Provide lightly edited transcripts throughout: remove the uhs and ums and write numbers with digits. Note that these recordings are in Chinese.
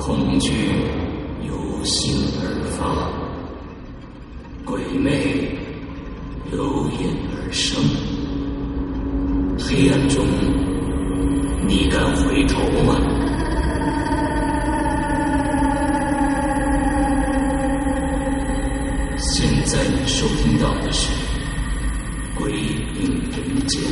恐惧由心而发，鬼魅由眼而生。黑暗中，你敢回头吗？现在你收听到的是《鬼影人间》。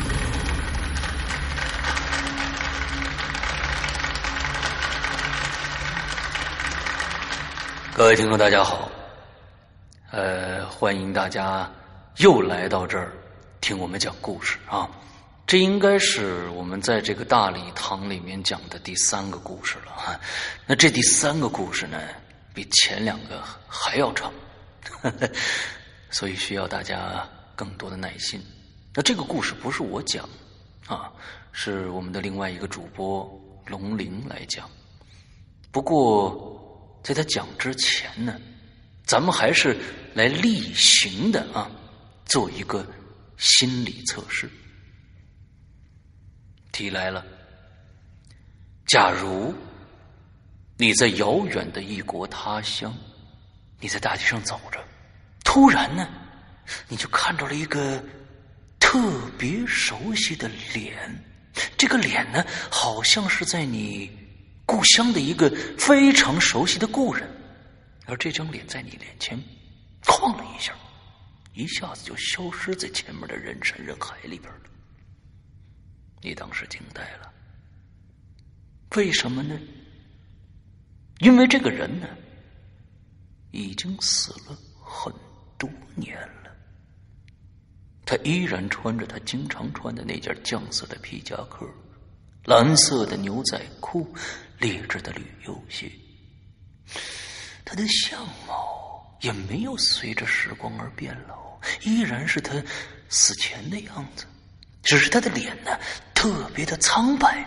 各位听众大家好，欢迎大家又来到这儿听我们讲故事啊。这应该是我们在这个大礼堂里面讲的第3个故事了哈。那这第3个故事呢，比前2个还要长，所以需要大家更多的耐心。那这个故事不是我讲啊，是我们的另外一个主播龙鳞来讲。不过在他讲之前呢，咱们还是来例行的啊，做一个心理测试。题来了，假如你在遥远的异国他乡，你在大街上走着，突然呢，你就看到了一个特别熟悉的脸。这个脸呢，好像是在你故乡的一个非常熟悉的故人，而这张脸在你脸前晃了一下，一下子就消失在前面的人山人海里边了。你当时惊呆了，为什么呢？因为这个人呢，已经死了很多年了，他依然穿着他经常穿的那件酱色的皮夹克，蓝色的牛仔裤，劣质的旅游鞋。他的相貌也没有随着时光而变老，依然是他死前的样子，只是他的脸呢，特别的苍白。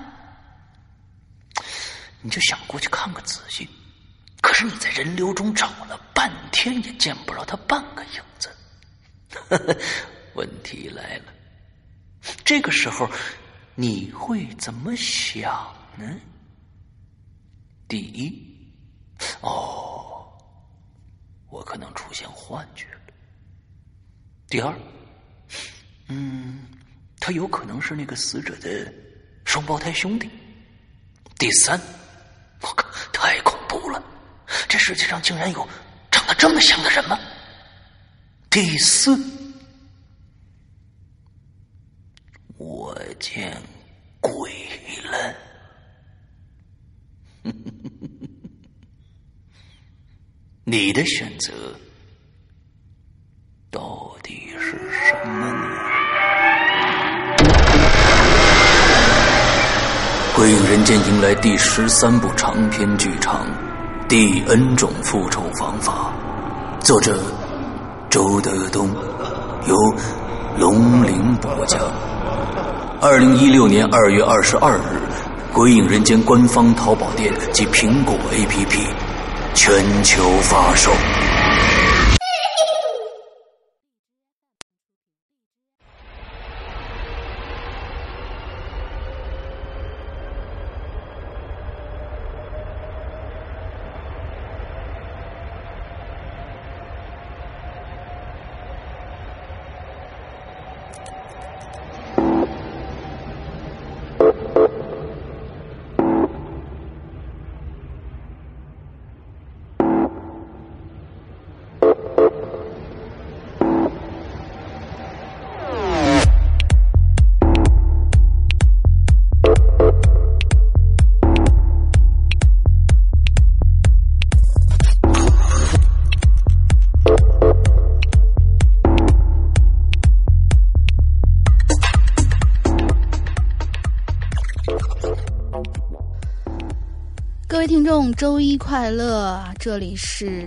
你就想过去看个仔细，可是你在人流中找了半天也见不着他半个影子。问题来了，这个时候你会怎么想呢？第一，我可能出现幻觉了。第二，他有可能是那个死者的双胞胎兄弟。第三，我靠，太恐怖了，这世界上竟然有长得这么像的人吗？第四，我见鬼了。你的选择到底是什么呢？《鬼影人间》迎来第13部长篇剧场《第 N 种复仇方法》，作者周德东，由龙鳞播讲。2016年2月22日，《鬼影人间》官方淘宝店及苹果 APP 全球发售。 各位听众，周一快乐！这里是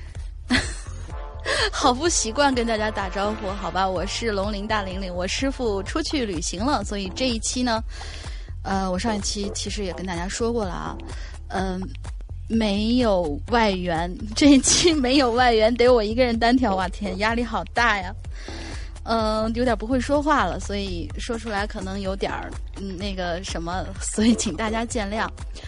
好不习惯跟大家打招呼，好吧？我是龙鳞大玲玲，我师父出去旅行了，所以这一期呢，我上一期其实也跟大家说过了啊，没有外援，这一期没有外援，得我一个人单挑，哇天，压力好大呀！有点不会说话了，所以说出来可能有点那个什么，所以请大家见谅。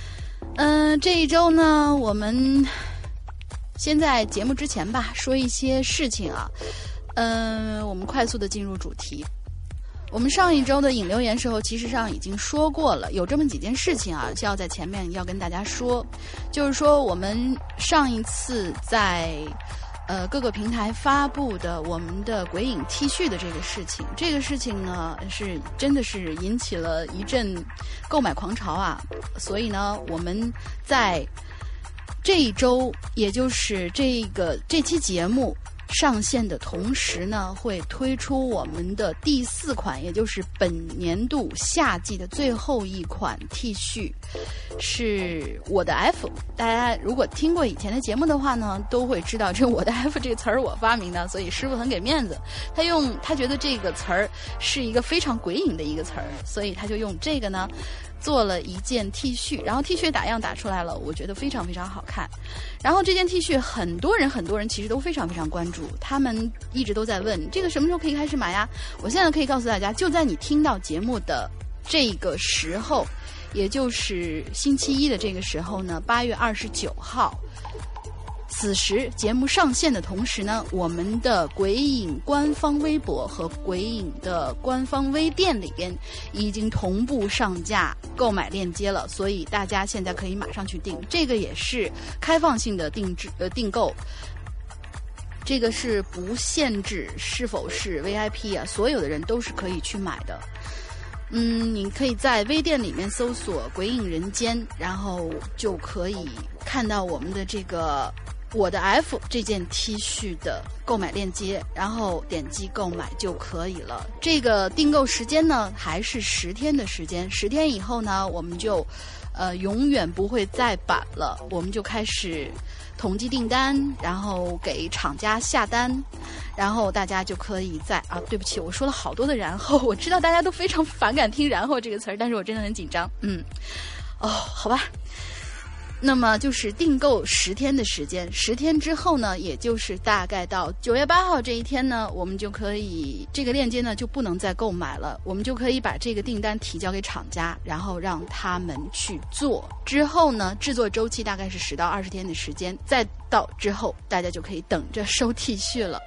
这一周呢，我们先在节目之前吧，说一些事情啊。我们快速的进入主题。我们上一周的引留言时候，其实上已经说过了，有这么几件事情啊，是要在前面要跟大家说，就是说我们上一次在各个平台发布的我们的鬼影 T 恤的这个事情，这个事情呢是真的是引起了一阵购买狂潮啊，所以呢我们在这一周，也就是这期节目上线的同时呢，会推出我们的第4款，也就是本年度夏季的最后一款 T 恤，是我的 F。大家如果听过以前的节目的话呢，都会知道这我的 F 这个词儿我发明的，所以师傅很给面子，他觉得这个词儿是一个非常鬼影的一个词儿，所以他就用这个呢做了一件 T 恤，然后 T 恤打样打出来了，我觉得非常非常好看。然后这件 T 恤很多人其实都非常非常关注，他们一直都在问这个什么时候可以开始买呀？我现在可以告诉大家，就在你听到节目的这个时候，也就是星期一的这个时候呢，8月29号。此时节目上线的同时呢，我们的鬼影官方微博和鬼影的官方微店里边已经同步上架购买链接了，所以大家现在可以马上去订，这个也是开放性的订购，这个是不限制是否是 VIP 啊，所有的人都是可以去买的。你可以在微店里面搜索鬼影人间，然后就可以看到我们的这个我的 F 这件 T 恤的购买链接，然后点击购买就可以了。这个订购时间呢还是10天的时间，10天以后呢我们就永远不会再版了，我们就开始统计订单，然后给厂家下单，然后大家就可以对不起，我说了好多的然后，我知道大家都非常反感听然后这个词儿，但是我真的很紧张。好吧，那么就是订购10天的时间，10天之后呢，也就是大概到9月8号这一天呢，我们就可以这个链接呢就不能再购买了，我们就可以把这个订单提交给厂家，然后让他们去做。之后呢，制作周期大概是10到20天的时间，再到之后大家就可以等着收 T 恤了。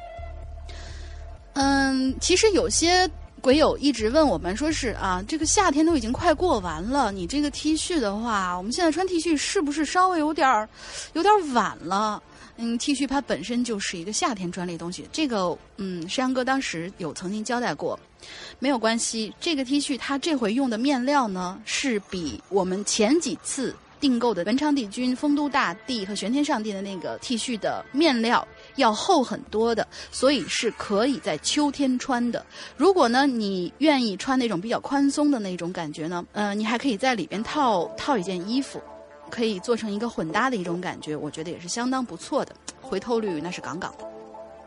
其实有些鬼友一直问我们说是这个夏天都已经快过完了，你这个 T 恤的话，我们现在穿 T 恤是不是稍微有点晚了？T 恤它本身就是一个夏天专利的东西，这个石阳哥当时有曾经交代过，没有关系，这个 T 恤它这回用的面料呢是比我们前几次订购的文昌帝君、丰都大帝和玄天上帝的那个 T 恤的面料要厚很多的，所以是可以在秋天穿的。如果呢你愿意穿那种比较宽松的那种感觉呢，你还可以在里边套一件衣服，可以做成一个混搭的一种感觉，我觉得也是相当不错的，回头率那是杠杠的。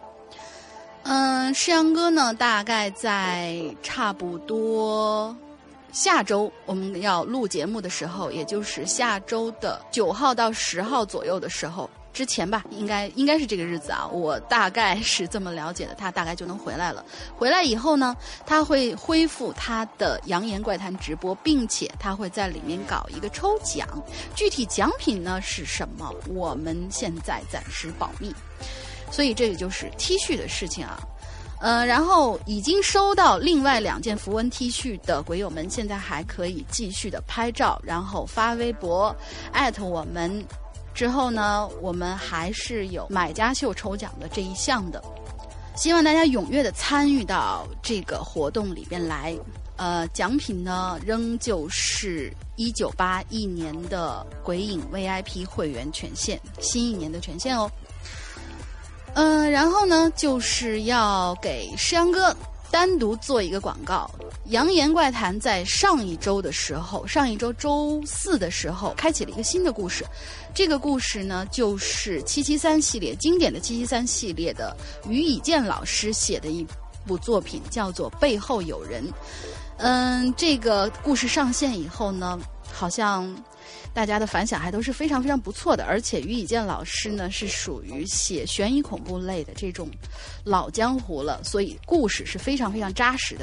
世阳哥呢大概在差不多下周我们要录节目的时候，也就是下周的9号到10号左右的时候之前吧，应该是这个日子啊，我大概是这么了解的，他大概就能回来了。回来以后呢，他会恢复他的扬言怪谈直播，并且他会在里面搞一个抽奖，具体奖品呢是什么，我们现在暂时保密。所以这个就是 T 恤的事情啊。然后已经收到另外2件符文 T 恤的鬼友们，现在还可以继续的拍照，然后发微博@我们。之后呢，我们还是有买家秀抽奖的这一项的，希望大家踊跃的参与到这个活动里边来。奖品呢仍旧是1981年的鬼影 VIP 会员权限，新一年的权限哦。然后呢，就是要给石阳哥单独做一个广告。扬言怪谈在上一周周4的时候开启了一个新的故事，这个故事呢就是773系列经典的773系列的于以健老师写的一部作品，叫做背后有人。这个故事上线以后呢，好像大家的反响还都是非常非常不错的，而且于以健老师呢是属于写悬疑恐怖类的这种老江湖了，所以故事是非常非常扎实的。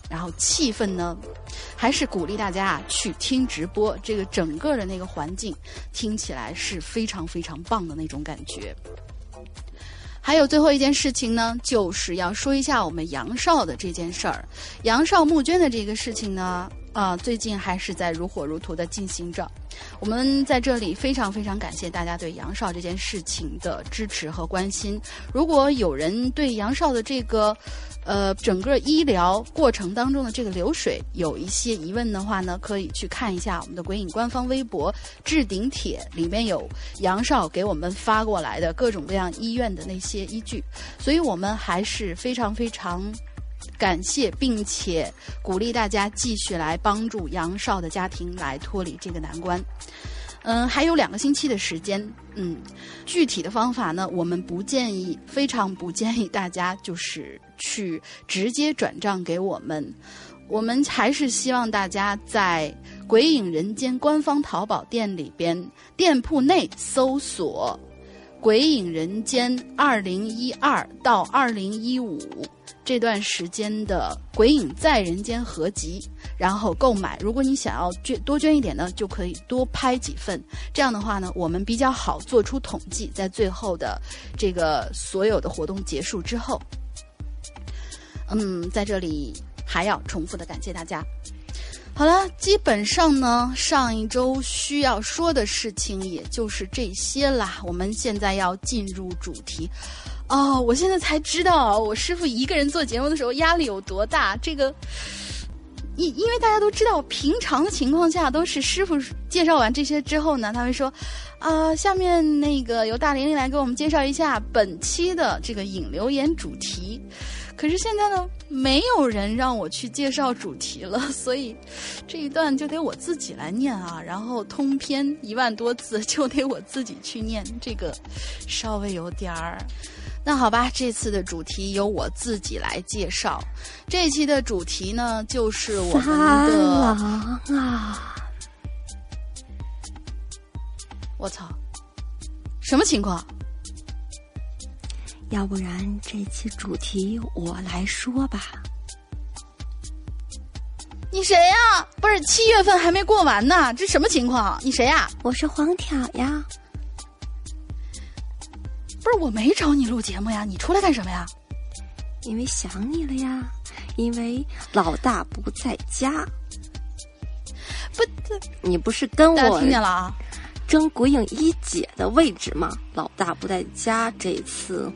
然后气氛呢，还是鼓励大家啊去听直播，这个整个的那个环境听起来是非常非常棒的那种感觉。还有最后一件事情呢，就是要说一下我们杨少的这件事儿。杨少募捐的这个事情呢，最近还是在如火如荼的进行着。我们在这里非常非常感谢大家对杨少这件事情的支持和关心。如果有人对杨少的这个整个医疗过程当中的这个流水有一些疑问的话呢，可以去看一下我们的鬼影官方微博置顶帖，里面有杨少给我们发过来的各种各样医院的那些依据。所以我们还是非常非常感谢并且鼓励大家继续来帮助杨少的家庭来脱离这个难关。还有2个星期的时间，具体的方法呢，我们不建议，非常不建议大家就是去直接转账给我们。我们还是希望大家在鬼影人间官方淘宝店里边店铺内搜索鬼影人间2012到2015这段时间的鬼影在人间合集，然后购买。如果你想要多捐一点呢，就可以多拍几份，这样的话呢，我们比较好做出统计，在最后的这个所有的活动结束之后。在这里还要重复的感谢大家。好了，基本上呢，上一周需要说的事情也就是这些啦。我们现在要进入主题。我现在才知道我师父一个人做节目的时候压力有多大。这个因为大家都知道，平常的情况下都是师父介绍完这些之后呢，他会说下面那个由大玲玲来给我们介绍一下本期的这个引留言主题。可是现在呢，没有人让我去介绍主题了，所以这一段就得我自己来念啊。然后通篇1万多字就得我自己去念，这个稍微有点儿。那好吧，这次的主题由我自己来介绍。这一期的主题呢，就是我们的郎啊！ 我操，什么情况？ 要不然这期主题我来说吧。 你谁呀？不是7月份还没过完呢，这什么情况？你谁呀？ 我是黄挑呀。 不是，我没找你录节目呀，你出来干什么呀？ 因为想你了呀，因为老大不在家。 不， 你不是跟我听见了啊？ 争鬼影一姐的位置吗？老大不在家，这一次，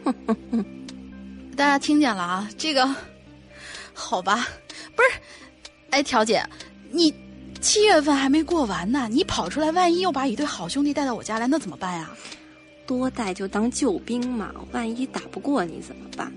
大家听见了啊？这个，好吧，不是，哎，条姐，你7月份还没过完呢，你跑出来，万一又把一对好兄弟带到我家来，那怎么办呀？ 多带就当救兵嘛，万一打不过你怎么办？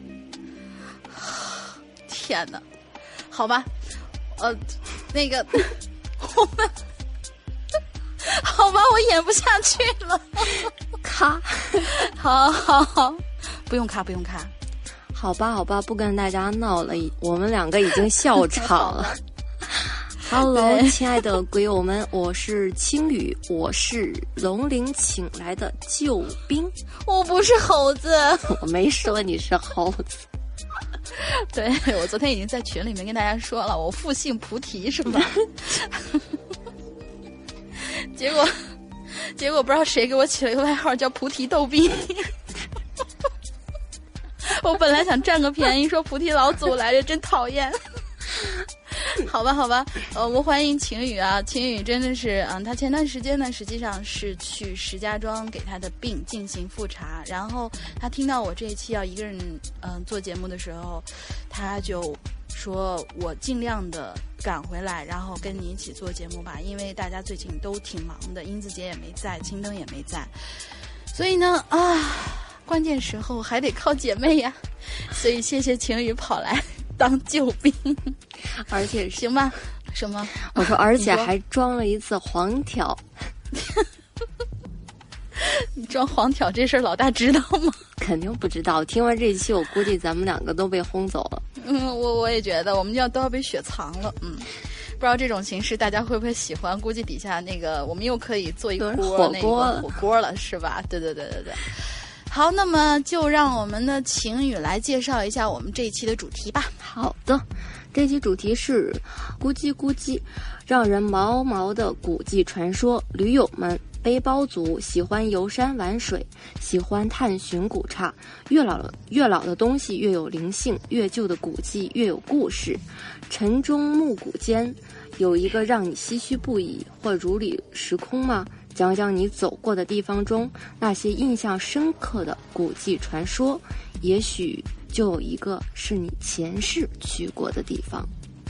天哪，好吧，那个，我们。好吧，我演不下去了。 咔， 好，不用咔。 好吧，不跟大家闹了，我们2个已经笑场了。Hello， 亲爱的鬼友们，我是青雨，我是龙陵请来的救兵。 我不是猴子， 我没说你是猴子。 对，我昨天已经在群里面跟大家说了，我复姓菩提是吧？结果不知道谁给我起了一个外号叫菩提逗逼。我本来想占个便宜说菩提老祖来着，真讨厌。好吧，我欢迎晴雨啊，晴雨真的是他前段时间呢实际上是去石家庄给他的病进行复查，然后他听到我这一期要一个人做节目的时候，他就说我尽量的赶回来，然后跟你一起做节目吧，因为大家最近都挺忙的，英子姐也没在，青灯也没在，所以呢关键时候还得靠姐妹呀，所以谢谢晴雨跑来当救兵， 而且行吧？什么？ 我说，而且还装了一次黄条。 你装黄条这事儿老大知道吗？ 肯定不知道。听完这一期，我估计咱们2个都被轰走了。 我也觉得，我们都要被雪藏了。不知道这种形式大家会不会喜欢？估计底下那个我们又可以做一锅火锅了，是吧？对。好，那么就让我们的晴雨来介绍一下我们这一期的主题吧。 好的， 这期主题是咕叽咕叽，让人毛毛的古迹传说。驴友们、背包族喜欢游山玩水，喜欢探寻古刹。越老的东西越有灵性，越旧的古迹越有故事。晨钟暮鼓间，有一个让你唏嘘不已或如里时空吗？讲讲你走过的地方中那些印象深刻的古迹传说，也许就有一个是你前世去过的地方。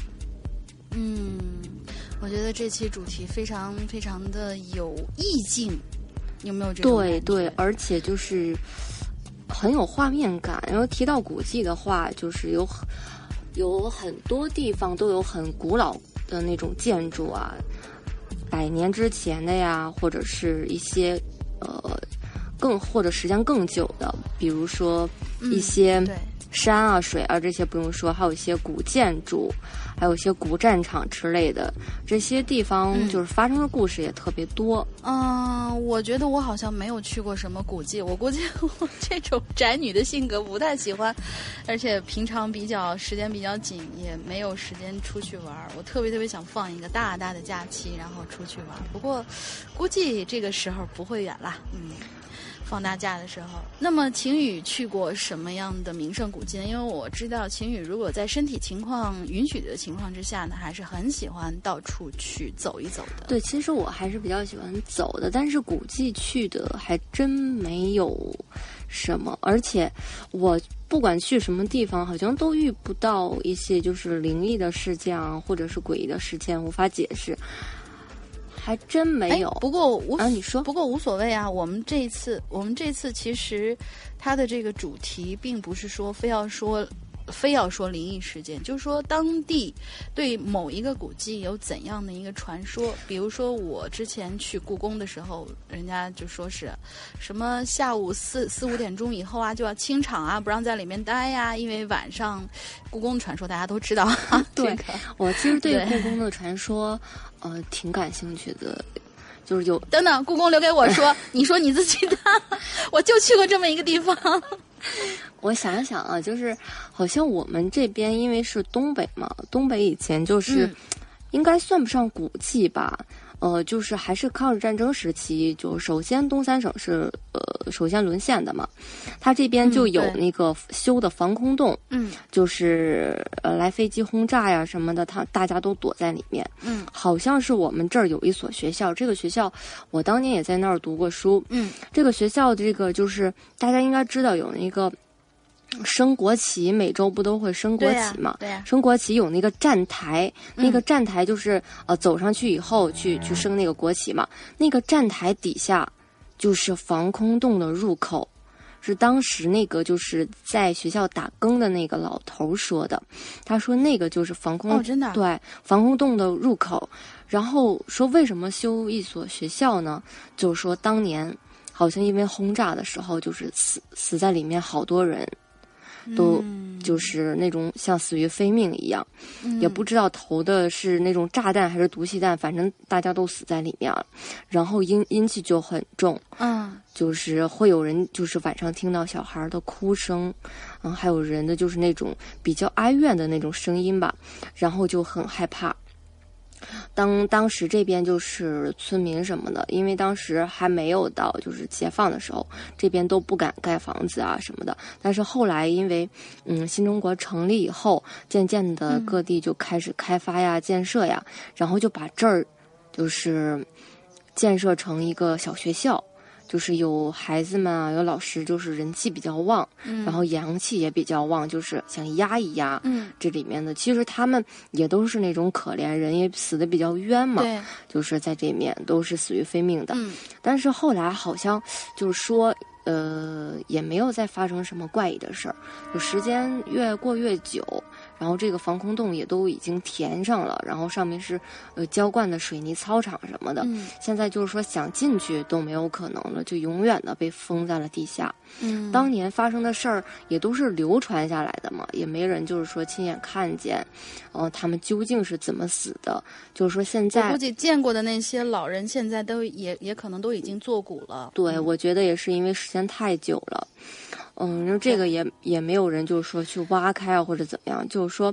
我觉得这期主题非常非常的有意境，有没有这种感觉？ 对，而且就是很有画面感。然后提到古迹的话，就是有很多地方都有很古老的那种建筑啊，100年之前的呀，或者是一些或者时间更久的，比如说一些山啊、水啊，这些不用说，还有一些古建筑，还有一些古战场之类的，这些地方就是发生的故事也特别多。 我觉得我好像没有去过什么古迹，我估计我这种宅女的性格不太喜欢，而且平常时间比较紧，也没有时间出去玩。我特别特别想放一个大大的假期，然后出去玩。不过估计这个时候不会远啦。放大假的时候，那么晴雨去过什么样的名胜古迹呢？因为我知道晴雨如果在身体情况允许的情况之下呢，还是很喜欢到处去走一走的。 对，其实我还是比较喜欢走的，但是古迹去的还真没有什么，而且我不管去什么地方，好像都遇不到一些就是灵异的事件啊，或者是诡异的事件，无法解释。还真没有。 不过你说。 不过无所谓啊。我们这次其实它的这个主题并不是说非要说灵异事件，就是说当地对某一个古迹有怎样的一个传说。比如说我之前去故宫的时候，人家就说是什么下午4、5点钟以后啊就要清场啊，不让在里面待呀，因为晚上故宫的传说大家都知道啊。 对，我其实对故宫的传说挺感兴趣的。就是有等等，故宫留给我说，你说你自己的，我就去过这么一个地方。 我想想啊，就是好像我们这边因为是东北嘛，东北以前就是应该算不上古迹吧。就是还是抗日战争时期，就首先东三省是首先沦陷的嘛，它这边就有那个修的防空洞，就是来飞机轰炸呀什么的，大家都躲在里面。好像是我们这儿有一所学校，这个学校我当年也在那儿读过书。这个学校这个就是大家应该知道有那个升国旗，每周不都会升国旗嘛？ 对呀。 升国旗有那个站台，那个站台就是走上去以后去升那个国旗嘛。那个站台底下就是防空洞的入口，是当时那个就是在学校打更的那个老头说的。他说那个就是防空真的对防空洞的入口。然后说为什么修一所学校呢？就是说当年好像因为轰炸的时候，就是死在里面好多人。都就是那种像死于非命一样，也不知道投的是那种炸弹还是毒气弹，反正大家都死在里面了。然后阴气就很重，就是会有人就是晚上听到小孩的哭声，还有人的就是那种比较哀怨的那种声音吧，然后就很害怕。当时这边就是村民什么的，因为当时还没有到就是解放的时候，这边都不敢盖房子啊什么的。但是后来因为新中国成立以后，渐渐的各地就开始开发呀、建设呀，然后就把这儿就是建设成一个小学校。就是有孩子们啊，有老师，就是人气比较旺，然后阳气也比较旺，就是想压一压，这里面的其实他们也都是那种可怜人，也死得比较冤嘛，就是在这面都是死于非命的。但是后来好像就是说，也没有再发生什么怪异的事儿，就时间越过越久。然后这个防空洞也都已经填上了，然后上面是浇灌的水泥操场什么的。现在就是说想进去都没有可能了，就永远的被封在了地下。当年发生的事儿也都是流传下来的嘛，也没人就是说亲眼看见，他们究竟是怎么死的。就是说现在我估计见过的那些老人现在都也可能都已经作古了。 对，我觉得也是因为时间太久了。这个也没有人就是说去挖开啊或者怎么样，就是说，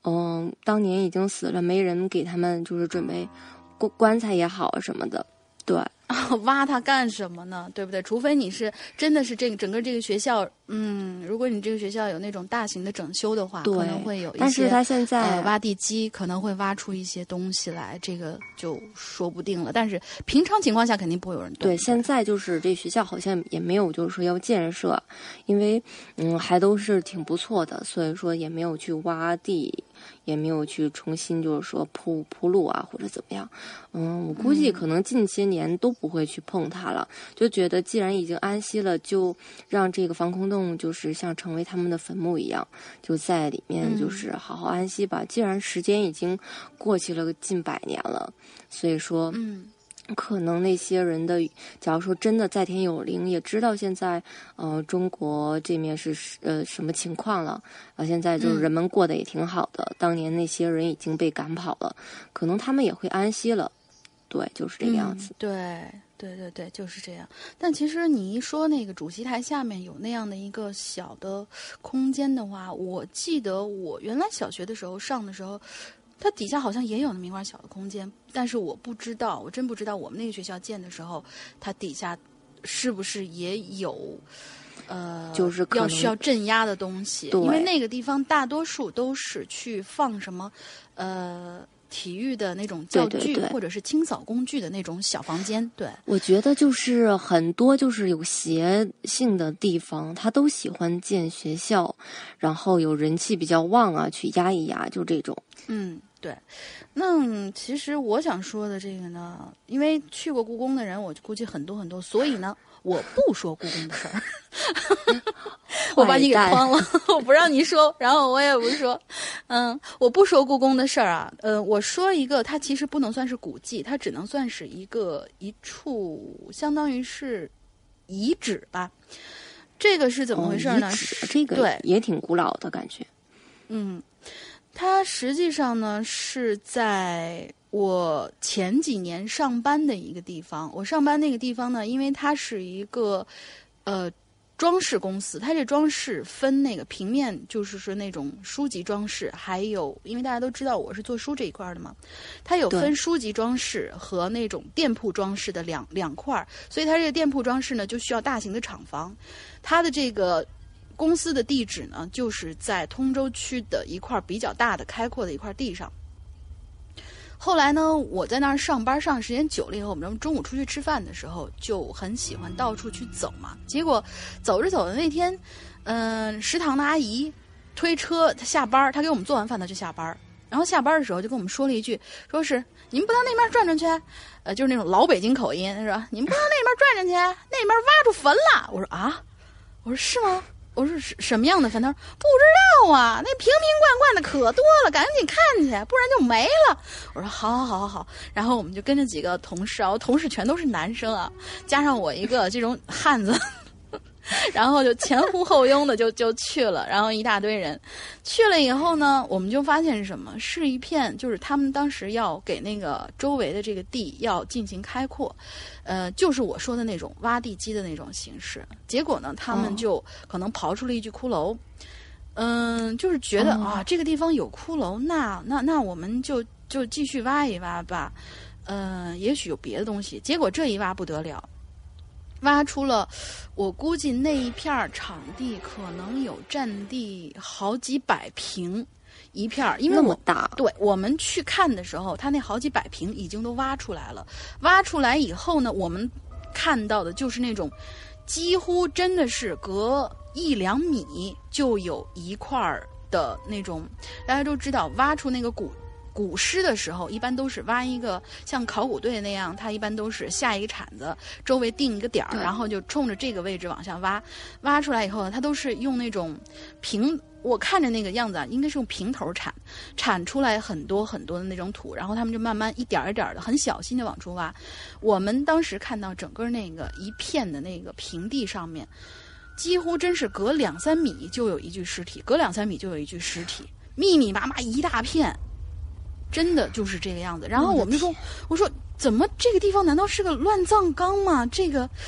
当年已经死了，没人给他们就是准备棺材也好什么的，对。 挖它干什么呢？对不对？除非你是真的是整个这个学校，如果你这个学校有那种大型的整修的话，可能会有一些。 但是他现在挖地机可能会挖出一些东西来，这个就说不定了。但是平常情况下肯定不会有人动。 对，现在就是这学校好像也没有就是说要建设，因为还都是挺不错的，所以说也没有去挖地。也没有去重新就是说铺路啊或者怎么样，我估计可能近些年都不会去碰它了，就觉得既然已经安息了，就让这个防空洞就是像成为他们的坟墓一样，就在里面就是好好安息吧。既然时间已经过去了近100年了，所以说可能那些人的，假如说真的在天有灵，也知道现在中国这面是什么情况了现在就是人们过得也挺好的，当年那些人已经被赶跑了，可能他们也会安息了。对，就是这个样子。 对，就是这样。但其实你一说那个主席台下面有那样的一个小的空间的话，我记得我原来小学的时候上的时候，它底下好像也有那么一块小的空间，但是我真不知道我们那个学校建的时候，它底下是不是也有就是需要镇压的东西，因为那个地方大多数都是去放什么体育的那种教具，或者是清扫工具的那种小房间。对， 我觉得就是很多就是有邪性的地方，他都喜欢建学校，然后有人气比较旺啊，去压一压，就这种。 对。那其实我想说的这个呢，因为去过故宫的人，我估计很多，所以呢，我不说故宫的事儿。我把你给诓了，我不让你说，然后我也不说。我不说故宫的事儿啊。我说一个，它其实不能算是古迹，它只能算是一处相当于是遗址吧。这个是怎么回事呢？ 这个对也挺古老的感觉。 它实际上呢是在我前几年上班的一个地方。我上班那个地方呢，因为它是一个装饰公司，它这装饰分那个平面，就是说那种书籍装饰，还有因为大家都知道我是做书这一块的嘛，它有分书籍装饰和那种店铺装饰的两块，所以它这个店铺装饰呢就需要大型的厂房。它的这个公司的地址呢，就是在通州区的一块比较大的开阔的一块地上。后来呢，我在那儿上班上时间久了以后，我们中午出去吃饭的时候就很喜欢到处去走嘛。结果走着走的那天，食堂的阿姨推车，她下班，她给我们做完饭她就下班，然后下班的时候就跟我们说了一句，说是你们不到那边转转去，就是那种老北京口音，说你们不到那边转转去，那边挖出坟了。我说啊，我说是吗？我说什么样的坟？他说不知道啊，那瓶瓶罐罐的可多了，赶紧看去，不然就没了。我说好。然后我们就跟着几个同事啊，我同事全都是男生啊，加上我一个这种汉子，然后就前呼后拥的就去了。然后一大堆人去了以后呢，我们就发现是什么？是一片就是他们当时要给那个周围的这个地要进行开阔。就是我说的那种挖地机的那种形式。结果呢，他们就可能刨出了一具骷髅。就是觉得这个地方有骷髅，那我们就继续挖一挖吧。也许有别的东西。结果这一挖不得了，挖出了，我估计那一片场地可能有占地好几百平。一片，因为那么大， 对，我们去看的时候，它那好几百平已经都挖出来了。挖出来以后呢，我们看到的就是那种几乎真的是隔1-2米就有一块的那种。大家都知道，挖出那个古尸的时候，一般都是挖一个像考古队那样，它一般都是下一个铲子，周围定一个点儿，然后就冲着这个位置往下挖。挖出来以后呢，它都是用那种我看着那个样子啊，应该是用平头铲出来很多很多的那种土，然后他们就慢慢一点一点的很小心的往出挖。我们当时看到整个那个一片的那个平地上面，几乎真是隔2-3米就有一具尸体，密密麻麻一大片，真的就是这个样子。然后我们就说，我说怎么这个地方难道是个乱葬岗吗？这个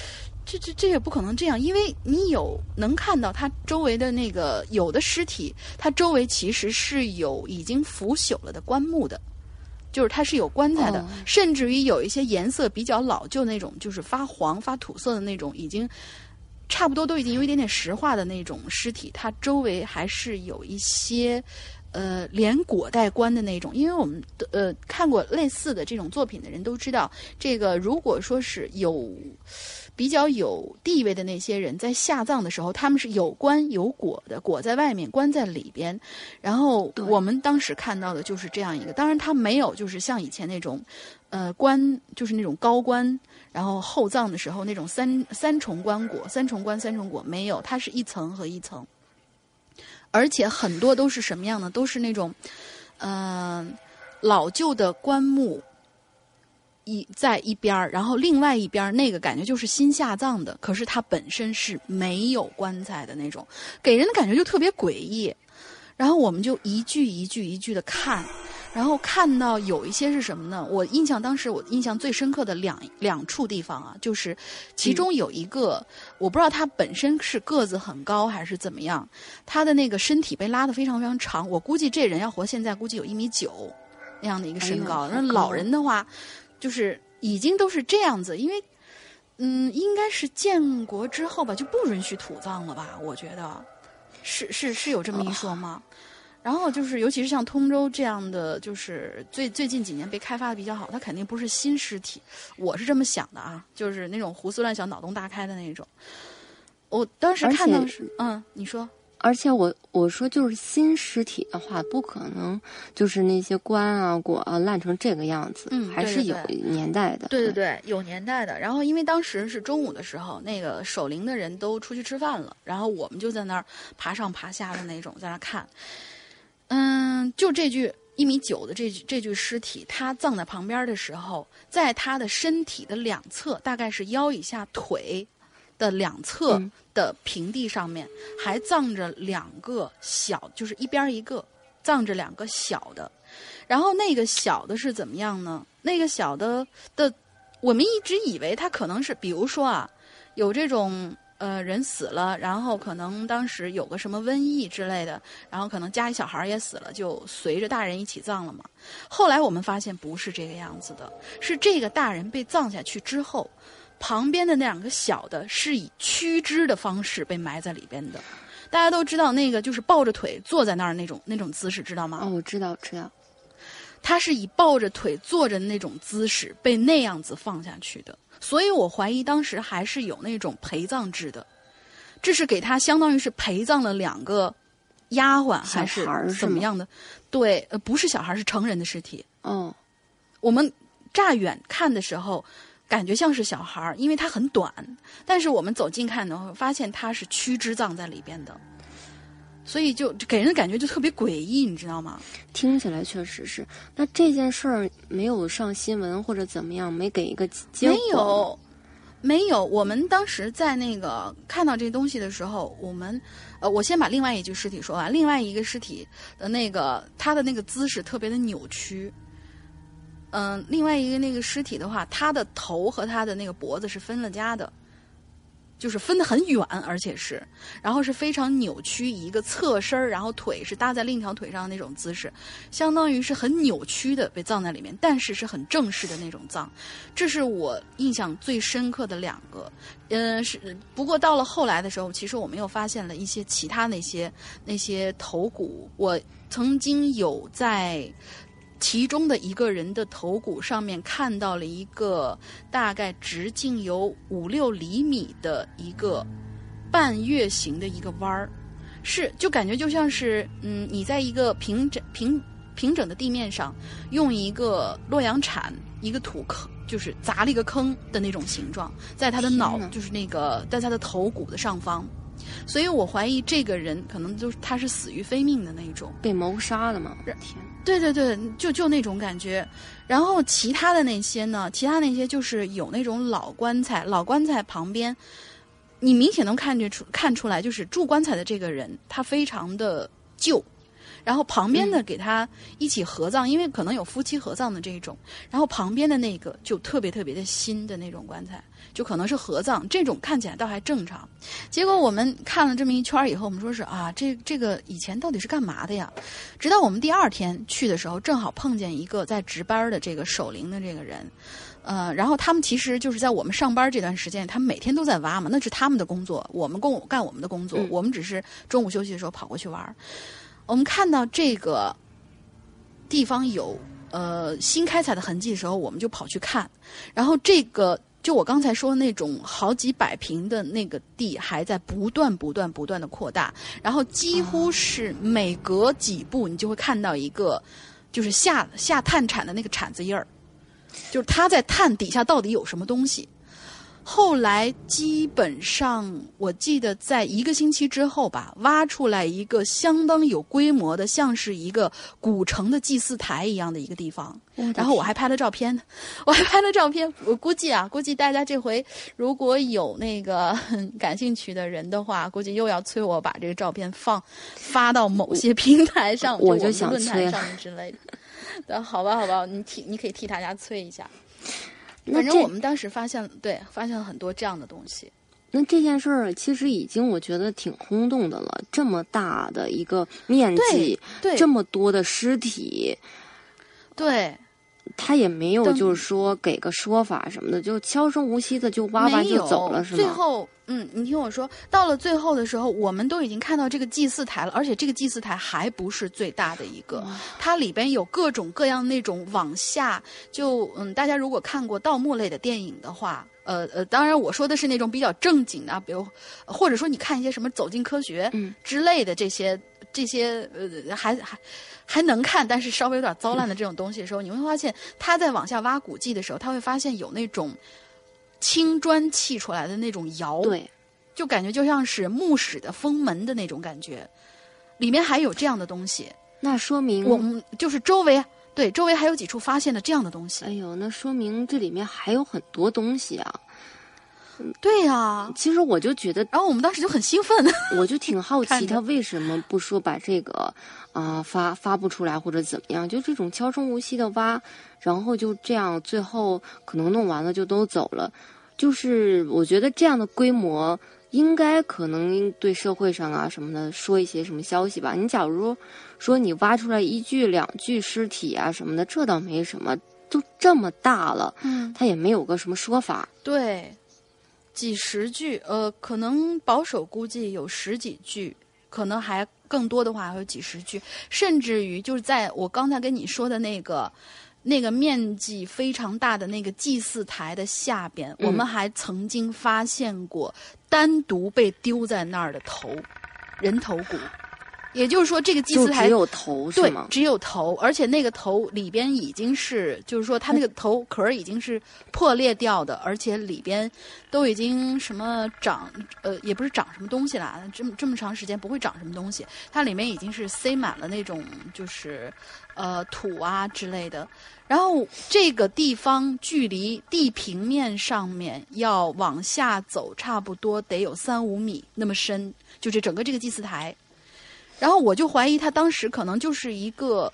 这也不可能这样，因为你能看到它周围的那个有的尸体，它周围其实是有已经腐朽了的棺木的，就是它是有棺材的，甚至于有一些颜色比较老旧那种，就是发黄发土色的那种，已经差不多都已经有一点点石化的那种尸体，它周围还是有一些连裹带棺的那种。因为我们看过类似的这种作品的人都知道，这个如果说是比较有地位的那些人在下葬的时候，他们是有棺有裹的，裹在外面，棺在里边。然后我们当时看到的就是这样一个，当然它没有就是像以前那种棺，就是那种高棺，然后厚葬的时候那种三重棺椁，三重棺三重椁，没有，它是一层和一层，而且很多都是什么样呢？都是那种老旧的棺木在一边，然后另外一边那个感觉就是新下葬的，可是它本身是没有棺材的那种，给人的感觉就特别诡异。然后我们就一句一句一句的看，然后看到有一些是什么呢？当时我印象最深刻的两处地方啊，就是其中有一个，我不知道他本身是个子很高还是怎么样，他的那个身体被拉得非常非常长，我估计这人要活现在估计有1.9米那样的一个身高。那老人的话，就是已经都是这样子，因为应该是建国之后吧，就不允许土葬了吧？我觉得是有这么一说吗？然后就是，尤其是像通州这样的，就是最近几年被开发的比较好，它肯定不是新尸体，我是这么想的啊，就是那种胡思乱想、脑洞大开的那种。我当时看到是，你说。 而且我说就是新尸体的话，不可能就是那些棺啊椁啊烂成这个样子，还是有年代的。 对，有年代的。然后因为当时是中午的时候，那个守灵的人都出去吃饭了，然后我们就在那儿爬上爬下的那种，在那看。就这具1.9米的这具尸体，他葬在旁边的时候，在他的身体的两侧，大概是腰以下腿的两侧的平地上面，还葬着2个小，就是一边一个，葬着2个小的。然后那个小的是怎么样呢？那个小的我们一直以为他可能是，比如说啊，有这种人死了，然后可能当时有个什么瘟疫之类的，然后可能家里小孩也死了，就随着大人一起葬了嘛。后来我们发现不是这个样子的，是这个大人被葬下去之后，旁边的那2个小的是以屈肢的方式被埋在里边的。大家都知道那个就是抱着腿坐在那儿那种姿势，知道吗？ 我知道。 他是以抱着腿坐着的那种姿势被那样子放下去的。所以我怀疑当时还是有那种陪葬制的，这是给他相当于是陪葬了2个丫鬟还是怎么样的？对，不是小孩，是成人的尸体。我们乍远看的时候感觉像是小孩，因为它很短，但是我们走近看的话，发现它是屈肢葬在里边的，所以就给人的感觉就特别诡异，你知道吗？ 听起来确实是。那这件事儿没有上新闻或者怎么样，没给一个结果？ 没有。我们当时在那个看到这东西的时候，我先把另外一具尸体说完。另外一个尸体的那个他的那个姿势特别的扭曲。另外一个那个尸体的话，他的头和他的那个脖子是分了家的。就是分得很远，而且是，然后是非常扭曲，一个侧身，然后腿是搭在另一条腿上的那种姿势，相当于是很扭曲的被葬在里面，但是是很正式的那种葬。这是我印象最深刻的2个。不过到了后来的时候，其实我们又发现了一些其他那些头骨，我曾经有在其中的一个人的头骨上面看到了一个大概直径有5-6厘米的一个半月形的一个弯儿，就感觉就像是你在一个平整的地面上用一个洛阳铲一个土坑，就是砸了一个坑的那种形状，在他的就是那个在他的头骨的上方。所以我怀疑这个人可能就是他是死于非命的那种， 被谋杀的嘛。天， 对，就那种感觉。然后其他的那些就是有那种老棺材旁边，你明显能看出来，就是住棺材的这个人他非常的旧， 然后旁边的给他一起合葬，因为可能有夫妻合葬的这种，然后旁边的那个就特别特别的新的那种棺材，就可能是合葬，这种看起来倒还正常。结果我们看了这么一圈以后，我们说是啊，这个以前到底是干嘛的呀？直到我们第二天去的时候，正好碰见一个在值班的这个守灵的这个人。然后他们其实就是在我们上班这段时间，他们每天都在挖嘛，那是他们的工作，我们干我们的工作，我们只是中午休息的时候跑过去玩。我们看到这个地方有新开采的痕迹的时候，我们就跑去看，然后这个就我刚才说的那种好几百平的那个地还在不断的扩大，然后几乎是每隔几步你就会看到一个就是下探铲的那个铲子印儿。就是他在探底下到底有什么东西。后来基本上我记得在1个星期之后吧，挖出来一个相当有规模的，像是一个古城的祭祀台一样的一个地方。然后我还拍了照片，我估计大家这回如果有那个感兴趣的人的话，估计又要催我把这个照片发到某些平台上， 我就想论坛上面之类的。好吧，你可以替大家催一下。反正我们当时发现了很多这样的东西。 那这件事儿其实已经我觉得挺轰动的了，这么大的一个面积， 对， 这么多的尸体， 对， 他也没有就是说给个说法什么的，就悄声无息的就挖完就走了，是吗？ 最后，你听我说，到了最后的时候，我们都已经看到这个祭祀台了，而且这个祭祀台还不是最大的一个，它里边有各种各样那种往下，就大家如果看过盗墓类的电影的话。当然我说的是那种比较正经的，比如或者说你看一些什么走进科学之类的这些还能看，但是稍微有点糟烂的这种东西的时候，你会发现他在往下挖古迹的时候，他会发现有那种青砖砌出来的那种窑， 对， 就感觉就像是墓室的封门的那种感觉，里面还有这样的东西。 那说明我们就是周围还有几处发现了这样的东西。 哎呦，那说明这里面还有很多东西啊。 对呀， 其实我就觉得， 然后我们当时就很兴奋， 我就挺好奇他为什么不说把这个发布出来或者怎么样，就这种悄声无息的挖，然后就这样最后可能弄完了就都走了。就是我觉得这样的规模应该可能对社会上啊什么的说一些什么消息吧。你假如说你挖出来1具2具尸体啊什么的，这倒没什么，都这么大了，他也没有个什么说法。 对，几十具，可能保守估计有10几具，可能还更多的话还有几十具，甚至于就是在我刚才跟你说的那个面积非常大的那个祭祀台的下边，我们还曾经发现过单独被丢在那儿的人头骨。也就是说，这个祭祀台就只有头是吗？ 对，只有头，而且那个头里边已经是，就是说它那个头壳已经是破裂掉的，而且里边都已经什么也不是长什么东西啦，这么长时间不会长什么东西，它里面已经是塞满了那种就是土啊之类的。然后这个地方距离地平面上面要往下走，差不多得有3-5米那么深，就这整个这个祭祀台。然后我就怀疑他当时可能就是一个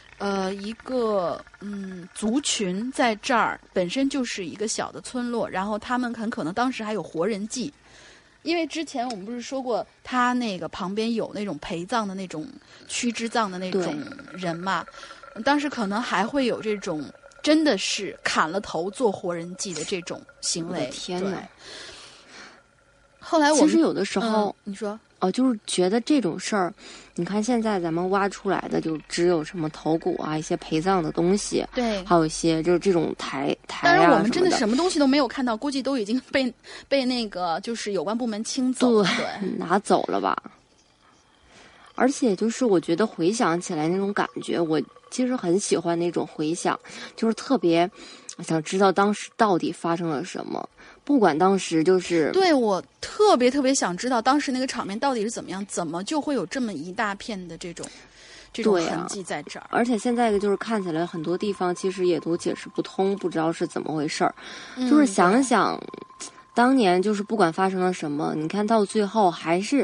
族群在这儿，本身就是一个小的村落，然后他们很可能当时还有活人祭，因为之前我们不是说过，他那个旁边有那种陪葬的那种躯之葬的那种人嘛，当时可能还会有这种真的是砍了头做活人祭的这种行为。 天哪！ 后来我们其实有的时候， 你说。 就是觉得这种事儿，你看现在咱们挖出来的就只有什么头骨啊，一些陪葬的东西， 对， 还有一些就是这种台啊， 当然我们真的什么东西都没有看到，估计都已经被那个就是有关部门清走，对， 拿走了吧。而且就是我觉得回想起来那种感觉，我其实很喜欢那种回想，就是特别想知道当时到底发生了什么。不管当时就是对，我特别想知道当时那个场面到底是怎么样，怎么就会有这么一大片的这种痕迹在这儿。 而且现在就是看起来很多地方其实也都解释不通，不知道是怎么回事儿。就是想想当年就是不管发生了什么，你看到最后还是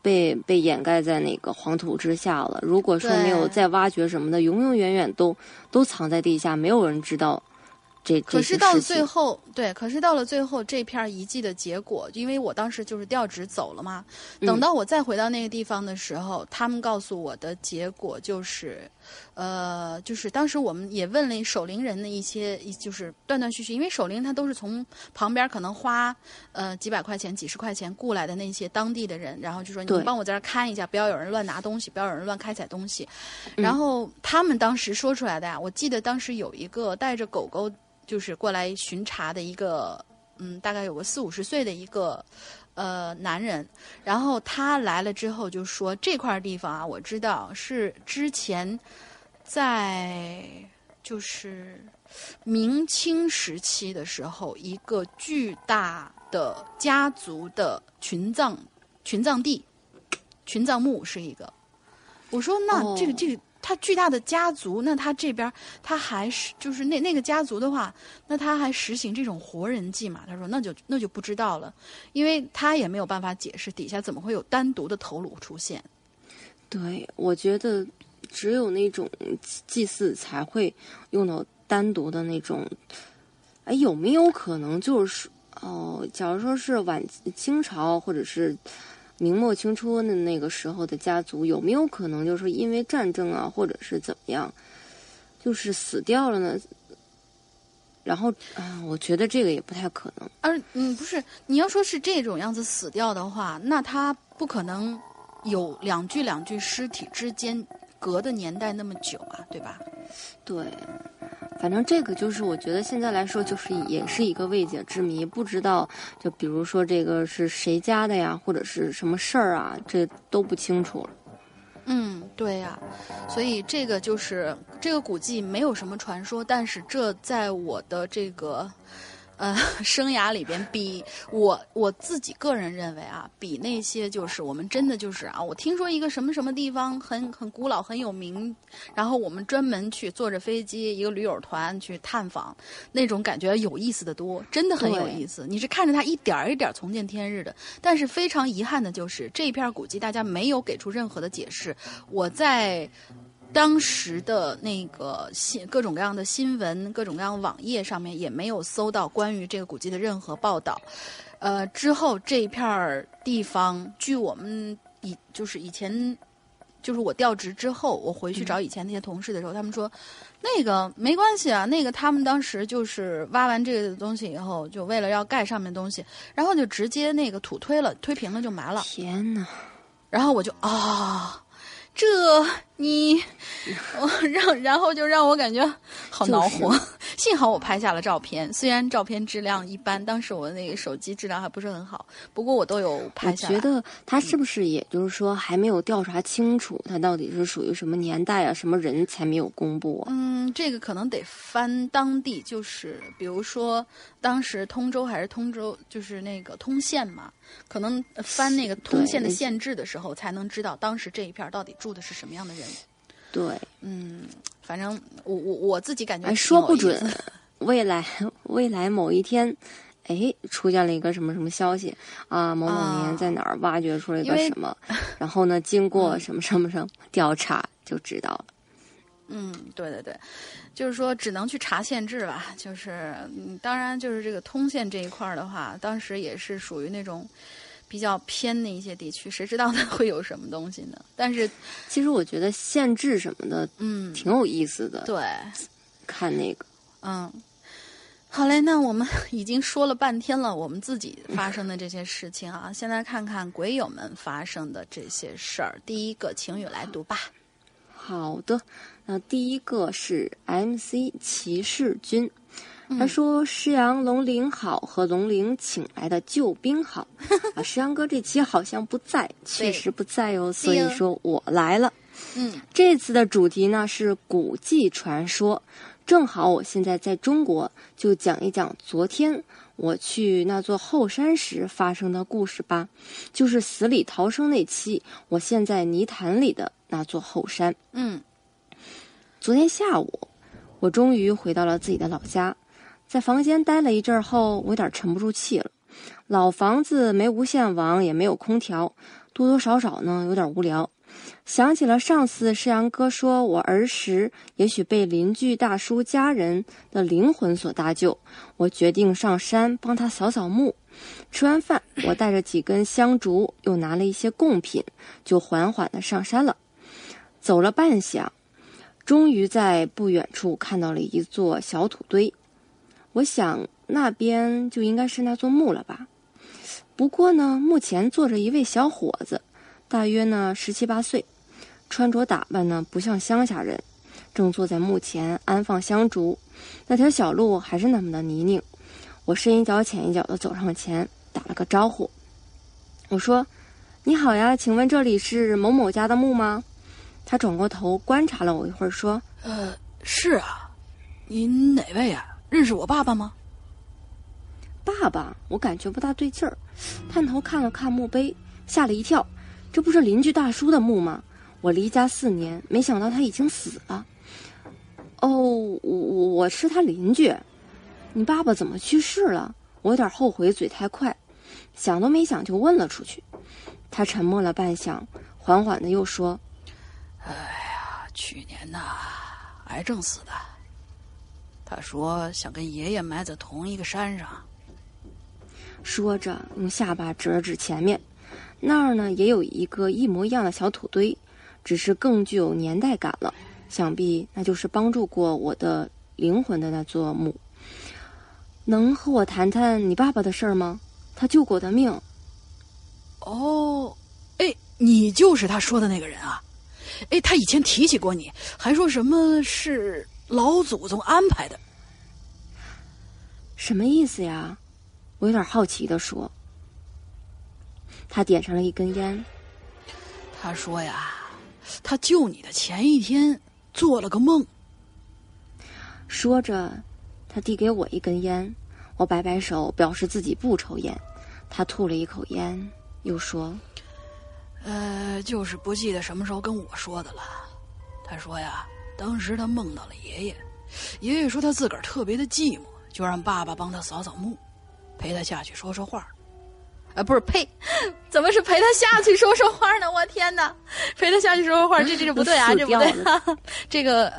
被掩盖在那个黄土之下了。如果说没有再挖掘什么的，永永远远都藏在地下，没有人知道。 可是到了最后，对，可是到了最后这片遗迹的结果，因为我当时就是调职走了嘛，等到我再回到那个地方的时候，他们告诉我的结果就是，就是当时我们也问了守灵人的一些，就是断断续续，因为守灵他都是从旁边可能花几百块钱、几十块钱雇来的那些当地的人，然后就说你帮我在这看一下，不要有人乱拿东西，不要有人乱开采东西。然后他们当时说出来的呀，我记得当时有一个带着狗狗。就是过来巡查的一个，大概有个40-50岁的一个，男人。然后他来了之后就说，这块地方啊，我知道是之前在就是明清时期的时候，一个巨大的家族的群葬地、群葬墓是一个。我说那这个。他巨大的家族，那他这边他还是就是那个家族的话，那他还实行这种活人祭嘛？他说那就不知道了，因为他也没有办法解释底下怎么会有单独的头颅出现。 对，我觉得只有那种祭祀才会用到单独的那种。哎，有没有可能就是假如说是晚清朝或者是明末清初的那个时候的家族，有没有可能就是因为战争啊，或者是怎么样，就是死掉了呢？然后我觉得这个也不太可能。 不是，你要说是这种样子死掉的话，那他不可能有两具尸体之间隔的年代那么久啊，对吧？ 对。反正这个就是我觉得现在来说就是也是一个未解之谜，不知道就比如说这个是谁家的呀，或者是什么事儿啊，这都不清楚了。 对呀，所以这个就是这个古迹没有什么传说，但是这在我的这个生涯里边，比我自己个人认为啊，比那些就是我们真的就是啊，我听说一个什么什么地方很古老很有名，然后我们专门去坐着飞机一个驴友团去探访，那种感觉有意思的多，真的很有意思。你是看着它一点一点重见天日的，但是非常遗憾的就是这一片古迹大家没有给出任何的解释。我在当时的那个各种各样的新闻、各种各样的网页上面也没有搜到关于这个古迹的任何报道。之后这一片地方，据我们以前就是我调职之后，我回去找以前那些同事的时候，他们说那个没关系啊，那个他们当时就是挖完这个东西以后，就为了要盖上面东西，然后就直接那个土推平了就埋了。 天哪！ 然后我就这你，然后就让我感觉好恼火。幸好我拍下了照片，虽然照片质量一般，当时我的那个手机质量还不是很好，不过我都有拍下来。 我觉得他是不是也就是说还没有调查清楚，他到底是属于什么年代啊，什么人才没有公布啊？ 这个可能得翻当地，就是比如说当时通州还是通州，就是那个通县嘛，可能翻那个通县的县志的时候，才能知道当时这一片到底住的是什么样的人。 对， 反正我自己感觉说不准，未来某一天，出现了一个什么什么消息啊，某年在哪儿挖掘出了一个什么，然后呢，经过什么什么调查就知道了。 对，就是说只能去查县志吧。就是当然就是这个通县这一块的话，当时也是属于那种比较偏的一些地区，谁知道它会有什么东西呢？但是其实我觉得县志什么的，挺有意思的。 对， 看那个， 好嘞，那我们已经说了半天了，我们自己发生的这些事情啊，现在看看鬼友们发生的这些事儿。第一个，晴雨来读吧。 好的，那第一个是 MC 骑士军。他说：“施阳龙陵好，和龙陵请来的救兵好。”施阳哥这期好像不在，确实不在哦，所以说我来了。这次的主题呢是古迹传说，正好我现在在中国，就讲一讲昨天我去那座后山时发生的故事吧，就是死里逃生那期，我现在泥潭里的那座后山。昨天下午，我终于回到了自己的老家。在房间待了一阵后，我有点沉不住气了。老房子没无线网，也没有空调， 多多少少呢有点无聊。想起了上次世阳哥说我儿时也许被邻居大叔家人的灵魂所搭救，我决定上山帮他扫扫墓。吃完饭，我带着几根香烛，又拿了一些贡品，就缓缓地上山了。走了半晌，终于在不远处看到了一座小土堆。我想那边就应该是那座墓了吧。不过呢，墓前坐着一位小伙子，大约呢17、18岁，穿着打扮呢不像乡下人，正坐在墓前安放香烛。那条小路还是那么的泥泞，我深一脚浅一脚的走上前，打了个招呼。我说：“你好呀，请问这里是某某家的墓吗？”他转过头观察了我一会儿，说：“ 是啊，您哪位啊？认识我爸爸吗？” 爸爸，我感觉不大对劲儿，探头看了看墓碑，吓了一跳。这不是邻居大叔的墓吗？我离家4年，没想到他已经死了。哦，我是他邻居。你爸爸怎么去世了？我有点后悔，嘴太快，想都没想就问了出去。他沉默了半晌，缓缓的又说：“ 哎呀，去年呐，癌症死的。他说想跟爷爷埋在同一个山上。” 说着用下巴指了指前面，那儿呢也有一个一模一样的小土堆，只是更具有年代感了，想必那就是帮助过我的灵魂的那座墓。能和我谈谈你爸爸的事儿吗？他救过我的命。 哦，哎，你就是他说的那个人啊？哎，他以前提起过你，还说什么是老祖宗安排的。 什么意思呀？我有点好奇地说。他点上了一根烟。 他说呀，他救你的前一天做了个梦。 说着，他递给我一根烟，我摆摆手表示自己不抽烟。他吐了一口烟，又说：“ 就是不记得什么时候跟我说的了。他说呀，当时他梦到了爷爷，爷爷说他自个儿特别的寂寞，就让爸爸帮他扫扫墓，陪他下去说说话。不是呸，怎么是陪他下去说说话呢？我天哪，陪他下去说说话，这不对啊，这不对啊。这个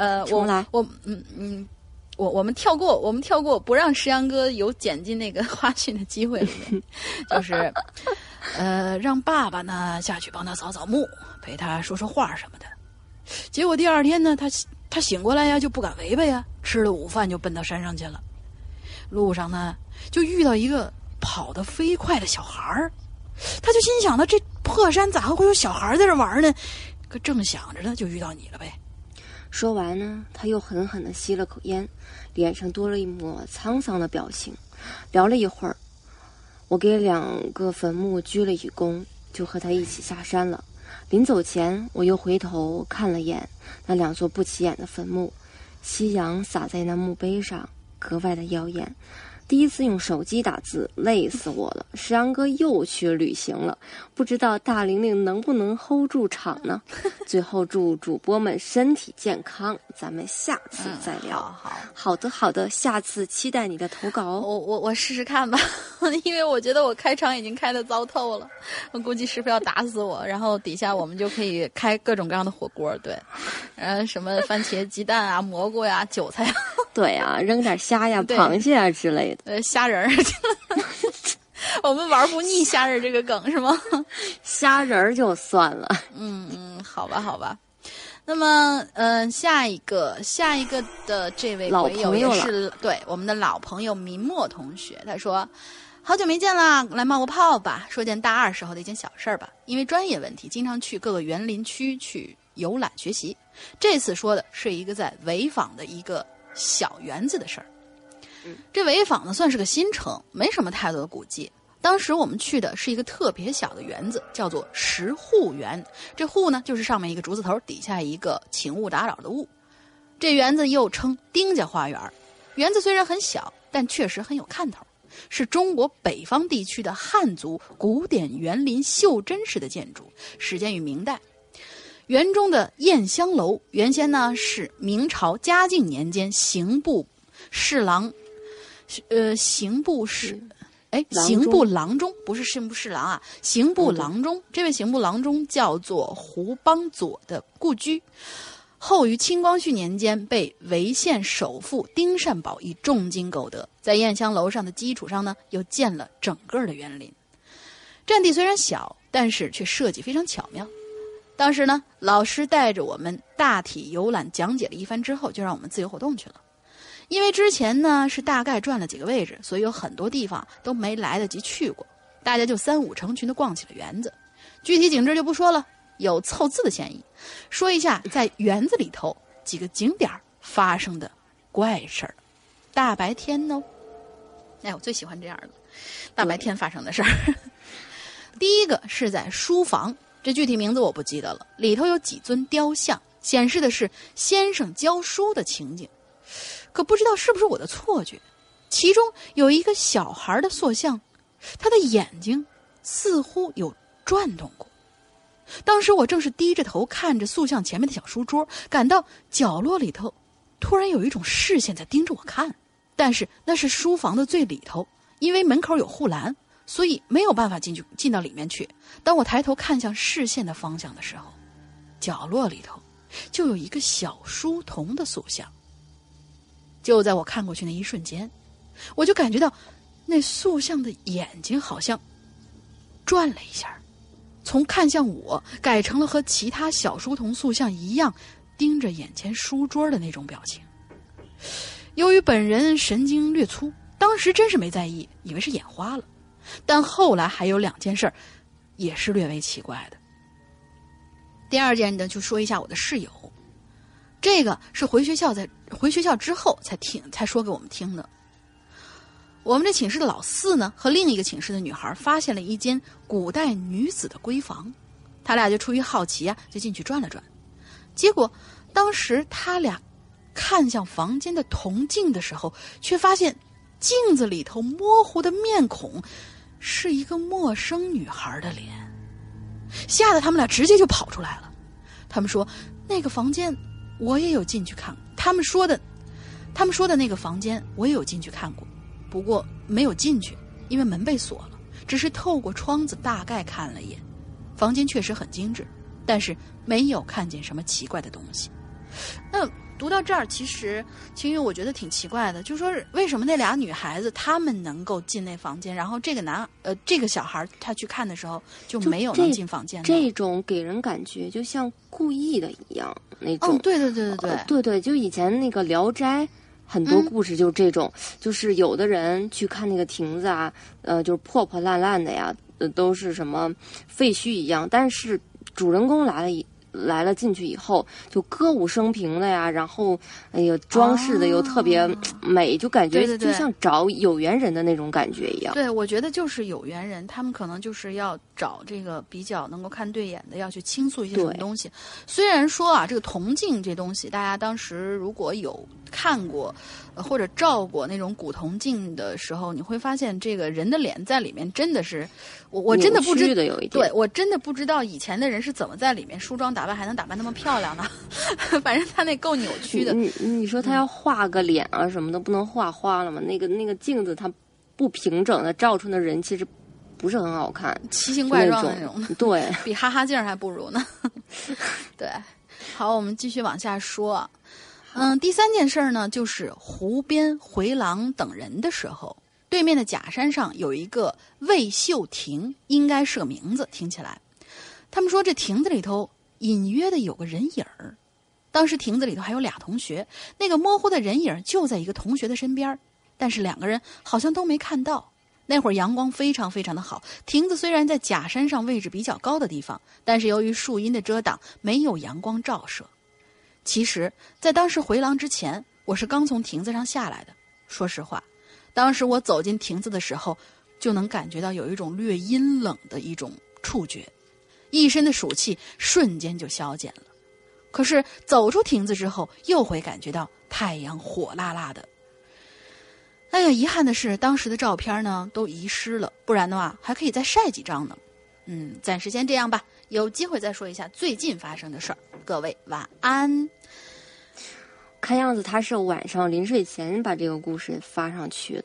我们跳过，不让石阳哥有剪进那个花絮的机会里面，就是让爸爸呢下去帮他扫扫墓，陪他说说话什么的。结果第二天呢，他醒过来呀，就不敢违背呀，吃了午饭就奔到山上去了。路上呢，就遇到一个跑得飞快的小孩儿，他就心想到这破山咋会有小孩在这玩呢？可正想着呢，就遇到你了呗。 说完呢，他又狠狠地吸了口烟，脸上多了一抹沧桑的表情。聊了一会儿，我给2个坟墓鞠了一躬，就和他一起下山了。临走前，我又回头看了眼那2座不起眼的坟墓，夕阳洒在那墓碑上，格外的耀眼。第一次用手机打字，累死我了。石阳哥又去旅行了，不知道大玲玲能不能 hold 住场呢？最后祝主播们身体健康，咱们下次再聊。好的，下次期待你的投稿哦。 我试试看吧，因为我觉得我开场已经开得糟透了，我估计师傅要打死我。然后底下我们就可以开各种各样的火锅，对，什么番茄鸡蛋啊、蘑菇呀、韭菜啊。 对啊，扔点虾呀、螃蟹啊之类的。 虾仁儿，我们玩不腻虾仁这个梗是吗？ 虾仁儿就算了。 好吧。那么，下一个的这位老朋友也是对我们的老朋友明墨同学，他说：“好久没见啦，来冒个泡吧。说件大2时候的一件小事儿吧。因为专业问题，经常去各个园林区去游览学习。这次说的是一个在潍坊的一个小园子的事儿。这潍坊呢算是个新城，没什么太多的古迹。当时我们去的是一个特别小的园子，叫做石户园。这户呢就是上面一个竹字头，底下一个请勿打扰的勿。这园子又称丁家花园。园子虽然很小，但确实很有看头，是中国北方地区的汉族古典园林袖珍式的建筑，始建于明代。园中的燕香楼原先呢是明朝嘉靖年间刑部侍郎，刑部侍刑部郎中，不是刑部侍郎啊，刑部郎中。这位刑部郎中叫做胡邦佐的故居，后于清光绪年间被潍县首富丁善保以重金购得，在燕香楼上的基础上呢，又建了整个的园林。占地虽然小，但是却设计非常巧妙。当时呢，老师带着我们大体游览讲解了一番之后，就让我们自由活动去了。因为之前呢是大概转了几个位置，所以有很多地方都没来得及去过，大家就三五成群的逛起了园子。具体景致就不说了，有凑字的嫌疑。说一下在园子里头几个景点发生的怪事儿。大白天呢，我最喜欢这样的大白天发生的事儿。第一个是在书房，这具体名字我不记得了，里头有几尊雕像，显示的是先生教书的情景。可不知道是不是我的错觉，其中有一个小孩的塑像，他的眼睛似乎有转动过。当时我正是低着头看着塑像前面的小书桌，感到角落里头突然有一种视线在盯着我看，但是那是书房的最里头，因为门口有护栏，所以没有办法进到里面去。当我抬头看向视线的方向的时候，角落里头就有一个小书童的塑像。就在我看过去那一瞬间，我就感觉到那塑像的眼睛好像转了一下，从看向我改成了和其他小书童塑像一样盯着眼前书桌的那种表情。由于本人神经略粗，当时真是没在意，以为是眼花了。但后来还有2件事也是略微奇怪的。第二件呢，就说一下我的室友，这个是回学校之后才说给我们听的。我们这寝室的老四呢，和另一个寝室的女孩发现了一间古代女子的闺房，他俩就出于好奇啊，就进去转了转。结果当时他俩看向房间的铜镜的时候，却发现镜子里头模糊的面孔是一个陌生女孩的脸，吓得他们俩直接就跑出来了。他们说那个房间我也有进去看，他们说的那个房间我也有进去看过，不过没有进去，因为门被锁了，只是透过窗子大概看了一眼。房间确实很精致，但是没有看见什么奇怪的东西。那读到这儿，其实秦宇我觉得挺奇怪的，就是说为什么那俩女孩子她们能够进那房间，然后这个小孩他去看的时候就没有能进房间呢？ 这种给人感觉就像故意的一样那种。对，就以前那个《聊斋》很多故事就是这种，就是有的人去看那个亭子啊，就是破破烂烂的呀，都是什么废墟一样，但是主人公来了进去以后就歌舞升平的呀，然后装饰的又特别美，就感觉就像找有缘人的那种感觉一样。 对，我觉得就是有缘人，他们可能就是要找这个比较能够看对眼的，要去倾诉一些什么东西。虽然说啊，这个铜镜这东西，大家当时如果有看过或者照过那种古铜镜的时候，你会发现这个人的脸在里面真的是，我真的不知道，对，我真的不知道以前的人是怎么在里面梳妆打扮还能打扮那么漂亮呢？反正他那够扭曲的。 你说他要画个脸啊什么的，不能画花了吗？那个镜子它不平整的照出的人其实不是很好看， 奇形怪状的那种， 对， 比哈哈镜还不如呢。对，好，我们继续往下说。第3件事呢，就是湖边回廊等人的时候，对面的假山上有一个魏秀亭，应该是个名字，听起来。他们说这亭子里头隐约的有个人影儿。当时亭子里头还有2同学，那个模糊的人影就在一个同学的身边，但是2个人好像都没看到。那会儿阳光非常非常的好，亭子虽然在假山上位置比较高的地方，但是由于树荫的遮挡，没有阳光照射。其实在当时回廊之前，我是刚从亭子上下来的。说实话，当时我走进亭子的时候，就能感觉到有一种略阴冷的一种触觉，一身的暑气瞬间就消减了。可是走出亭子之后，又会感觉到太阳火辣辣的。哎呀，遗憾的是当时的照片呢都遗失了，不然的话还可以再晒几张呢。暂时先这样吧，有机会再说一下最近发生的事儿。各位晚安。 看样子他是晚上临睡前把这个故事发上去的。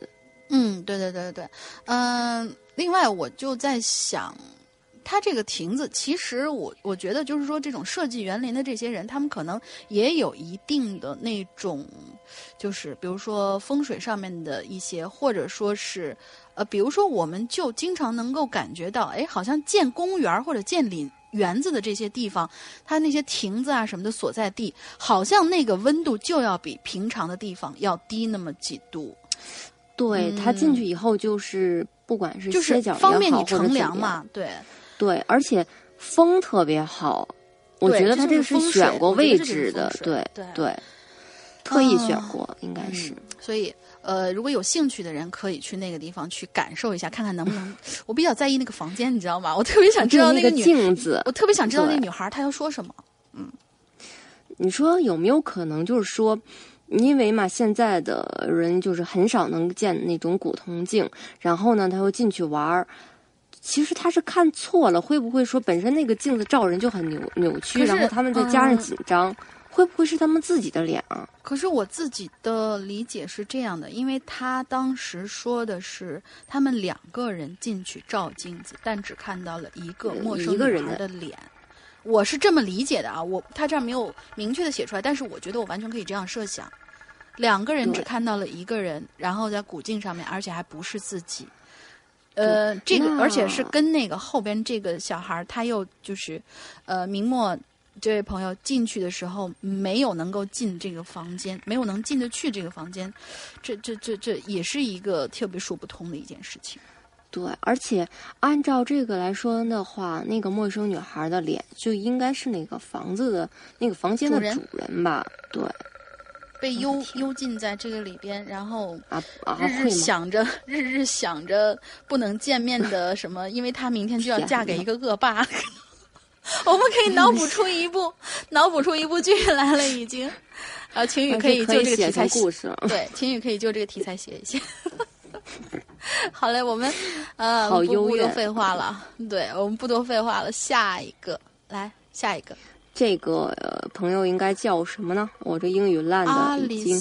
对，另外我就在想，它这个亭子，其实我觉得就是说，这种设计园林的这些人，他们可能也有一定的那种，就是比如说风水上面的一些，或者说是比如说我们就经常能够感觉到，哎，好像建公园或者建园子的这些地方，它那些亭子啊什么的所在地，好像那个温度就要比平常的地方要低那么几度。 对，它进去以后就是不管是就是方便你乘凉嘛，对， 而且风特别好，我觉得它这个是选过位置的，对，特意选过，应该是。 所以如果有兴趣的人可以去那个地方去感受一下，看看能不能。我比较在意那个房间，你知道吗？我特别想知道那个镜子， 我特别想知道那女孩她要说什么。 你说有没有可能就是说？因为嘛，现在的人就是很少能见那种古铜镜，然后呢，他又进去玩，其实他是看错了，会不会说本身那个镜子照人就很扭曲，然后他们再加上紧张，会不会是他们自己的脸啊？ 可是我自己的理解是这样的，因为他当时说的是他们2个人进去照镜子，但只看到了一个陌生女孩的脸。我是这么理解的啊，他这儿没有明确的写出来，但是我觉得我完全可以这样设想，2个人只看到了一个人，然后在古镜上面，而且还不是自己。这个而且是跟那个后边这个小孩，他又就是明末这位朋友进去的时候没有能够进这个房间，没有能进得去这个房间，这也是一个特别说不通的一件事情。 对，而且按照这个来说的话，那个陌生女孩的脸就应该是那个房子的那个房间的主人吧？对， 被幽禁在这个里边，然后日日想着不能见面的什么，因为她明天就要嫁给一个恶霸。我们可以脑补出一部剧来了，已经。晴雨可以就这个题材故事， 对，晴雨可以就这个题材写一写。好嘞，我们好不多废话了，对，我们不多废话了，下一个。 这个朋友应该叫什么呢？我这英语烂的已经。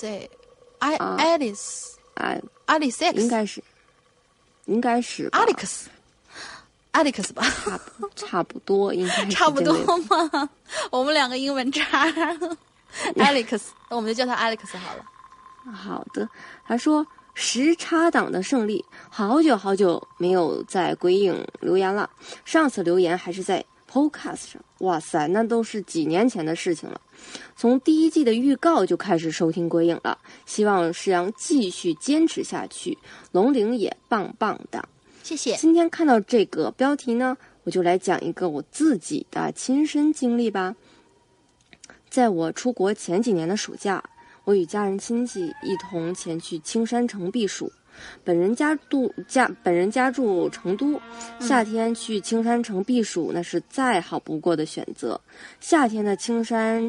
Alice， 应该是 Alex 吧， 差不多，应该是差不多吗？我们2个英文差。Alex， 那我们就叫他 Alex 好了。 好的，他说。时差党的胜利，好久没有在鬼影留言了。上次留言还是在 Podcast 上，哇塞，那都是几年前的事情了。从第1季的预告就开始收听鬼影了，希望石阳继续坚持下去，龙陵也棒棒的， 谢谢。 今天看到这个标题呢，我就来讲一个我自己的亲身经历吧。在我出国前几年的暑假，我与家人亲戚一同前去青山城避暑。本人家住成都，夏天去青山城避暑那是再好不过的选择。夏天的青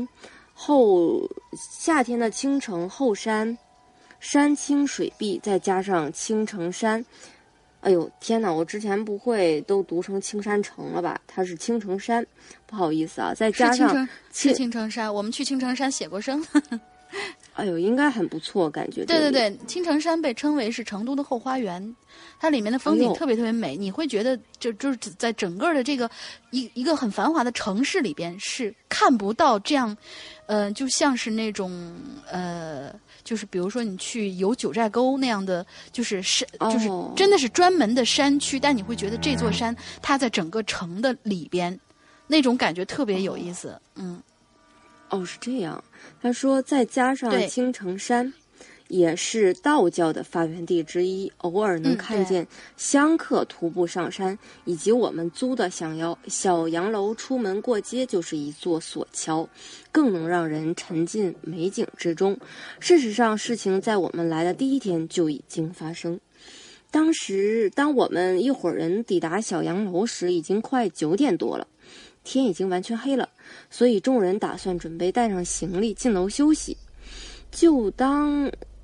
城后山，山清水碧，再加上青城山。哎呦天哪，我之前不会都读成青山城了吧？它是青城山，不好意思啊。再加上是青城山，我们去青城山写过生。 哎呦，应该很不错，感觉。 对，青城山被称为是成都的后花园，它里面的风景特别特别美，你会觉得就是在整个的这个一个很繁华的城市里边是看不到这样，就像是那种就是比如说你去游九寨沟那样的，就是就是真的是专门的山区，但你会觉得这座山它在整个城的里边，那种感觉特别有意思， 是这样。他说再加上青城山也是道教的发源地之一，偶尔能看见香客徒步上山，以及我们租的小洋楼出门过街就是一座索桥，更能让人沉浸美景之中。事实上，事情在我们来的第1天就已经发生。当我们一伙人抵达小洋楼时，已经快9点多了，天已经完全黑了，所以众人打算准备带上行李进楼休息。就当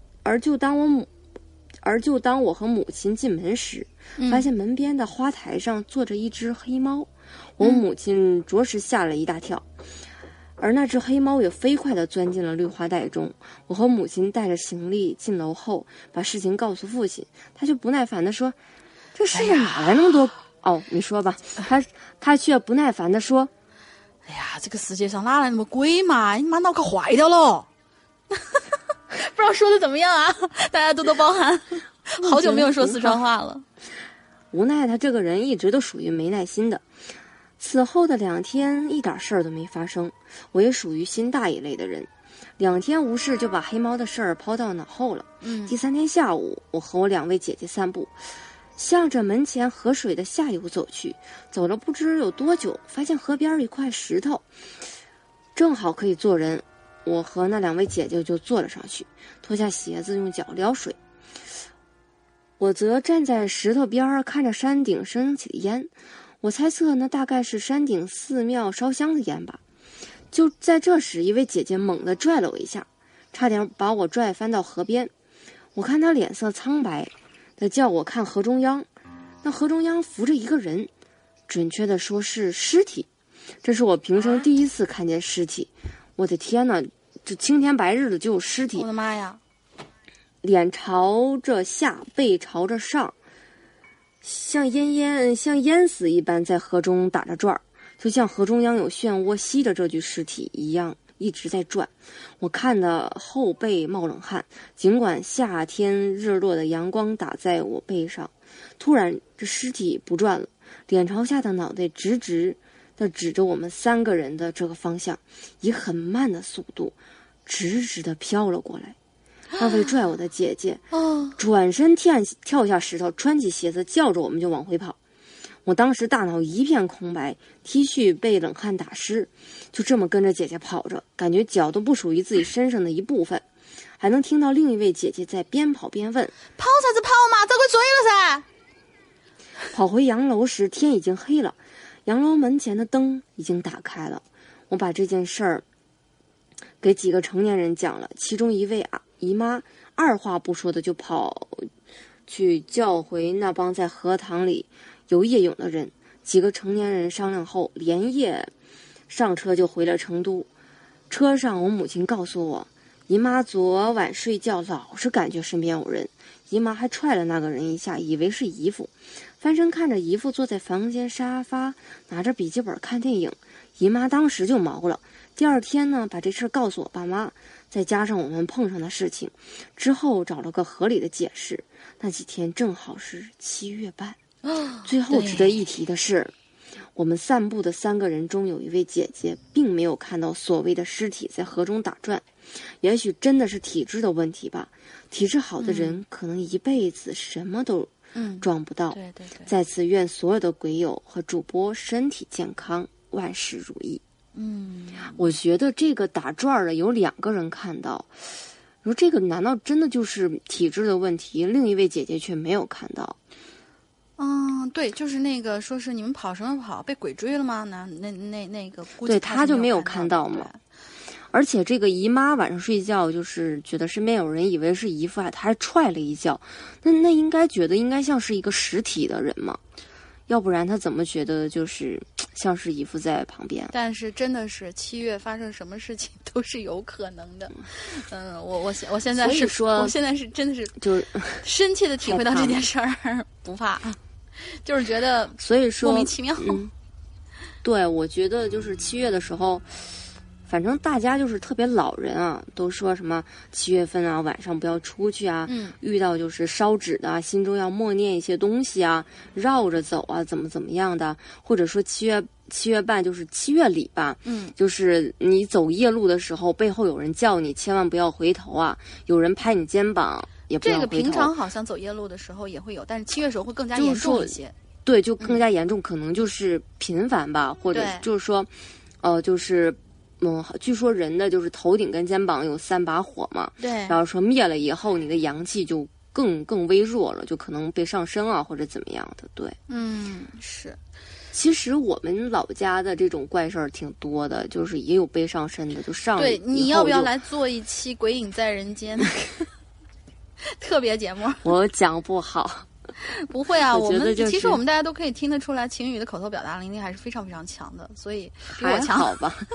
我和母亲进门时，发现门边的花台上坐着一只黑猫，我母亲着实吓了一大跳。 而那只黑猫也飞快地钻进了绿化带中。我和母亲带着行李进楼后，把事情告诉父亲，他却不耐烦地说：“这世上哪来那么多？”哦，你说吧。他却不耐烦地说：“ 哎呀，这个世界上哪来那么鬼嘛？你妈脑壳坏掉了。”不知道说的怎么样啊？大家多多包涵。好久没有说四川话了。 无奈他这个人一直都属于没耐心的。此后的2天一点事儿都没发生，我也属于心大一类的人，2天无事就把黑猫的事儿抛到脑后了。第3天下午，我和我2位姐姐散步，向着门前河水的下游走去。走了不知有多久，发现河边一块石头，正好可以坐人。我和那2位姐姐就坐了上去，脱下鞋子用脚撩水。我则站在石头边看着山顶升起的烟，我猜测那大概是山顶寺庙烧香的烟吧。就在这时，一位姐姐猛地拽了我一下，差点把我拽翻到河边。我看她脸色苍白的叫我看河中央，那河中央浮着一个人，准确的说是尸体。这是我平生第一次看见尸体。我的天哪，这青天白日的就有尸体！ 我的妈呀！ 脸朝着下，背朝着上，像淹死一般在河中打着转儿，就像河中央有漩涡吸着这具尸体一样，一直在转。我看得后背冒冷汗，尽管夏天日落的阳光打在我背上。突然，这尸体不转了，脸朝下的脑袋直直的指着我们3个人的这个方向，以很慢的速度直直的飘了过来。那位拽我的姐姐转身跳下石头，穿起鞋子叫着我们就往回跑。我当时大脑一片空白，T 恤被冷汗打湿，就这么跟着姐姐跑着，感觉脚都不属于自己身上的一部分。还能听到另一位姐姐在边跑边问：“ 跑啥子跑嘛，早给追了噻！” 跑回洋楼时，天已经黑了，洋楼门前的灯已经打开了。我把这件事儿给几个成年人讲了，其中一位姨妈二话不说的就跑去叫回那帮在荷塘里游夜泳的人。几个成年人商量后，连夜上车就回了成都。车上我母亲告诉我，姨妈昨晚睡觉老是感觉身边有人，姨妈还踹了那个人一下，以为是姨父。翻身看着姨父坐在房间沙发拿着笔记本看电影，姨妈当时就毛了。第2天呢，把这事告诉我爸妈，再加上我们碰上的事情之后，找了个合理的解释。那几天正好是7月半。最后值得一提的是，我们散步的3个人中有一位姐姐并没有看到所谓的尸体在河中打转。也许真的是体质的问题吧，体质好的人可能一辈子什么都撞不到。 对。 在此愿所有的鬼友和主播身体健康，万事如意。我觉得这个打转的有2个人看到，你说这个难道真的就是体质的问题？另一位姐姐却没有看到。 对，就是那个说是你们跑什么跑，被鬼追了吗？那个估计对，他就没有看到嘛。 而且这个姨妈晚上睡觉就是觉得身边有人，以为是姨父，她还踹了一脚，那应该觉得应该像是一个实体的人嘛，要不然他怎么觉得就是像是姨父在旁边？ 但是真的是7月发生什么事情都是有可能的。我现在是说，我现在是真的是就是深切的体会到这件事儿，不怕，就是觉得所以说莫名其妙。 对，我觉得就是7月的时候。反正大家就是特别老人啊，都说什么7月份啊，晚上不要出去啊，遇到就是烧纸的，心中要默念一些东西啊，绕着走啊，怎么样的，或者说7月半就是7月里吧，就是你走夜路的时候，背后有人叫你，千万不要回头啊，有人拍你肩膀也不要回头。 这个平常好像走夜路的时候也会有，但是7月时候会更加严重一些。 对，就更加严重，可能就是频繁吧，或者就是说，就是据说人的就是头顶跟肩膀有3把火嘛， 对， 然后说灭了以后，你的阳气就更微弱了，就可能被上升啊，或者怎么样的。对， 是。 其实我们老家的这种怪事儿挺多的，就是也有被上身的，就上了以后。 对，你要不要来做一期《鬼影在人间》特别节目？ 我讲不好。 不会啊， 我觉得其实我们大家都可以听得出来，晴雨的口头表达能力还是非常非常强的，所以比我强。 好吧。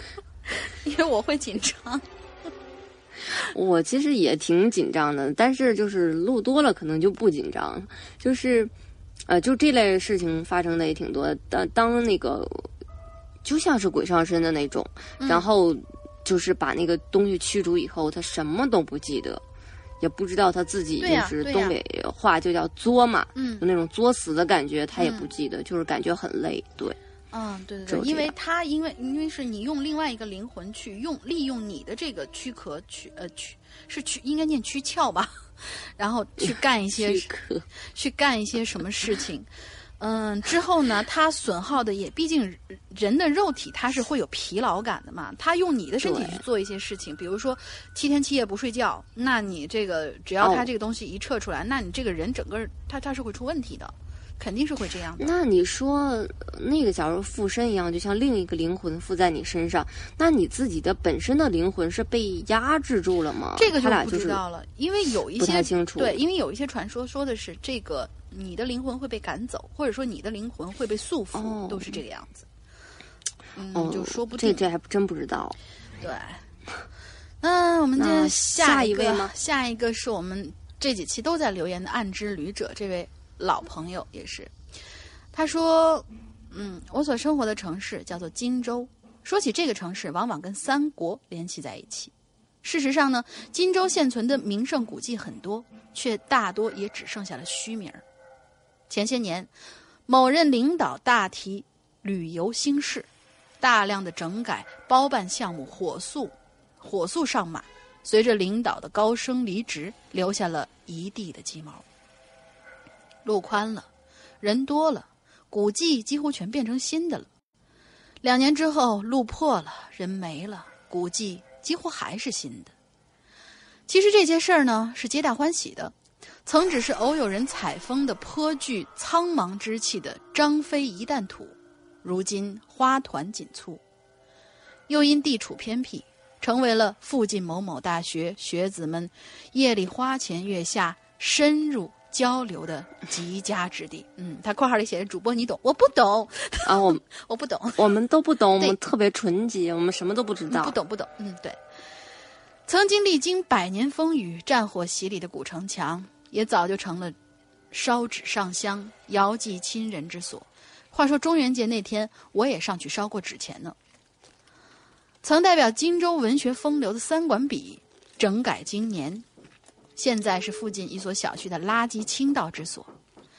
因为我会紧张。 我其实也挺紧张的，但是就是录多了可能就不紧张，就是就这类事情发生的也挺多。当那个就像是鬼上身的那种，然后就是把那个东西驱逐以后，他什么都不记得，也不知道他自己就是东北话就叫作嘛，就那种作死的感觉，他也不记得，就是感觉很累。对， 对对对，因为是你用另外一个灵魂去利用你的这个躯壳应该念躯壳吧，然后去干一些什么事情。之后呢，它损耗的也，毕竟人的肉体它是会有疲劳感的嘛。它用你的身体去做一些事情，比如说7天7夜不睡觉，那你这个只要它这个东西一撤出来，那你这个人整个它是会出问题的，肯定是会这样的。 那你说那个假如附身一样，就像另一个灵魂附在你身上，那你自己的本身的灵魂是被压制住了吗？ 这个就不知道了，因为有一些不太清楚。 对，因为有一些传说说的是这个。你的灵魂会被赶走，或者说你的灵魂会被束缚，都是这个样子。就说不定。 这还真不知道。 对。我们接下一位吗？ 下一个是我们这几期都在留言的暗之旅者，这位老朋友也是。他说：“我所生活的城市叫做荆州。说起这个城市，往往跟三国联系在一起。事实上呢，荆州现存的名胜古迹很多，却大多也只剩下了虚名。前些年，某任领导大提旅游兴事，大量的整改包办项目火速上马，随着领导的高升离职，留下了一地的鸡毛。路宽了，人多了，古迹几乎全变成新的了。2年之后，路破了，人没了，古迹几乎还是新的。其实这些事儿呢，是皆大欢喜的。曾只是偶有人采风的颇具苍茫之气的张飞一担土，如今花团锦簇，又因地处偏僻，成为了附近某某大学学子们夜里花前月下深入交流的极佳之地。他括号里写着主播你懂，我不懂啊， 我不懂， 我们都不懂，我们特别纯洁，我们什么都不知道， 不懂，对。曾经历经100年风雨、战火洗礼的古城墙，也早就成了烧纸上香、遥祭亲人之所。话说中元节那天，我也上去烧过纸钱呢。曾代表荆州文学风流的三管笔整改经年，现在是附近一所小区的垃圾倾倒之所。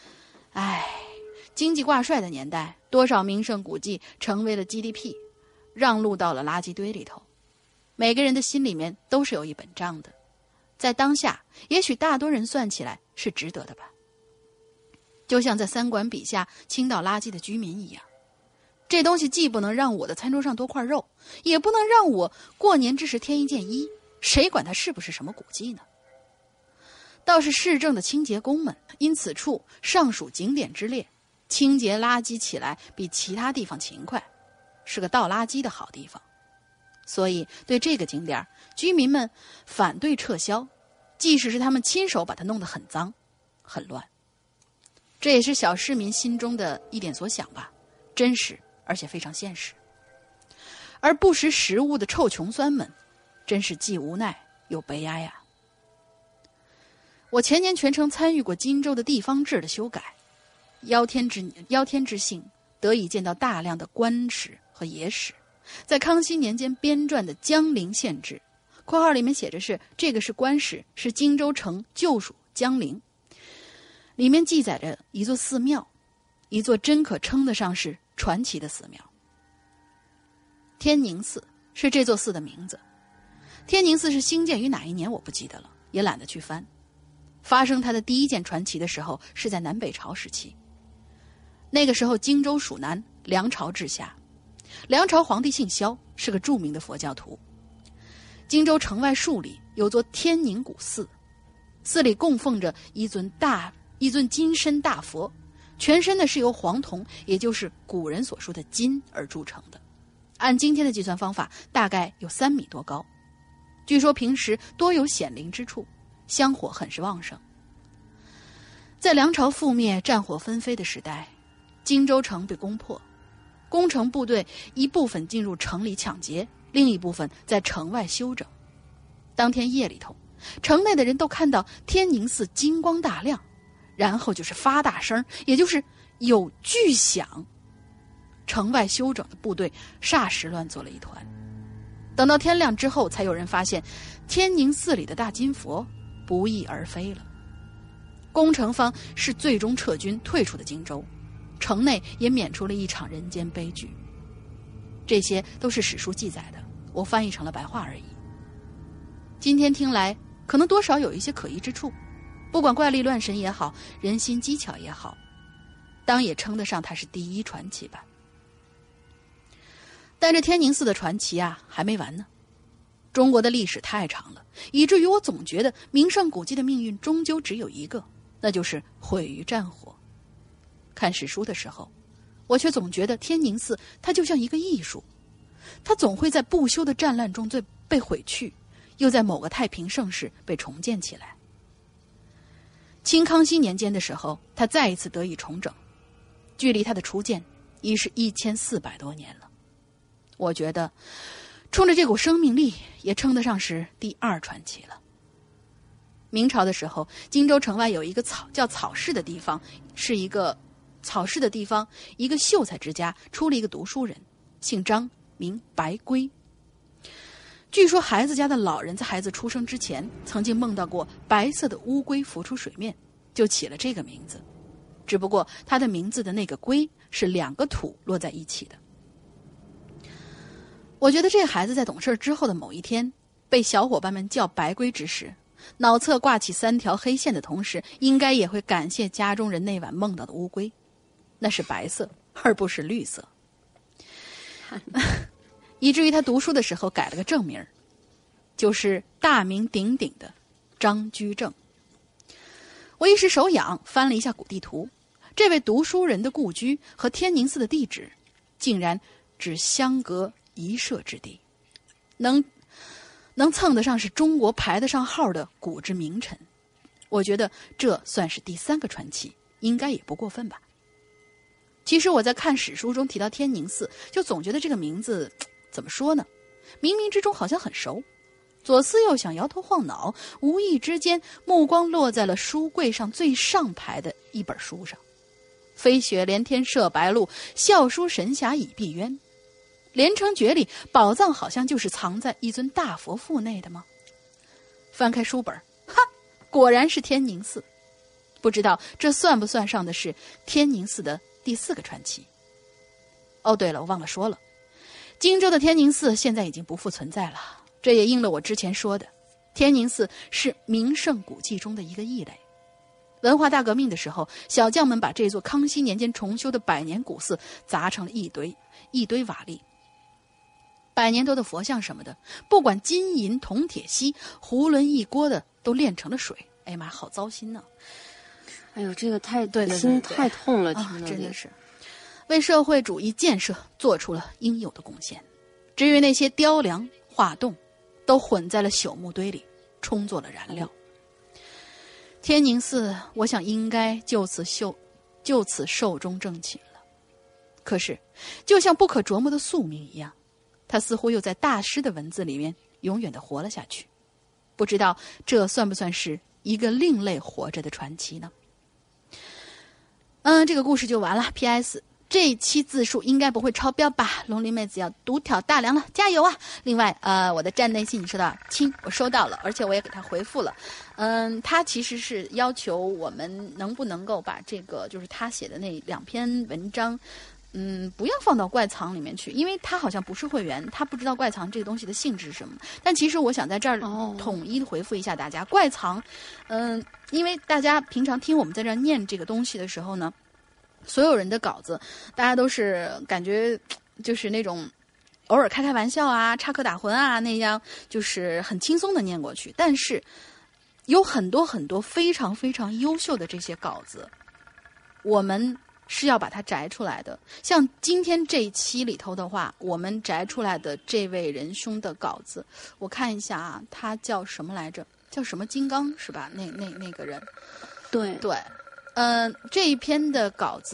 经济挂帅的年代，多少名胜古迹成为了 GDP， 让路到了垃圾堆里头。每个人的心里面都是有一本账的，在当下，也许大多人算起来是值得的吧。就像在三管笔下倾倒垃圾的居民一样，这东西既不能让我的餐桌上多块肉，也不能让我过年之时添一件衣，谁管它是不是什么古迹呢？倒是市政的清洁工们因此处尚属景点之列，清洁垃圾起来比其他地方勤快，是个倒垃圾的好地方。所以对这个景点，居民们反对撤销，即使是他们亲手把它弄得很脏很乱。这也是小市民心中的一点所想吧，真实而且非常现实。而不识时务的臭穷酸们，真是既无奈又悲哀啊。我前年全程参与过荆州的地方志的修改，邀天之幸，得以见到大量的官史和野史。在康熙年间编撰的江陵县志（括号里面写着这个是官史，是荆州城旧属江陵），里面记载着一座寺庙，一座真可称得上是传奇的寺庙。天宁寺是这座寺的名字。天宁寺是兴建于哪一年我不记得了，也懒得去翻。发生它的第一件传奇的时候是在南北朝时期。那个时候荆州属南，梁朝治下。梁朝皇帝姓萧，是个著名的佛教徒。荆州城外数里有座天宁古寺，寺里供奉着一尊金身大佛，全身是由黄铜，也就是古人所说的金而铸成的。按今天的计算方法，大概有3米多高。据说平时多有显灵之处，香火很是旺盛。在梁朝覆灭、战火纷飞的时代，荆州城被攻破，攻城部队一部分进入城里抢劫， 另一部分在城外休整。当天夜里头，城内的人都看到天宁寺金光大亮，然后就是发大声，也就是有巨响。城外休整的部队霎时乱作了一团。等到天亮之后，才有人发现天宁寺里的大金佛不翼而飞了。攻城方是最终撤军退出的荆州，城内也免除了一场人间悲剧。这些都是史书记载的，我翻译成了白话而已。今天听来可能多少有一些可疑之处，不管怪力乱神也好，人心机巧也好，当也称得上它是第一传奇吧。但这天宁寺的传奇啊，还没完呢。中国的历史太长了，以至于我总觉得名胜古迹的命运终究只有一个，那就是毁于战火。看史书的时候，我却总觉得天宁寺它就像一个艺术，它总会在不休的战乱中被毁去，又在某个太平盛世被重建起来。清康熙年间的时候，它再一次得以重整，距离它的初建已是1400多年了。我觉得冲着这股生命力，也称得上是第二传奇了。明朝的时候，荆州城外有一个叫草市的地方，是一个草市的地方，一个秀才之家出了一个读书人，姓张，名白圭。据说孩子家的老人在孩子出生之前，曾经梦到过白色的乌龟浮出水面，就起了这个名字。只不过他的名字的那个龟是2个土落在一起的。我觉得这孩子在懂事之后的某一天，被小伙伴们叫白龟之时，脑侧挂起3条黑线的同时，应该也会感谢家中人那晚梦到的乌龟，那是白色而不是绿色。以至于他读书的时候改了个正名，就是大名鼎鼎的张居正。我一时手痒，翻了一下古地图，这位读书人的故居和天宁寺的地址竟然只相隔1舍之地，能蹭得上是中国排得上号的古之名臣。我觉得这算是第3个传奇，应该也不过分吧。其实我在看史书中提到天宁寺，就总觉得这个名字怎么说呢，冥冥之中好像很熟。左思右想，摇头晃脑，无意之间目光落在了书柜上最上排的一本书上，飞雪连天射白鹿，笑书神侠倚碧鸳。连城诀里宝藏好像就是藏在一尊大佛腹内的吗？翻开书本，哈，果然是天宁寺。不知道这算不算上的是天宁寺的第4个传奇。哦对了，我忘了说了，荆州的天宁寺现在已经不复存在了，这也应了我之前说的，天宁寺是名胜古迹中的一个异类。文化大革命的时候，小将们把这座康熙年间重修的100年古寺砸成了一堆瓦砾，100年多的佛像什么的，不管金银铜铁锡，囫囵一锅的都炼成了水。哎呀妈，好糟心呢！ 哎呦，这个太对心太痛了， 啊，真的是为社会主义建设做出了应有的贡献。至于那些雕梁画栋，都混在了朽木堆里，充作了燃料。天宁寺，我想应该就此寿终正寝了。可是，就像不可琢磨的宿命一样，它似乎又在大师的文字里面永远的活了下去。不知道这算不算是一个另类活着的传奇呢？这个故事就完了。PS， 这一期字数应该不会超标吧？龙鳞妹子要独挑大梁了，加油啊！另外，我的站内信你收到亲，我收到了，而且我也给他回复了。他其实是要求我们能不能够把这个就是他写的那2篇文章，不要放到怪藏里面去，因为他好像不是会员，他不知道怪藏这个东西的性质是什么。但其实我想在这儿统一的回复一下大家，怪藏，因为大家平常听我们在这儿念这个东西的时候呢，所有人的稿子，大家都是感觉就是那种偶尔开玩笑啊，插科打诨啊，那样就是很轻松的念过去。但是有很多很多非常非常优秀的这些稿子，我们是要把它摘出来的。像今天这一期里头的话，我们摘出来的这位仁兄的稿子，我看一下啊，他叫什么来着？叫什么金刚是吧？那个人， 对， 这一篇的稿子，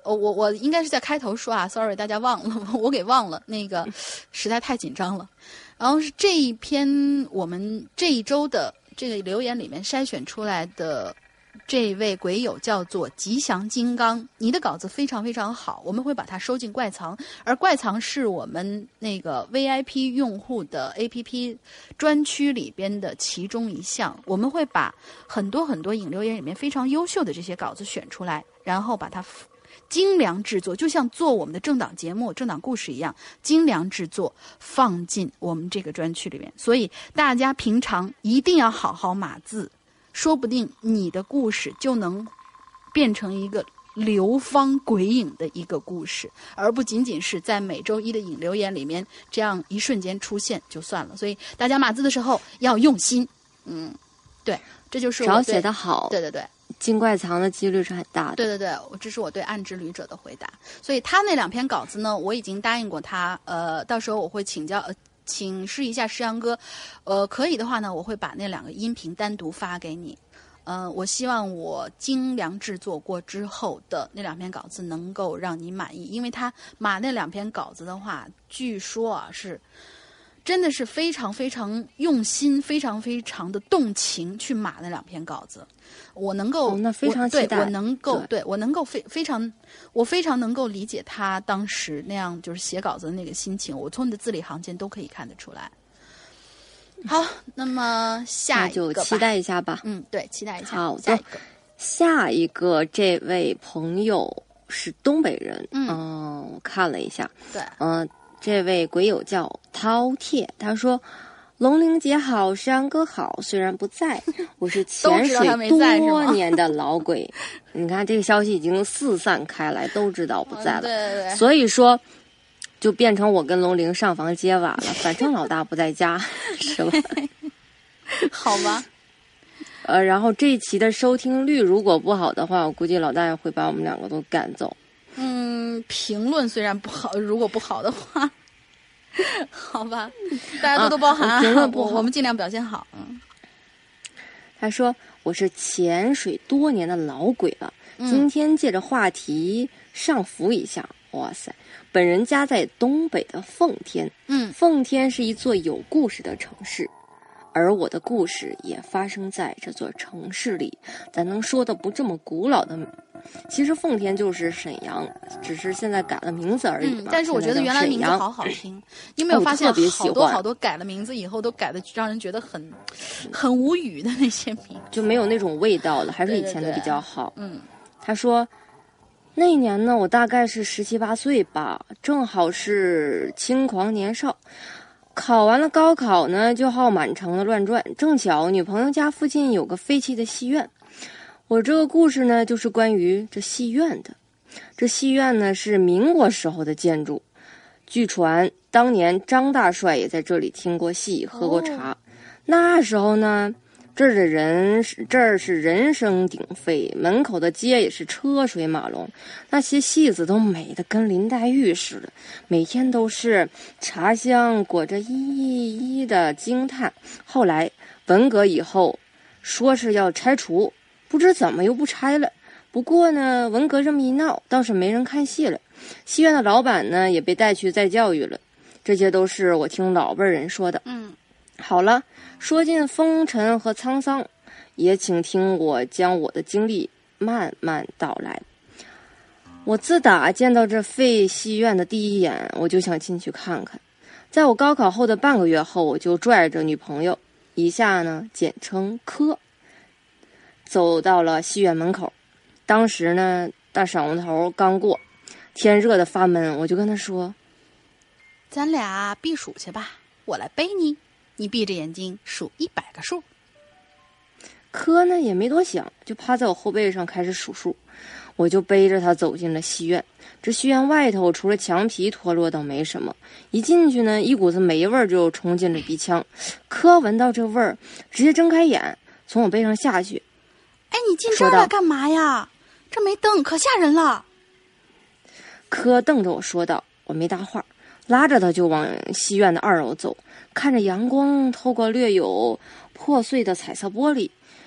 我应该是在开头说啊 ，sorry 大家忘了，我给忘了，那个实在太紧张了。然后是这一篇我们这一周的这个留言里面筛选出来的这位鬼友叫做吉祥金刚，你的稿子非常非常好，我们会把它收进怪藏，而怪藏是我们那个 VIP 用户的 APP 专区里边的其中一项，我们会把很多很多引留言里面非常优秀的这些稿子选出来，然后把它精良制作，就像做我们的政党节目、政党故事一样，精良制作放进我们这个专区里面。所以大家平常一定要好好码字，说不定你的故事就能变成一个流芳鬼影的一个故事，而不仅仅是在每周一的引留言里面这样一瞬间出现就算了。所以大家码字的时候要用心。对，这就是我只要写得好， 对对对， 进怪藏的几率是很大的。 对对对，这是我对暗之旅者的回答。所以他那2篇稿子呢，我已经答应过他，到时候我会请示一下石阳哥，可以的话呢，我会把那2个音频单独发给你。我希望我精良制作过之后的那2篇稿子能够让你满意，因为他码那2篇稿子的话，据说啊是真的是非常非常用心，非常非常的动情去码那2篇稿子。我能够， 那非常期待。 我能够，对我能够非常能够理解他当时那样就是写稿子的那个心情，我从你的字里行间都可以看得出来。好，那么下一个吧， 那就期待一下吧。 对，期待一下。 好的，下一个这位朋友是东北人，我看了一下， 对， 这位鬼友叫饕餮，他说：“龙玲姐好，石阳哥好，虽然不在，我是潜水多年的老鬼。”你看这个消息已经四散开来，都知道不在了。 对对对， 所以说就变成我跟龙玲上房揭瓦了，反正老大不在家，是吧？ 好吧。 然后这一期的收听率如果不好的话，我估计老大也会把我们2个都赶走。 评论虽然不好，如果不好的话，好吧，大家多多包涵啊。 评论不好， 我们尽量表现好。 他说我是潜水多年的老鬼了，今天借着话题上浮一下。哇塞，本人家在东北的奉天，奉天是一座有故事的城市，而我的故事也发生在这座城市里，咱能说的不这么古老的。其实奉天就是沈阳，只是现在改了名字而已嘛。 但是我觉得原来名字好好听，你有没有发现好多改了名字以后都改的让人觉得很无语的那些名， 就没有那种味道了，还是以前的比较好。他说那一年呢，我大概是17、18岁吧，正好是轻狂年少。考完了高考呢，就好满城的乱转，正巧女朋友家附近有个废弃的戏院。我这个故事呢，就是关于这戏院的。这戏院呢是民国时候的建筑，据传当年张大帅也在这里听过戏，喝过茶。那时候呢，这儿是人声鼎沸，门口的街也是车水马龙，那些戏子都美得跟林黛玉似的，每天都是茶香裹着一的惊叹。后来文革以后，说是要拆除，不知怎么又不拆了。不过呢，文革这么一闹，倒是没人看戏了。戏院的老板呢，也被带去再教育了。这些都是我听老辈人说的。好了，说尽风尘和沧桑，也请听我将我的经历慢慢道来。我自打见到这废戏院的第一眼，我就想进去看看。在我高考后的半个月后，我就拽着女朋友，以下呢简称柯，走到了戏院门口。当时呢，大晌午头刚过，天热得发闷，我就跟他说：“ 咱俩避暑去吧，我来背你，你闭着眼睛数100个数。” 柯呢也没多想，就趴在我后背上开始数数。我就背着他走进了戏院。这戏院外头除了墙皮脱落倒没什么，一进去呢，一股子霉味就冲进了鼻腔。柯闻到这味儿，直接睁开眼从我背上下去。 哎，你进这儿来干嘛呀？这没灯，可吓人了。 柯瞪着我说道。我没搭话，拉着他就往戏院的2楼走，看着阳光透过略有破碎的彩色玻璃，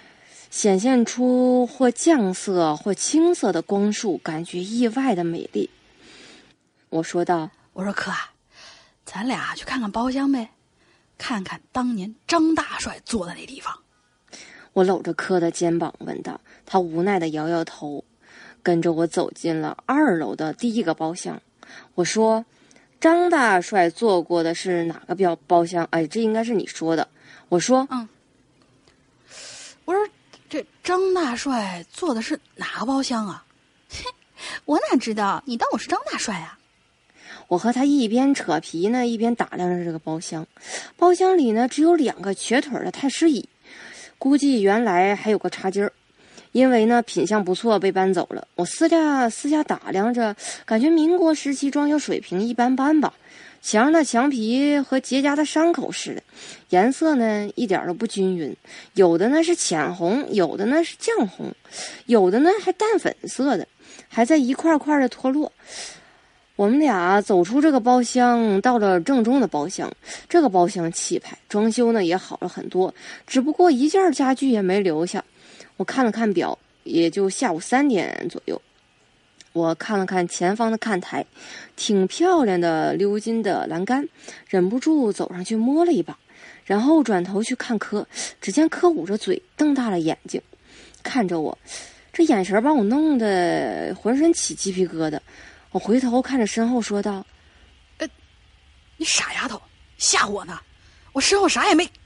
显现出或酱色或青色的光束，感觉意外的美丽。我说道：“ 我说哥，咱俩去看看包厢呗，看看当年张大帅坐的那地方。” 我搂着柯的肩膀问道，他无奈地摇摇头，跟着我走进了2楼的第一个包厢。我说：“张大帅坐过的是哪个包厢？”哎，这应该是你说的。我说：“ 我说这张大帅坐的是哪个包厢啊？我哪知道？你当我是张大帅啊？” 我和他一边扯皮呢，一边打量着这个包厢。包厢里呢，只有2个瘸腿的太师椅，估计原来还有个茶几儿，因为呢品相不错被搬走了。我私下打量着，感觉民国时期装修水平一般般吧。墙的墙皮和结痂的伤口似的，颜色呢一点都不均匀，有的呢是浅红，有的呢是酱红，有的呢还淡粉色的，还在一块块的脱落。我们俩走出这个包厢，到了正中的包厢。这个包厢气派，装修呢也好了很多，只不过一件家具也没留下。我看了看表，也就下午3点左右。我看了看前方的看台，挺漂亮的鎏金的栏杆，忍不住走上去摸了一把，然后转头去看柯。只见柯捂着嘴，瞪大了眼睛看着我，这眼神把我弄得浑身起鸡皮疙瘩。我回头看着身后说道：“ 你傻丫头，吓唬我呢！我身后啥也没。”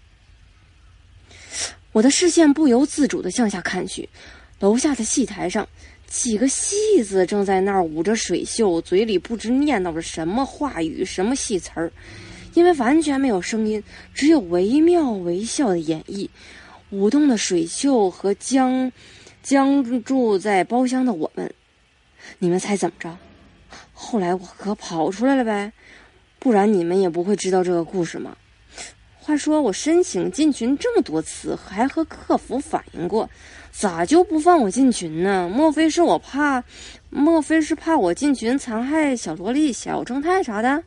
我的视线不由自主地向下看去，楼下的戏台上，几个戏子正在那儿捂着水袖，嘴里不知念叨着什么话语，什么戏词儿。因为完全没有声音，只有惟妙惟肖的演绎。舞动的水袖和僵住在包厢的我们，你们猜怎么着？后来我可跑出来了呗，不然你们也不会知道这个故事嘛。话说我申请进群这么多次，还和客服反映过，咋就不放我进群呢？莫非是怕我进群残害小萝莉、小正太啥的？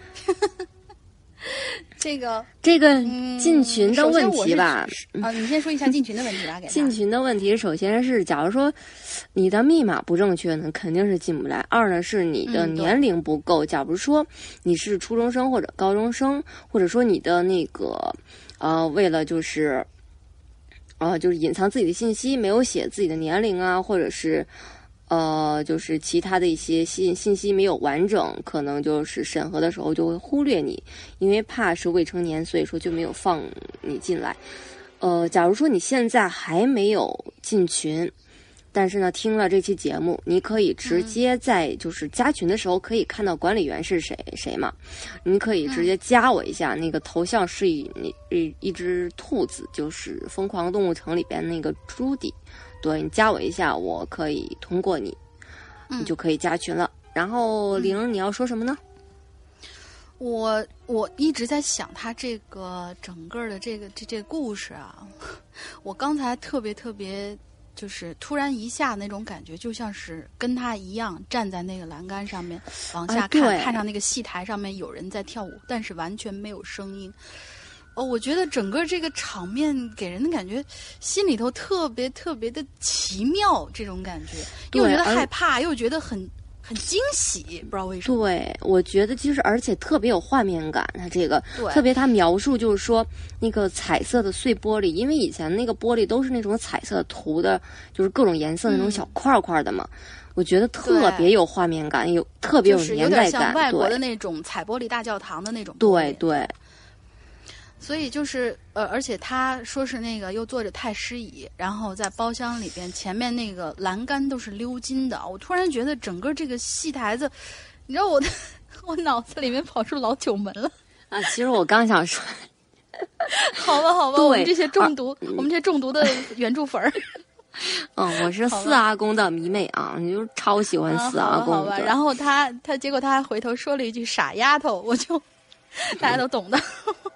这个进群的问题吧， 你先说一下进群的问题吧。 进群的问题，首先是假如说你的密码不正确呢，肯定是进不来。2呢是你的年龄不够，假如说你是初中生或者高中生，或者说你的那个为了就是隐藏自己的信息，没有写自己的年龄啊，或者是就是其他的一些信息没有完整，可能就是审核的时候就会忽略你，因为怕是未成年，所以说就没有放你进来。假如说你现在还没有进群，但是呢听了这期节目，你可以直接在就是加群的时候可以看到管理员是谁嘛，你可以直接加我一下，那个头像是一只兔子，就是《疯狂动物城》里边那个朱迪。对，你加我一下，我可以通过你，你就可以加群了。然后玲，你要说什么呢？ 我一直在想他这个整个的这个故事啊，我刚才特别就是突然一下那种感觉，就像是跟他一样站在那个栏杆上面往下看，看上那个戏台上面有人在跳舞，但是完全没有声音。我觉得整个这个场面给人的感觉，心里头特别的奇妙，这种感觉，又觉得害怕，又觉得很惊喜，不知道为什么。对， 我觉得其实而且特别有画面感，它这个特别他描述就是说那个彩色的碎玻璃，因为以前那个玻璃都是那种彩色涂的，就是各种颜色那种小块块的嘛。我觉得特别有画面感，有特别有年代感， 就是有点像外国的那种彩玻璃大教堂的那种。 对。 所以就是而且他说是那个又坐着太师椅，然后在包厢里边前面那个栏杆都是鎏金的。我突然觉得整个这个戏台子，你知道我脑子里面跑出老九门了啊！其实我刚想说， 好吧，我们这些中毒，我们这些中毒的原著粉儿。 我是四阿公的迷妹啊，你就超喜欢四阿公。 好吧，然后他结果他还回头说了一句傻丫头，我就大家都懂的。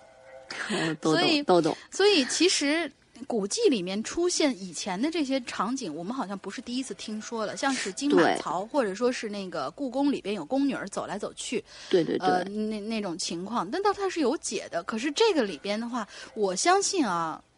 都懂。 所以其实古迹里面出现以前的这些场景，我们好像不是第一次听说了，像是金马槽，或者说是那个故宫里边有宫女儿走来走去， 对， 那种情况，但到它是有解的。可是这个里边的话，我相信啊，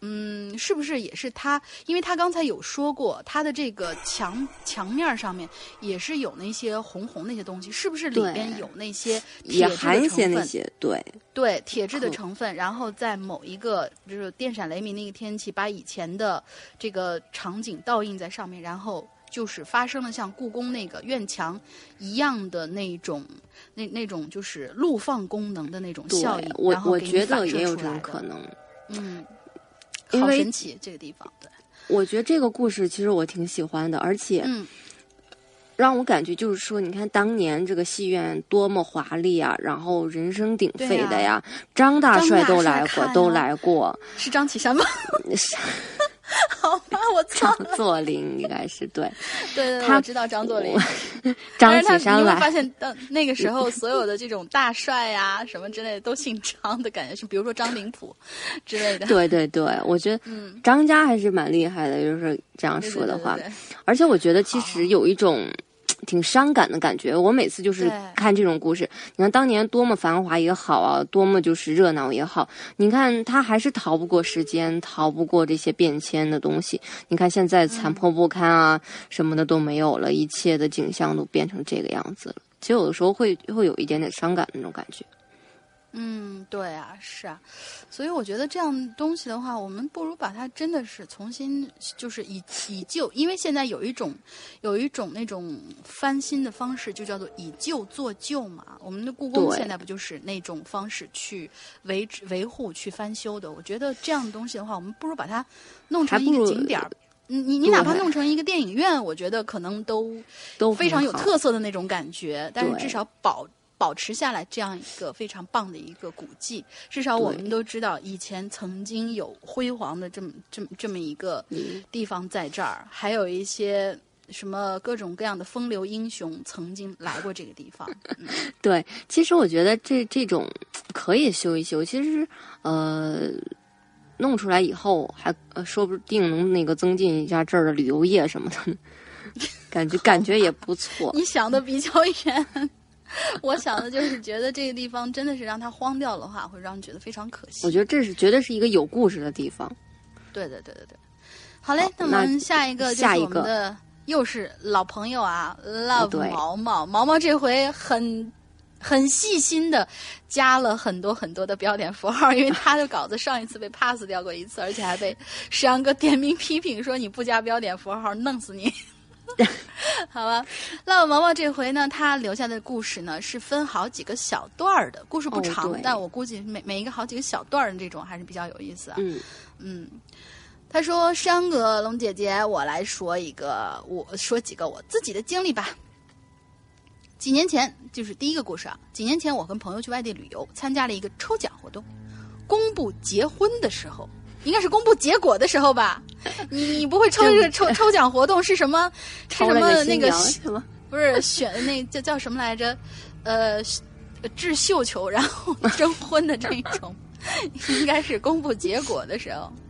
是不是也是他？因为他刚才有说过，他的这个墙面上面也是有那些红那些东西，是不是里边有那些铁质的成分？也含一些那些， 对铁质的成分，然后在某一个就是电闪雷鸣那个天气，把以前的这个场景倒映在上面，然后就是发生了像故宫那个院墙一样的那种就是录放功能的那种效应，然后给你反射出来的。我觉得也有这种可能。好神奇这个地方。对， 我觉得这个故事其实我挺喜欢的，而且让我感觉就是说，你看当年这个戏院多么华丽啊，然后人声鼎沸的呀，张大帅都来过， 是张启山吗？好吧，我张作霖应该是对， 我知道张作霖。 张启山你会发现，到那个时候，所有的这种大帅呀、什么之类的都姓张的感觉，是比如说张灵甫之类的。 对，我觉得张家还是蛮厉害的，就是这样说的话。对，而且我觉得其实有一种挺伤感的感觉。我每次就是看这种故事，你看当年多么繁华也好啊，多么就是热闹也好，你看它还是逃不过时间，逃不过这些变迁的东西。你看现在残破不堪啊，什么的都没有了，一切的景象都变成这个样子了。其实有的时候会有一点点伤感的那种感觉。 对啊，是啊，所以我觉得这样东西的话，我们不如把它真的是重新，就是以旧，因为现在有一种那种翻新的方式，就叫做以旧做旧嘛。我们的故宫现在不就是那种方式去维护、去翻修的？我觉得这样的东西的话，我们不如把它弄成一个景点。你哪怕弄成一个电影院，我觉得可能都非常有特色的那种感觉，但是至少保持下来这样一个非常棒的一个古迹，至少我们都知道以前曾经有辉煌的这么一个地方在这儿，还有一些什么各种各样的风流英雄曾经来过这个地方。 对，其实我觉得这种可以修一修，其实弄出来以后还说不定能那个增进一下这儿的旅游业什么的，感觉也不错。 你想的比较远。我想的就是觉得这个地方真的是让它荒掉的话，会让你觉得非常可惜。 我觉得这是绝对是一个有故事的地方。 对。好嘞，那我们下一个就是我们的又是老朋友啊 ，Love 毛毛这回很细心的加了很多很多的标点符号，因为他的稿子上一次被 pass 掉过一次，而且还被石阳哥点名批评说你不加标点符号弄死你。好吧，那毛毛这回呢，他留下的故事呢是分好几个小段的，故事不长，但我估计每一个好几个小段的这种还是比较有意思啊。他说：“山哥、龙姐姐，我来说几个我自己的经历吧。几年前，就是第一个故事啊。几年前，我跟朋友去外地旅游，参加了一个抽奖活动，公布结婚的时候。”应该是公布结果的时候吧？你不会抽这个抽奖活动是什么？是什么那个？不是选那叫什么来着？掷绣球然后征婚的这种，应该是公布结果的时候。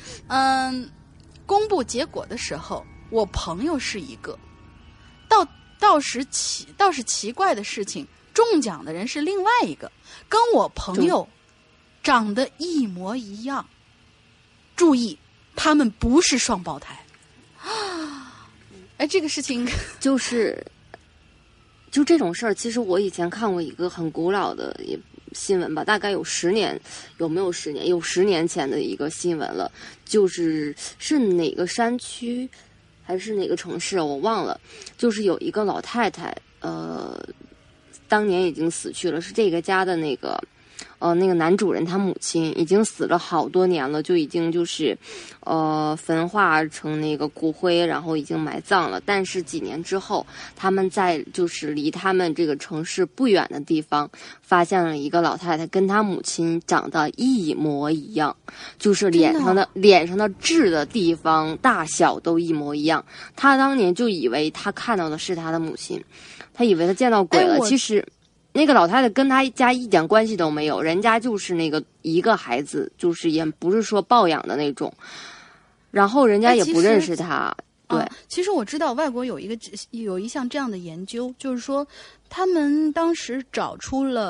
公布结果的时候，我朋友是一个，倒是奇怪的事情，中奖的人是另外一个，跟我朋友长得一模一样。注意，他们不是双胞胎。这个事情就这种事儿，其实我以前看过一个很古老的新闻吧，大概有10年，有没有10年？有10年前的一个新闻了，是哪个山区还是哪个城市我忘了，就是有一个老太太，当年已经死去了，是这个家的那个男主人他母亲已经死了好多年了，就已经就是焚化成那个骨灰，然后已经埋葬了。但是几年之后，他们在就是离他们这个城市不远的地方，发现了一个老太太跟他母亲长得一模一样，就是脸上的痣的地方大小都一模一样。他当年就以为他看到的是他的母亲，他以为他见到鬼了，其实。那个老太太跟他家一点关系都没有，人家就是那个一个孩子，就是也不是说抱养的那种，然后人家也不认识他。对， 其实我知道外国有一项这样的研究，就是说他们当时找出了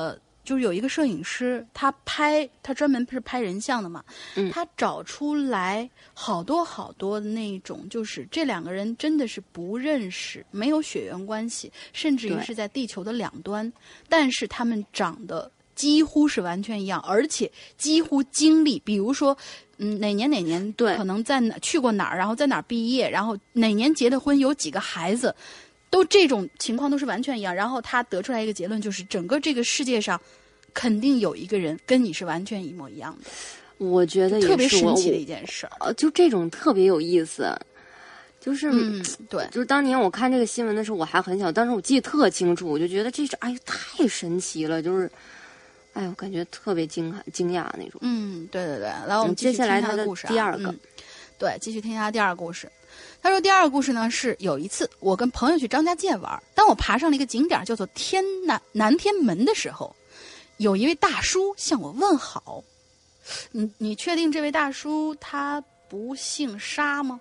就是有一个摄影师，他专门是拍人像的嘛，他找出来好多好多的那种，就是这两个人真的是不认识，没有血缘关系，甚至于是在地球的两端，但是他们长得几乎是完全一样，而且几乎经历，比如说，哪年， 对， 可能在哪去过哪儿，然后在哪儿毕业，然后哪年结的婚，有几个孩子，都这种情况都是完全一样。然后他得出来一个结论，就是整个这个世界上，肯定有一个人跟你是完全一模一样的。 我觉得也是特别神奇的一件事儿， 就这种特别有意思。就是， 对， 就是当年我看这个新闻的时候，我还很小，当时我记得特清楚，我就觉得这是太神奇了，就是。哎呦，感觉特别惊讶那种。 对，来，我们接下来他的故事第二个， 对，继续听他第二个故事。他说第二个故事呢是有一次我跟朋友去张家界玩，当我爬上了一个景点叫做南天门的时候，有一位大叔向我问好。你确定这位大叔他不姓沙吗？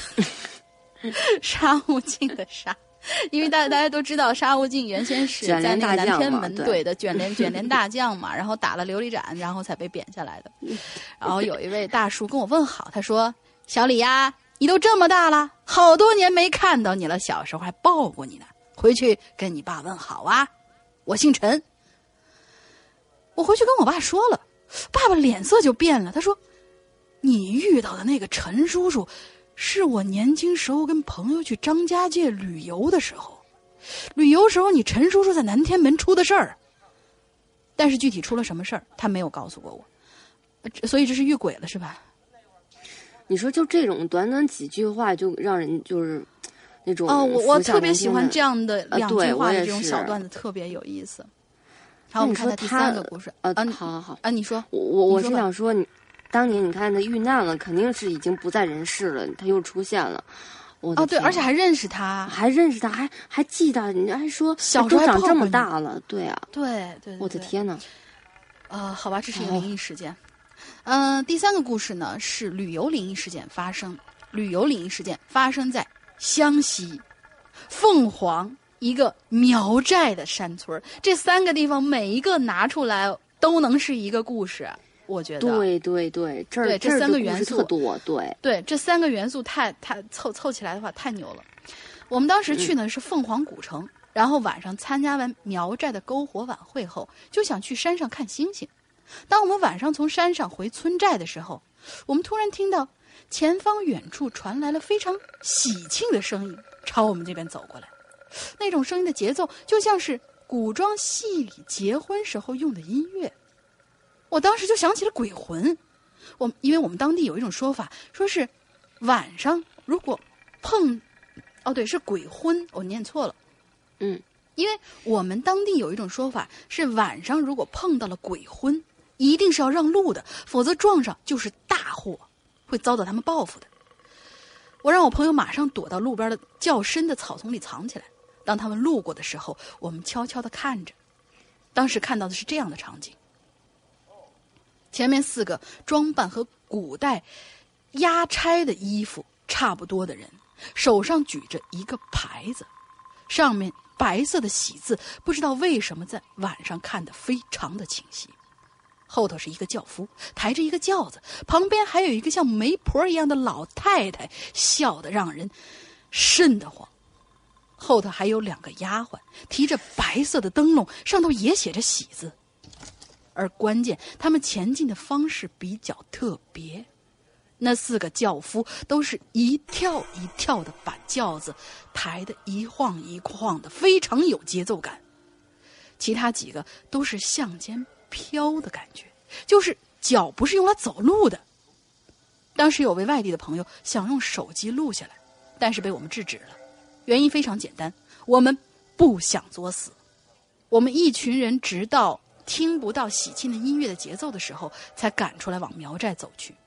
沙悟净的沙。因为大家都知道沙悟净原先是在那个南天门对的卷帘大将嘛，然后打了琉璃盏，然后才被贬下来的。然后有一位大叔跟我问好，他说：“小李呀，你都这么大了，好多年没看到你了，小时候还抱过你呢，回去跟你爸问好啊。我姓陈。”我回去跟我爸说了，爸爸脸色就变了，他说：“你遇到的那个陈叔叔。”是我年轻时候跟朋友去张家界旅游的时候，你陈叔叔在南天门出的事儿，但是具体出了什么事儿，他没有告诉过我，所以这是遇鬼了是吧？ 你说就这种短短几句话就让人就是那种我特别喜欢这样的两句话的这种小段子，特别有意思。好，我们看他第三个故事。 好啊，你说， 我是想说你。当年你看他遇难了，肯定是已经不在人世了，他又出现了。 对，而且还认识他， 还记得，你还说小时候都长这么大了，对啊， 对， 我的天哪！ 好吧，这是一个灵异事件。第三个故事呢是旅游灵异事件发生在湘西凤凰一个苗寨的山村，这三个地方每一个拿出来都能是一个故事。我觉得对， 这三个元素特多， 对，这三个元素太凑起来的话太牛了。我们当时去呢是凤凰古城，然后晚上参加完苗寨的篝火晚会后，就想去山上看星星。当我们晚上从山上回村寨的时候，我们突然听到前方远处传来了非常喜庆的声音，朝我们这边走过来。那种声音的节奏就像是古装戏里结婚时候用的音乐。我当时就想起了鬼魂，因为我们当地有一种说法，说是晚上如果是鬼婚，我念错了，因为我们当地有一种说法是晚上如果碰到了鬼婚，一定是要让路的，否则撞上就是大祸，会遭到他们报复的。我让我朋友马上躲到路边的较深的草丛里藏起来，当他们路过的时候，我们悄悄地看着。当时看到的是这样的场景。前面4个装扮和古代押差的衣服差不多的人，手上举着一个牌子，上面白色的喜字，不知道为什么在晚上看得非常的清晰。后头是一个轿夫抬着一个轿子，旁边还有一个像媒婆一样的老太太，笑得让人瘆得慌。后头还有2个丫鬟提着白色的灯笼，上头也写着喜字。而关键，他们前进的方式比较特别，那4个轿夫都是一跳一跳的把轿子抬得一晃一晃的，非常有节奏感。其他几个都是向前飘的感觉，就是脚不是用来走路的。当时有位外地的朋友想用手机录下来，但是被我们制止了，原因非常简单，我们不想作死。我们一群人直到听不到喜庆的音乐的节奏的时候，才赶出来往苗寨走去。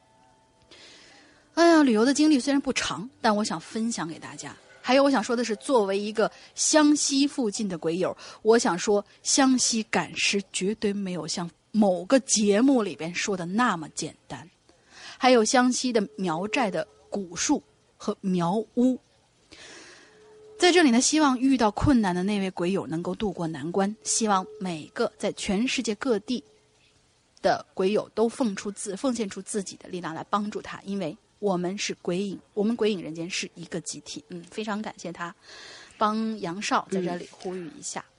哎呀，旅游的经历虽然不长，但我想分享给大家。还有我想说的是，作为一个湘西附近的鬼友，我想说湘西赶尸绝对没有像某个节目里边说的那么简单。还有湘西的苗寨的古树和苗屋， 在这里呢，希望遇到困难的那位鬼友能够渡过难关，希望每个在全世界各地的鬼友都奉献出自己的力量来帮助他，因为我们是鬼影，我们鬼影人间是一个集体。非常感谢他帮杨少在这里呼吁一下。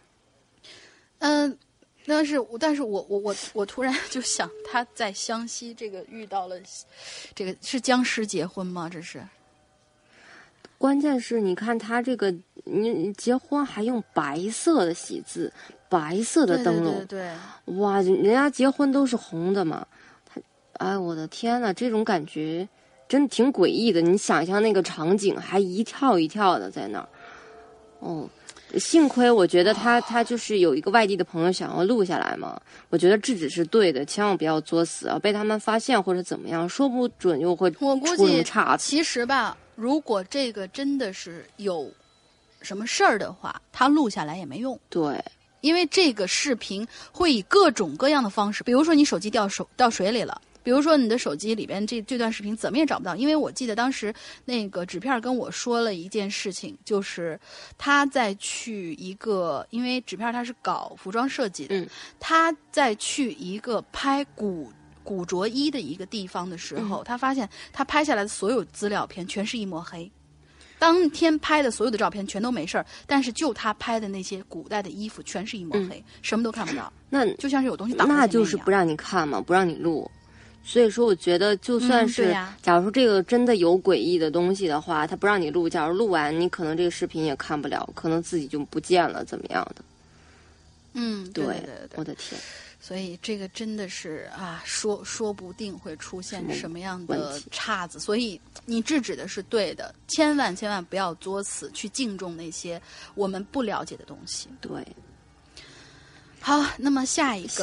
但是我突然就想，他在湘西这个遇到了这个是僵尸结婚吗？这是。 关键是你看他这个，你结婚还用白色的喜字，白色的灯笼， 对， 哇，人家结婚都是红的嘛。哎，我的天呐，这种感觉真的挺诡异的。你想象那个场景，还一跳一跳的在那儿。哦，幸亏我觉得他就是有一个外地的朋友想要录下来嘛。我觉得制止是对的，千万不要作死啊！被他们发现或者怎么样，说不准又会出什么岔子。 其实吧，如果这个真的是有什么事儿的话，他录下来也没用。 对。 因为这个视频会以各种各样的方式，比如说你手机掉水里了，比如说你的手机里边这段视频怎么也找不到。因为我记得当时那个纸片跟我说了一件事情，就是他在去一个，因为纸片他是搞服装设计的，他在去一个拍古着衣的一个地方的时候，他发现他拍下来的所有资料片全是一抹黑。当天拍的所有的照片全都没事儿，但是就他拍的那些古代的衣服全是一抹黑，什么都看不到。 那就像是有东西挡在前面一样。 那就是不让你看嘛，不让你录。所以说，我觉得就算是，假如说这个真的有诡异的东西的话，他不让你录，假如录完，你可能这个视频也看不了，可能自己就不见了，怎么样的？对，我的天。 所以这个真的是啊，说不定会出现什么样的岔子，所以你制止的是对的，千万不要作死，去敬重那些我们不了解的东西。 对。 好，那么下一个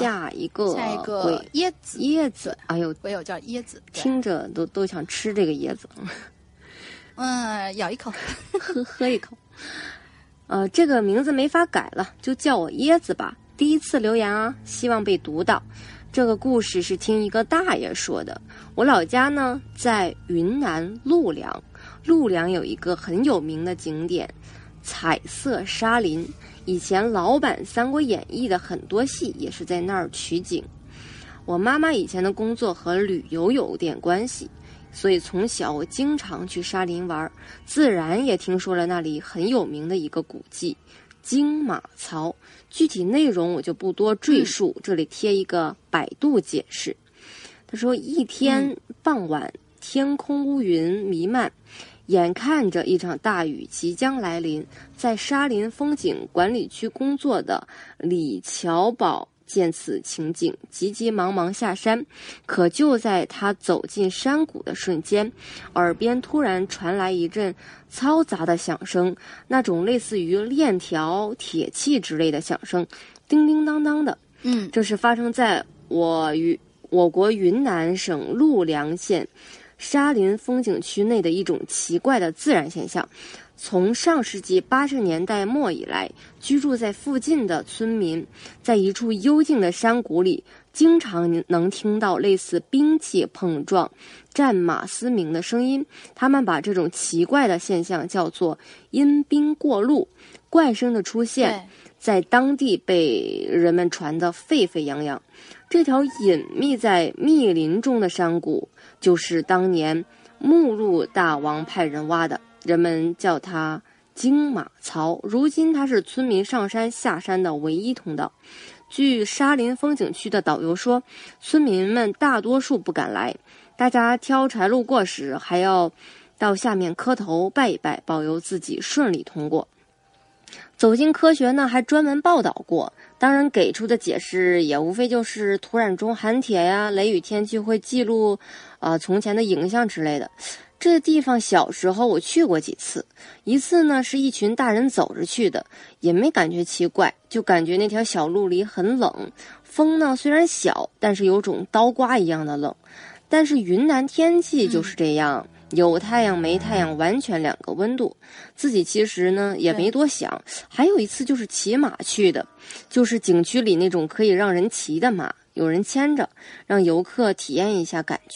椰子，哎呦， 我有叫椰子， 听着都想吃这个椰子。 咬一口， 喝一口。这个名字没法改了，就叫我椰子吧。第一次留言啊，希望被读到。这个故事是听一个大爷说的。我老家呢在云南陆良，陆良有一个很有名的景点彩色沙林，以前老版《三国演义》的很多戏也是在那儿取景。我妈妈以前的工作和旅游有点关系，所以从小我经常去沙林玩，自然也听说了那里很有名的一个古迹金马槽，具体内容我就不多赘述，这里贴一个百度解释。他说，一天傍晚，天空乌云弥漫，眼看着一场大雨即将来临，在沙林风景管理区工作的李乔宝见此情景，急急忙忙下山。可就在他走进山谷的瞬间，耳边突然传来一阵嘈杂的响声，那种类似于链条、铁器之类的响声，叮叮当当的。这是发生在我国云南省陆良县沙林风景区内的一种奇怪的自然现象。从上世纪80年代末以来，居住在附近的村民在一处幽静的山谷里，经常能听到类似兵器碰撞、战马嘶鸣的声音。他们把这种奇怪的现象叫做阴兵过路。怪声的出现在当地被人们传得沸沸扬扬。这条隐秘在密林中的山谷，就是当年目录大王派人挖的，人们叫它金马槽。如今它是村民上山下山的唯一通道。据沙林风景区的导游说，村民们大多数不敢来，大家挑柴路过时还要到下面磕头拜一拜，保佑自己顺利通过。走进科学呢还专门报道过，当然给出的解释也无非就是土壤中含铁呀，雷雨天气会记录从前的影像之类的。这地方小时候我去过几次，一次呢是一群大人走着去的，也没感觉奇怪，就感觉那条小路里很冷，风呢虽然小，但是有种刀刮一样的冷。但是云南天气就是这样，有太阳没太阳，完全两个温度。自己其实呢也没多想。还有一次就是骑马去的，就是景区里那种可以让人骑的马，有人牵着，让游客体验一下感觉。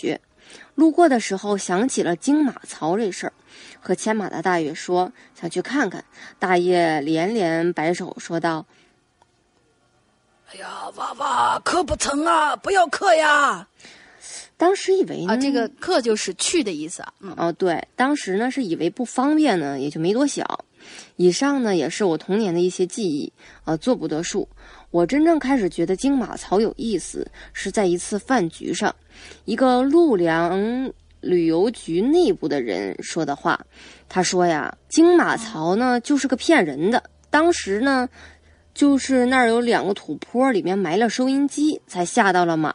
路过的时候想起了金马槽这事儿，和牵马的大爷说想去看看。大爷连连摆手说道： 哎呀，娃娃可不成啊，不要刻呀。 当时以为呢， 这个刻就是去的意思啊。 对，当时呢是以为不方便呢，也就没多想。以上呢也是我童年的一些记忆，做不得数。我真正开始觉得金马槽有意思，是在一次饭局上，一个陆良旅游局内部的人说的话。他说呀，金马槽呢就是个骗人的。当时呢，就是那儿有2个土坡，里面埋了收音机，才下到了马。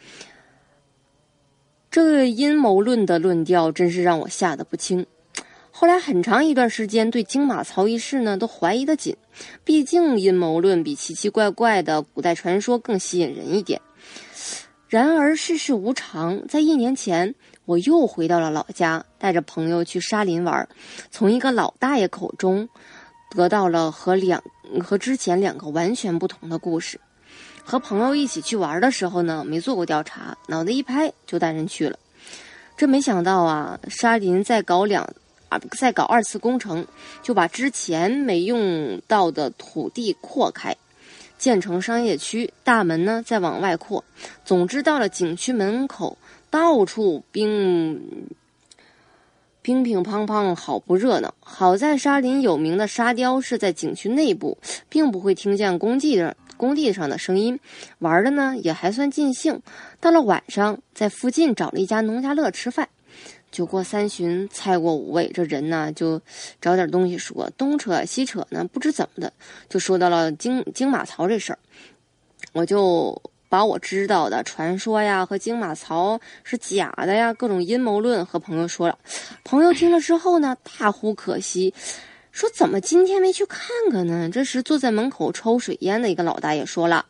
这个阴谋论的论调真是让我吓得不轻。后来很长一段时间对金马槽一事呢都怀疑得紧，毕竟阴谋论比奇奇怪怪的古代传说更吸引人一点。然而世事无常，在1年前我又回到了老家，带着朋友去沙林玩，从一个老大爷口中得到了和之前2个完全不同的故事。和朋友一起去玩的时候呢，没做过调查，脑袋一拍就带人去了。这没想到啊，沙林再搞2次工程，就把之前没用到的土地扩开，建成商业区，大门呢再往外扩。总之到了景区门口，到处乒乒乓乓，好不热闹。好在沙林有名的沙雕是在景区内部，并不会听见工地上的声音，玩的呢也还算尽兴。到了晚上，在附近找了一家农家乐吃饭。酒过3巡，菜过5味，这人呢就找点东西说，东扯西扯呢，不知怎么的就说到了金马槽这事儿。我就把我知道的传说呀和金马槽是假的呀，各种阴谋论和朋友说了。朋友听了之后呢，大呼可惜，说怎么今天没去看看呢？这时坐在门口抽水烟的一个老大爷说了：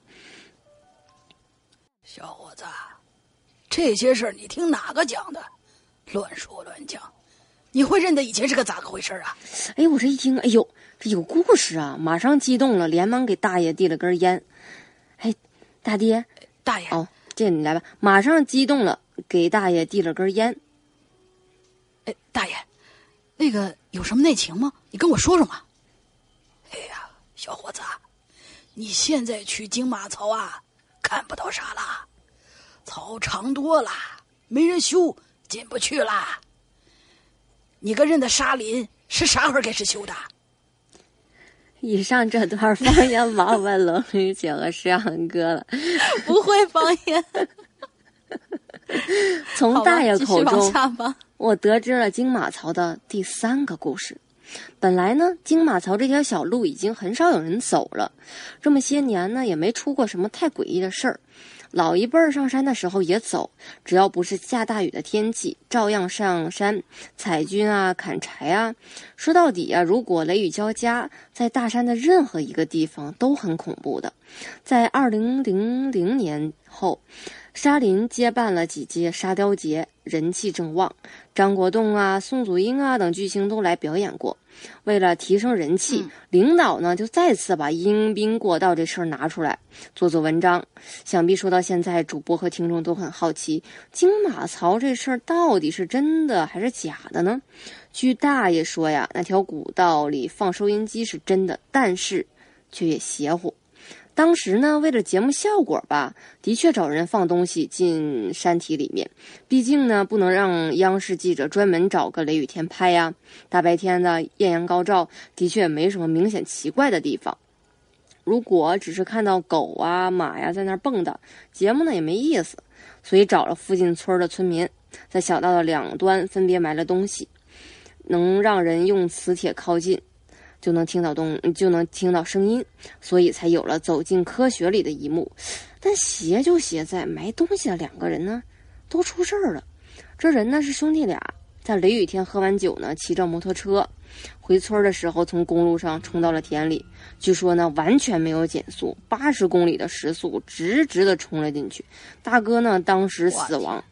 小伙子，这些事儿你听哪个讲的？乱说乱讲，你会认得以前是个咋个回事啊？ 哎，我这一听，哎呦，这有故事啊！马上激动了，连忙给大爷递了根烟。哎，大爹， 大爷， 这你来吧。马上激动了，给大爷递了根烟。 哎，大爷，那个有什么内情吗？你跟我说说嘛。哎呀，小伙子，你现在去金马槽啊，看不到啥了，槽长多了，没人修，进不去啦。你个认的沙林是啥会儿开始修的？ 以上这段方言麻烦龙玲姐和石阳哥了。 不会方言。 从大爷口中，我得知了金马槽的第3个故事。本来呢，金马槽这条小路已经很少有人走了，这么些年呢，也没出过什么太诡异的事儿。老一辈儿上山的时候也走，只要不是下大雨的天气，照样上山采菌啊、砍柴啊。说到底啊，如果雷雨交加，在大山的任何一个地方都很恐怖的。在2000年后，沙林接办了几届沙雕节，人气正旺，张国栋啊、宋祖英啊等巨星都来表演过。为了提升人气，领导呢就再次把迎宾过道这事儿拿出来做文章。想必说到现在，主播和听众都很好奇，金马槽这事儿到底是真的还是假的呢？据大爷说呀，那条古道里放收音机是真的，但是却也邪乎。当时呢，为了节目效果吧，的确找人放东西进山体里面，毕竟呢，不能让央视记者专门找个雷雨天拍呀。大白天的艳阳高照，的确没什么明显奇怪的地方。如果只是看到狗啊、马呀在那儿蹦跶，节目呢也没意思，所以找了附近村的村民，在小道的2端分别埋了东西，能让人用磁铁靠近。就能听到声音，所以才有了走进科学里的一幕。但邪就邪在埋东西的2个人呢，都出事儿了。这人呢是兄弟俩，在雷雨天喝完酒呢，骑着摩托车回村的时候，从公路上冲到了田里。据说呢完全没有减速，80公里的时速直的冲了进去。大哥呢当时死亡。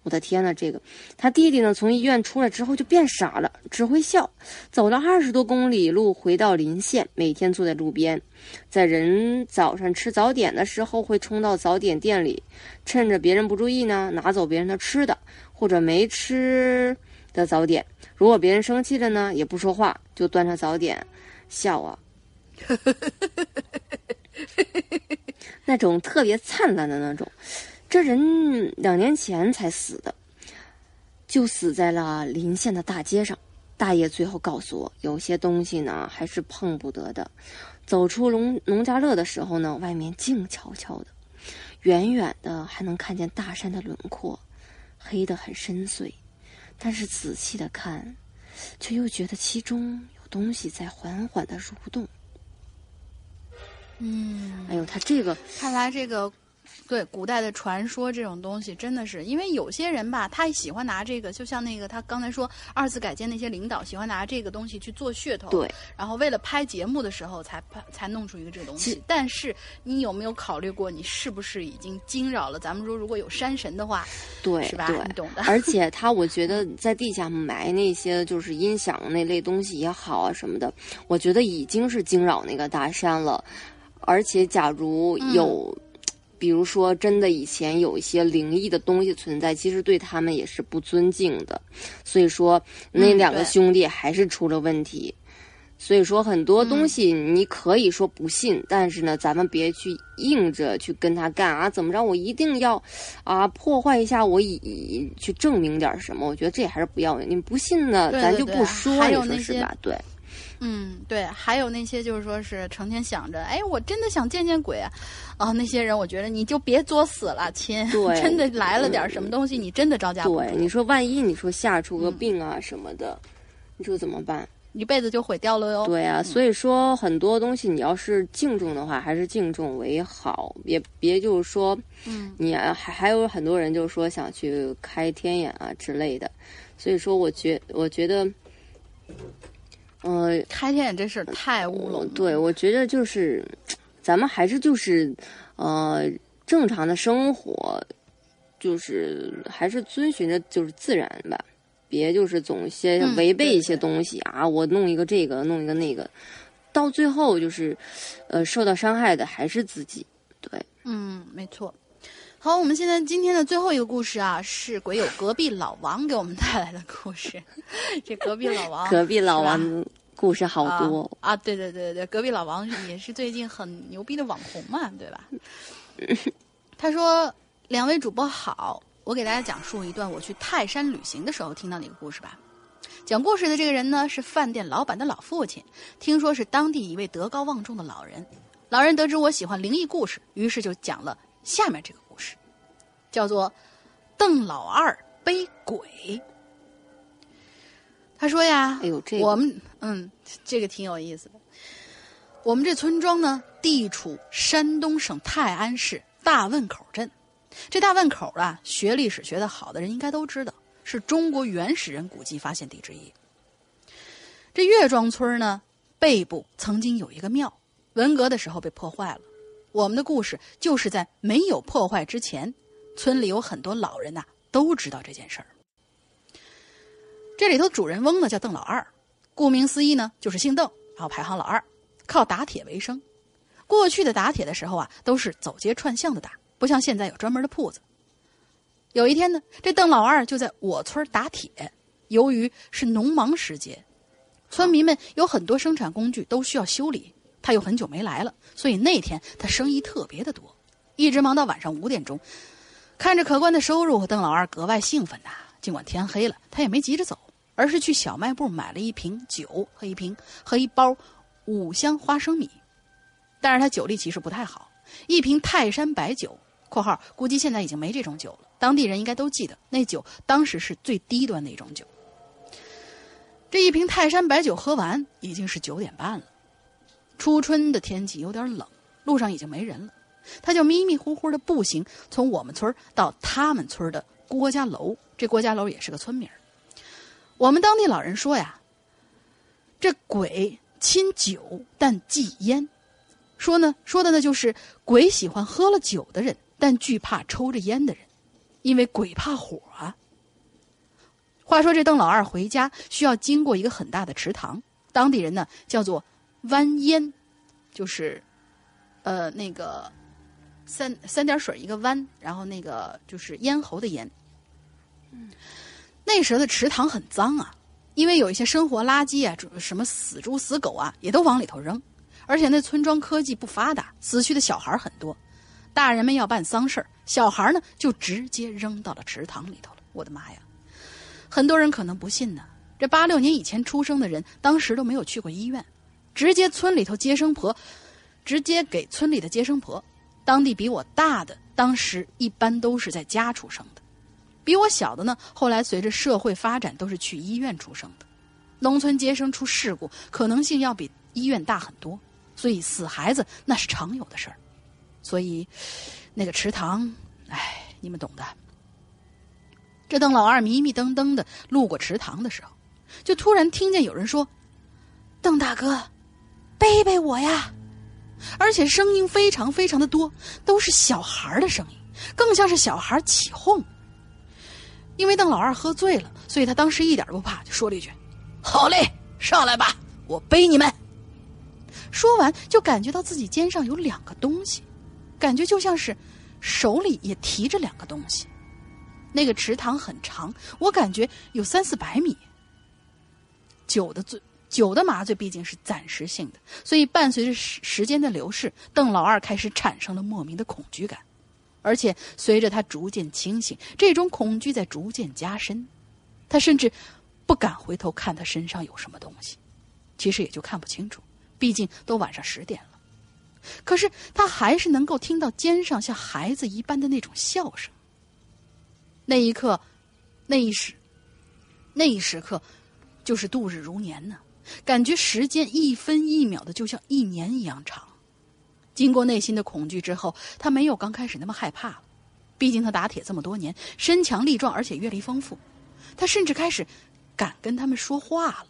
我的天呐，这个他弟弟呢从医院出来之后就变傻了，只会笑，走了20多公里路回到临县，每天坐在路边，在人早上吃早点的时候会冲到早点店里，趁着别人不注意呢拿走别人的吃的或者没吃的早点，如果别人生气了呢也不说话，就端着早点笑啊那种特别灿烂的那种。这人2年前才死的，就死在了临县的大街上。大爷最后告诉我，有些东西呢还是碰不得的。走出农家乐的时候呢，外面静悄悄的，远远的还能看见大山的轮廓，黑得很深邃，但是仔细的看，却又觉得其中有东西在缓缓的蠕动。哎呦，他这个看来这个对古代的传说这种东西真的是，因为有些人吧，他喜欢拿这个，就像那个他刚才说2次改建那些领导喜欢拿这个东西去做噱头， 对， 然后为了拍节目的时候才弄出一个这个东西。但是你有没有考虑过，你是不是已经惊扰了？咱们说如果有山神的话， 对， 是吧？ 对， 你懂的。 而且我觉得在地下埋那些就是音响那类东西也好啊什么的，我觉得已经是惊扰那个大山了。而且假如有比如说真的以前有一些灵异的东西存在，其实对他们也是不尊敬的，所以说那2个兄弟还是出了问题。所以说很多东西你可以说不信，但是呢咱们别去硬着去跟他干啊，怎么着我一定要破坏一下，我以去证明点什么，我觉得这还是不要，你不信呢咱就不说， 还有你说是吧？对。 对，还有那些就是说是成天想着，哎，我真的想见见鬼啊！那些人，我觉得你就别作死了，亲， 对， 真的来了点什么东西，你真的招架不住。 对，你说万一你说吓出个病啊什么的，你说怎么办？ 一辈子就毁掉了哟。 对啊，所以说很多东西你要是敬重的话，还是敬重为好，别就是说，你还有很多人就是说想去开天眼啊之类的，所以说我觉得。 开天眼这事儿太乌龙了。 对，我觉得就是咱们还是就是正常的生活，就是还是遵循着就是自然吧，别就是总些违背一些东西啊，我弄一个这个弄一个那个，到最后就是受到伤害的还是自己。对， 没错。好，我们现在今天的最后一个故事啊，是鬼友隔壁老王给我们带来的故事。这隔壁老王故事好多对，隔壁老王也是最近很牛逼的网红嘛，对吧？他说：“2位主播好，我给大家讲述一段我去泰山旅行的时候听到的一个故事吧。讲故事的这个人呢，是饭店老板的老父亲，听说是当地一位德高望重的老人。老人得知我喜欢灵异故事，于是就讲了下面这个故事，叫做邓老二背鬼。”他说呀， 哎呦， 我们这个挺有意思的。我们这村庄呢，地处山东省泰安市大汶口镇。这大汶口啊，学历史学得好的人应该都知道，是中国原始人古迹发现地之一。这岳庄村呢，背部曾经有一个庙，文革的时候被破坏了。我们的故事就是在没有破坏之前，村里有很多老人呐，都知道这件事儿。这里头主人翁呢叫邓老二，顾名思义呢就是姓邓，然后排行老二，靠打铁为生。过去的打铁的时候啊，都是走街串巷的打，不像现在有专门的铺子。有一天呢，这邓老二就在我村打铁，由于是农忙时节，村民们有很多生产工具都需要修理，他又很久没来了，所以那天他生意特别的多，一直忙到晚上5点钟。看着可观的收入，邓老二格外兴奋呐。尽管天黑了，他也没急着走，而是去小卖部买了一瓶酒和一包5箱花生米。但是他酒力其实不太好，一瓶泰山白酒（括号估计现在已经没这种酒了，当地人应该都记得，那酒当时是最低端的一种酒）。这一瓶泰山白酒喝完，已经是9点半了。初春的天气有点冷，路上已经没人了，他就迷迷糊糊的步行从我们村到他们村的郭家楼，这郭家楼也是个村名。我们当地老人说呀，这鬼亲酒但忌烟，说的呢就是鬼喜欢喝了酒的人，但惧怕抽着烟的人。 因为鬼怕火啊。话说这邓老二回家需要经过一个很大的池塘，当地人呢叫做湾咽，就是那个三点水一个湾，然后那个就是咽喉的咽。那时候的池塘很脏啊，因为有一些生活垃圾啊，什么死猪死狗啊，也都往里头扔。而且那村庄科技不发达，死去的小孩很多，大人们要办丧事，小孩呢就直接扔到了池塘里头了。我的妈呀！很多人可能不信呢，这86年以前出生的人，当时都没有去过医院，直接给村里的接生婆。当地比我大的，当时一般都是在家出生的；比我小的呢，后来随着社会发展，都是去医院出生的。农村接生出事故可能性要比医院大很多，所以死孩子那是常有的事儿。所以那个池塘，你们懂的。这邓老二迷迷瞪瞪的路过池塘的时候，就突然听见有人说：“邓大哥，背背我呀！”而且声音非常非常的多，都是小孩的声音，更像是小孩起哄。因为邓老二喝醉了，所以他当时一点都不怕，就说了一句：“好嘞，上来吧，我背你们。”说完就感觉到自己肩上有2个东西，感觉就像是手里也提着2个东西。那个池塘很长，我感觉有300-400米。酒的麻醉毕竟是暂时性的，所以伴随着时间的流逝，邓老二开始产生了莫名的恐惧感，而且随着他逐渐清醒，这种恐惧在逐渐加深。他甚至不敢回头看他身上有什么东西，其实也就看不清楚，毕竟都晚上10点了。可是他还是能够听到肩上像孩子一般的那种笑声。那一刻，那一时刻，就是度日如年呢，感觉时间一分一秒的就像1年一样长。经过内心的恐惧之后，他没有刚开始那么害怕了，毕竟他打铁这么多年，身强力壮，而且阅历丰富，他甚至开始敢跟他们说话了。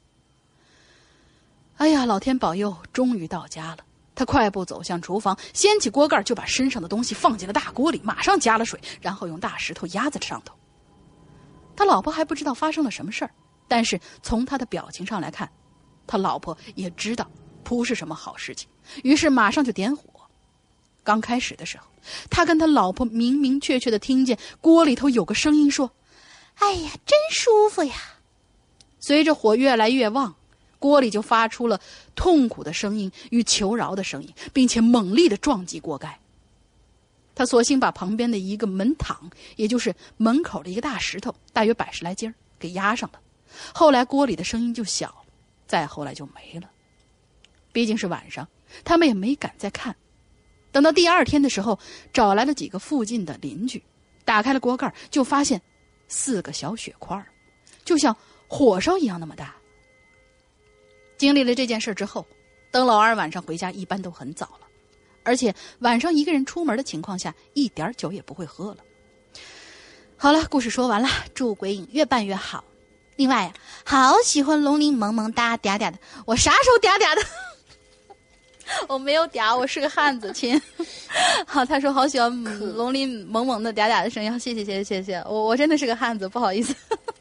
哎呀，老天保佑，终于到家了。他快步走向厨房，掀起锅盖就把身上的东西放进了大锅里，马上加了水，然后用大石头压在上头。他老婆还不知道发生了什么事儿，但是从他的表情上来看，他老婆也知道不是什么好事情，于是马上就点火。刚开始的时候，他跟他老婆明明确确的听见锅里头有个声音说：“哎呀，真舒服呀！”随着火越来越旺，锅里就发出了痛苦的声音与求饶的声音，并且猛力的撞击锅盖。他索性把旁边的一个门躺，也就是门口的一个大石头，大约80来斤给压上了。后来锅里的声音就小，再后来就没了。毕竟是晚上，他们也没敢再看。等到第2天的时候，找来了几个附近的邻居，打开了锅盖，就发现4个小血块，就像火烧一样那么大。经历了这件事之后，邓老二晚上回家一般都很早了，而且晚上一个人出门的情况下，一点酒也不会喝了。好了，故事说完了，祝鬼影越办越好。另外呀，好喜欢龙鳞萌萌哒嗲嗲的，我啥时候嗲嗲的？我没有嗲，我是个汉子亲。好，他说好喜欢龙鳞萌萌的嗲嗲的声音，谢谢，我真的是个汉子，不好意思。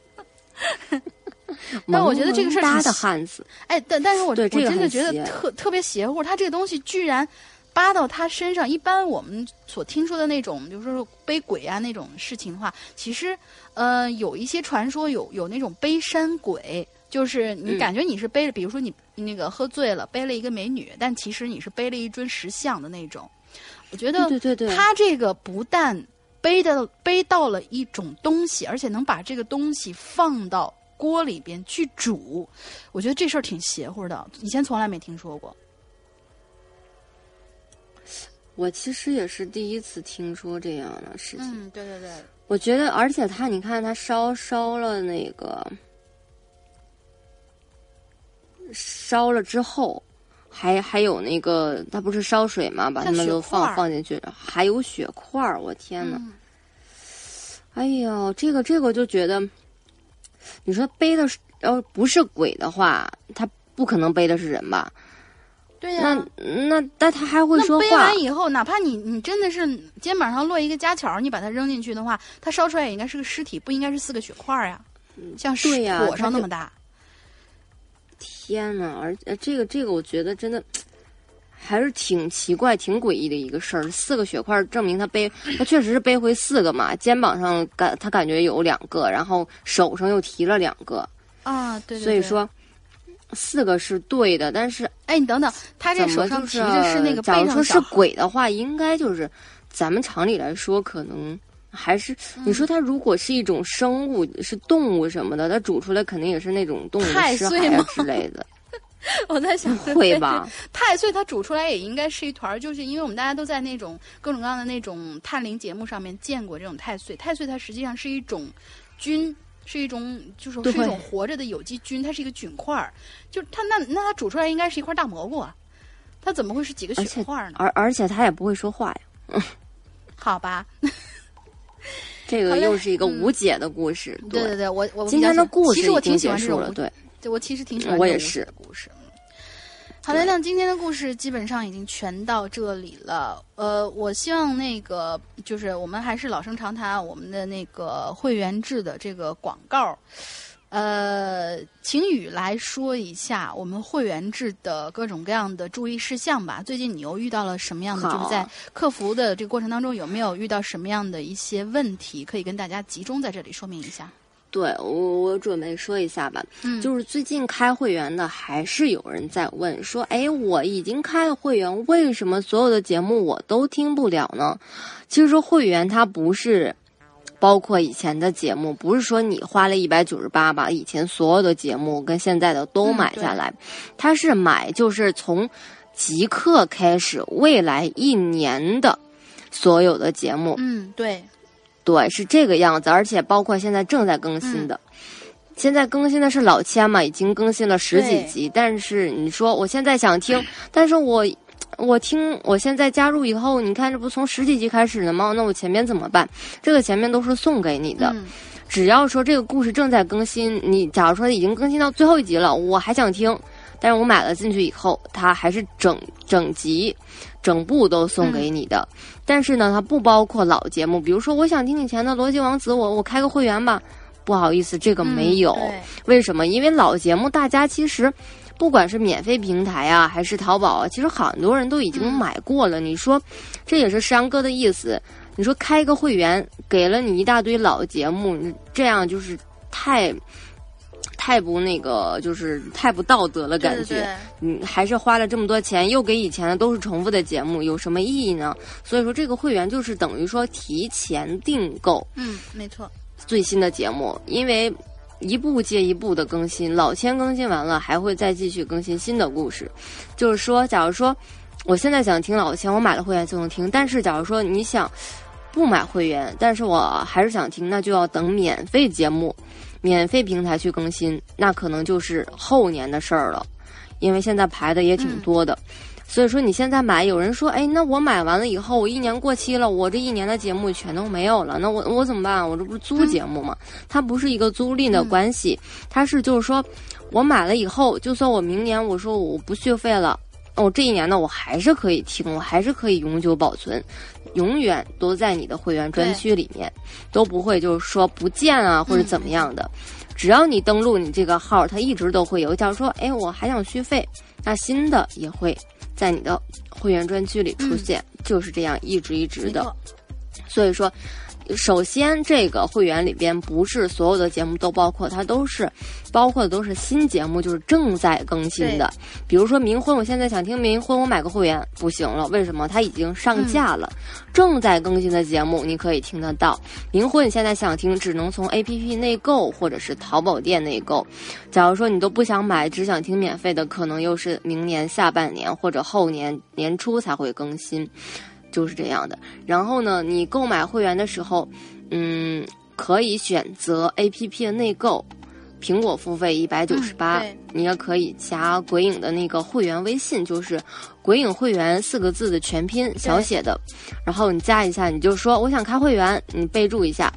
但我觉得这个事儿萌萌哒的汉子， 但是我真的觉得特别邪乎，他这个东西居然扒到他身上。一般我们所听说的那种，比如说背鬼啊那种事情的话，其实有一些传说有那种背山鬼，就是你感觉你是背着，比如说你那个喝醉了背了一个美女，但其实你是背了一尊石像的那种。我觉得对，他这个不但背到了一种东西，而且能把这个东西放到锅里边去煮，我觉得这事儿挺邪乎的，以前从来没听说过。 我其实也是第一次听说这样的事情。 对。 我觉得，而且你看他烧了那个，烧了之后，还有那个，他不是烧水嘛，把他们都放进去，还有血块儿，我天哪！哎呦，这个就觉得，你说背的不是鬼的话，他不可能背的是人吧？ 对呀、 那他还会说话。 那背完以后，哪怕你真的是肩膀上落一个家巧，你把它扔进去的话，它烧出来也应该是个尸体，不应该是4个血块呀，像对呀， 火烧那么大。 天哪！而这个，我觉得真的还是挺奇怪、挺诡异的一个事儿。4个血块证明他确实是背回4个嘛，肩膀上他感觉有2个，然后手上又提了2个啊，对。 所以说4个是对的，但是哎，你等等，他这手上提的是那个背上假如说是鬼的话，应该就是咱们常理来说，可能还是你说它如果是一种生物，是动物什么的，它煮出来肯定也是那种动物的尸骸啊之类的。 我在想， 会吧？ 太岁它煮出来也应该是一团，就是因为我们大家都在那种各种各样的那种探灵节目上面见过这种太岁。太岁它实际上是一种菌。是一种活着的有机菌，它是一个菌块儿，就它那它煮出来应该是一块大蘑菇啊，它怎么会是几个血块呢？ 而且它也不会说话呀。 好吧， 这个又是一个无解的故事。 对，我今天的故事其实我挺喜欢这种，对， 我其实挺喜欢我也是故事。好的，那今天的故事基本上已经全到这里了。我希望那个就是我们还是老生常谈，我们的那个会员制的这个广告，请宇来说一下我们会员制的各种各样的注意事项吧。最近你又遇到了什么样的？就是在克服的这个过程当中，有没有遇到什么样的一些问题，可以跟大家集中在这里说明一下？ 对，我准备说一下吧，就是最近开会员的还是有人在问说，哎，我已经开了会员，为什么所有的节目我都听不了呢？其实说会员它不是包括以前的节目，不是说你花了198把以前所有的节目跟现在的都买下来，它是买就是从即刻开始未来1年的所有的节目。对，是这个样子，而且包括现在正在更新的，现在更新的是老千嘛，已经更新了10几集，但是你说我现在想听，但是我现在加入以后，你看这不从10几集开始的吗？那我前面怎么办？这个前面都是送给你的，只要说这个故事正在更新，你假如说已经更新到最后一集了，我还想听，但是我买了进去以后，它还是整集整部都送给你的。但是呢，它不包括老节目，比如说我想听以前的逻辑王子，我开个会员吧，不好意思，这个没有。为什么？因为老节目大家其实不管是免费平台啊还是淘宝啊，其实很多人都已经买过了。你说这也是山哥的意思，你说开个会员给了你一大堆老节目，这样就是太不那个，就是太不道德了，感觉。还是花了这么多钱，又给以前的都是重复的节目，有什么意义呢？所以说这个会员就是等于说提前订购， 没错， 最新的节目，因为一部接一部的更新，老千更新完了，还会再继续更新新的故事。就是说，假如说我现在想听老千，我买了会员就能听，但是假如说你想不买会员，但是我还是想听，那就要等免费节目。免费平台去更新，那可能就是后年的事儿了，因为现在排的也挺多的。所以说你现在买，有人说，哎，那我买完了以后，我1年过期了，我这1年的节目全都没有了，那我怎么办？我这不是租节目吗？它不是一个租赁的关系，它是就是说我买了以后，就算我明年我说我不续费了，我这1年呢我还是可以听，我还是可以永久保存，永远都在你的会员专区里面，都不会就是说不见啊或者怎么样的。只要你登录你这个号，它一直都会有。假如说，哎，我还想续费，那新的也会在你的会员专区里出现，就是这样一直的。所以说，首先这个会员里边不是所有的节目都包括，它都是包括的都是新节目，就是正在更新的。比如说冥婚，我现在想听冥婚，我买个会员不行了，为什么？它已经上架了，正在更新的节目你可以听得到。冥婚你现在想听，只能从 APP 内购或者是淘宝店内购。假如说你都不想买，只想听免费的，可能又是明年下半年或者后年年初才会更新。就是这样的。然后呢，你购买会员的时候，可以选择 APP 的内购，苹果付费198，你也可以加鬼影的那个会员微信，就是鬼影会员4个字的全拼小写的，然后你加一下，你就说我想开会员，你备注一下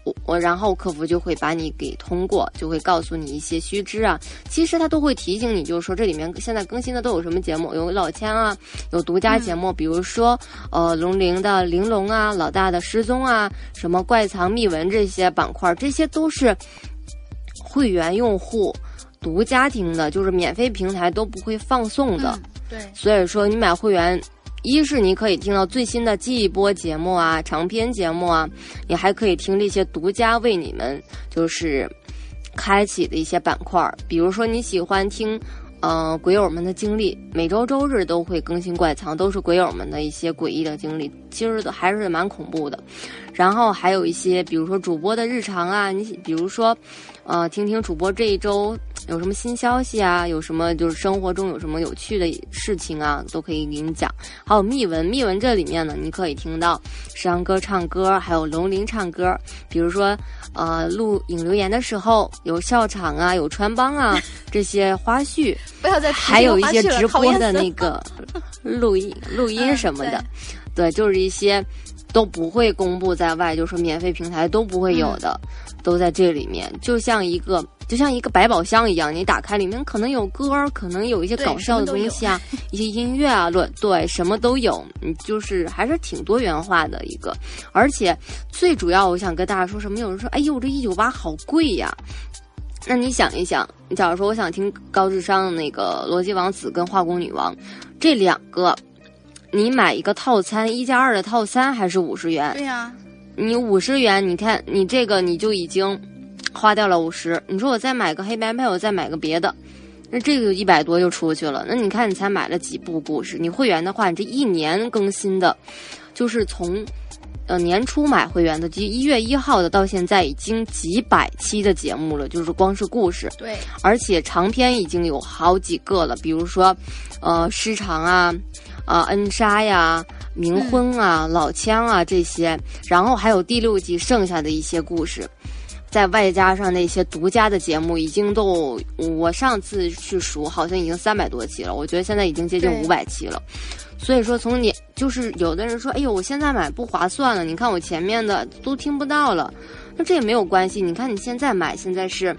然后客服就会把你给通过，就会告诉你一些须知啊。其实他都会提醒你，就是说这里面现在更新的都有什么节目，有老千啊，有独家节目，比如说龙陵的玲珑啊，老大的失踪啊，什么怪藏秘闻这些板块，这些都是会员用户独家听的，就是免费平台都不会放送的。 对， 所以说你买会员，一是你可以听到最新的季播节目啊、长篇节目啊，你还可以听这些独家为你们就是开启的一些板块，比如说你喜欢听鬼友们的经历，每周周日都会更新怪藏，都是鬼友们的一些诡异的经历，其实还是蛮恐怖的。然后还有一些比如说主播的日常啊，你比如说听听主播这一周有什么新消息啊，有什么就是生活中有什么有趣的事情啊，都可以给你讲。还有秘闻这里面呢，你可以听到石阳哥唱歌，还有龙鳞唱歌，比如说录影留言的时候有笑场啊，有穿帮啊这些花絮， 不要再还有一些直播的那个录音什么的，对，就是一些都不会公布在外，就是免费平台都不会有的，都在这里面，就像一个百宝箱一样，你打开里面可能有歌，可能有一些搞笑的东西啊，一些音乐啊，对，什么都有，就是还是挺多元化的一个。而且最主要我想跟大家说什么，有人说哎呦这198好贵呀，那你想一想，假如说我想听高智商的那个逻辑王子跟化工女王这两个，你买一个套餐1+2的套餐还是50元？ 对呀， 你50元，你看你这个你就已经花掉了50，你说我再买个黑白配，我再买个别的，那这个100多就出去了。那你看你才买了几部故事，你会员的话，你这一年更新的，就是从年初买会员的，就1月1号的到现在已经几百期的节目了，就是光是故事。 对， 而且长篇已经有好几个了，比如说失常啊。恩莎呀、冥婚啊、老枪啊这些，然后还有第6季剩下的一些故事，再外加上那些独家的节目，已经都我上次去数，好像已经300多期了，我觉得现在已经接近500期了。所以说从你就是有的人说，哎呦，我现在买不划算了，你看我前面的都听不到了，那这也没有关系，你看你现在买，现在是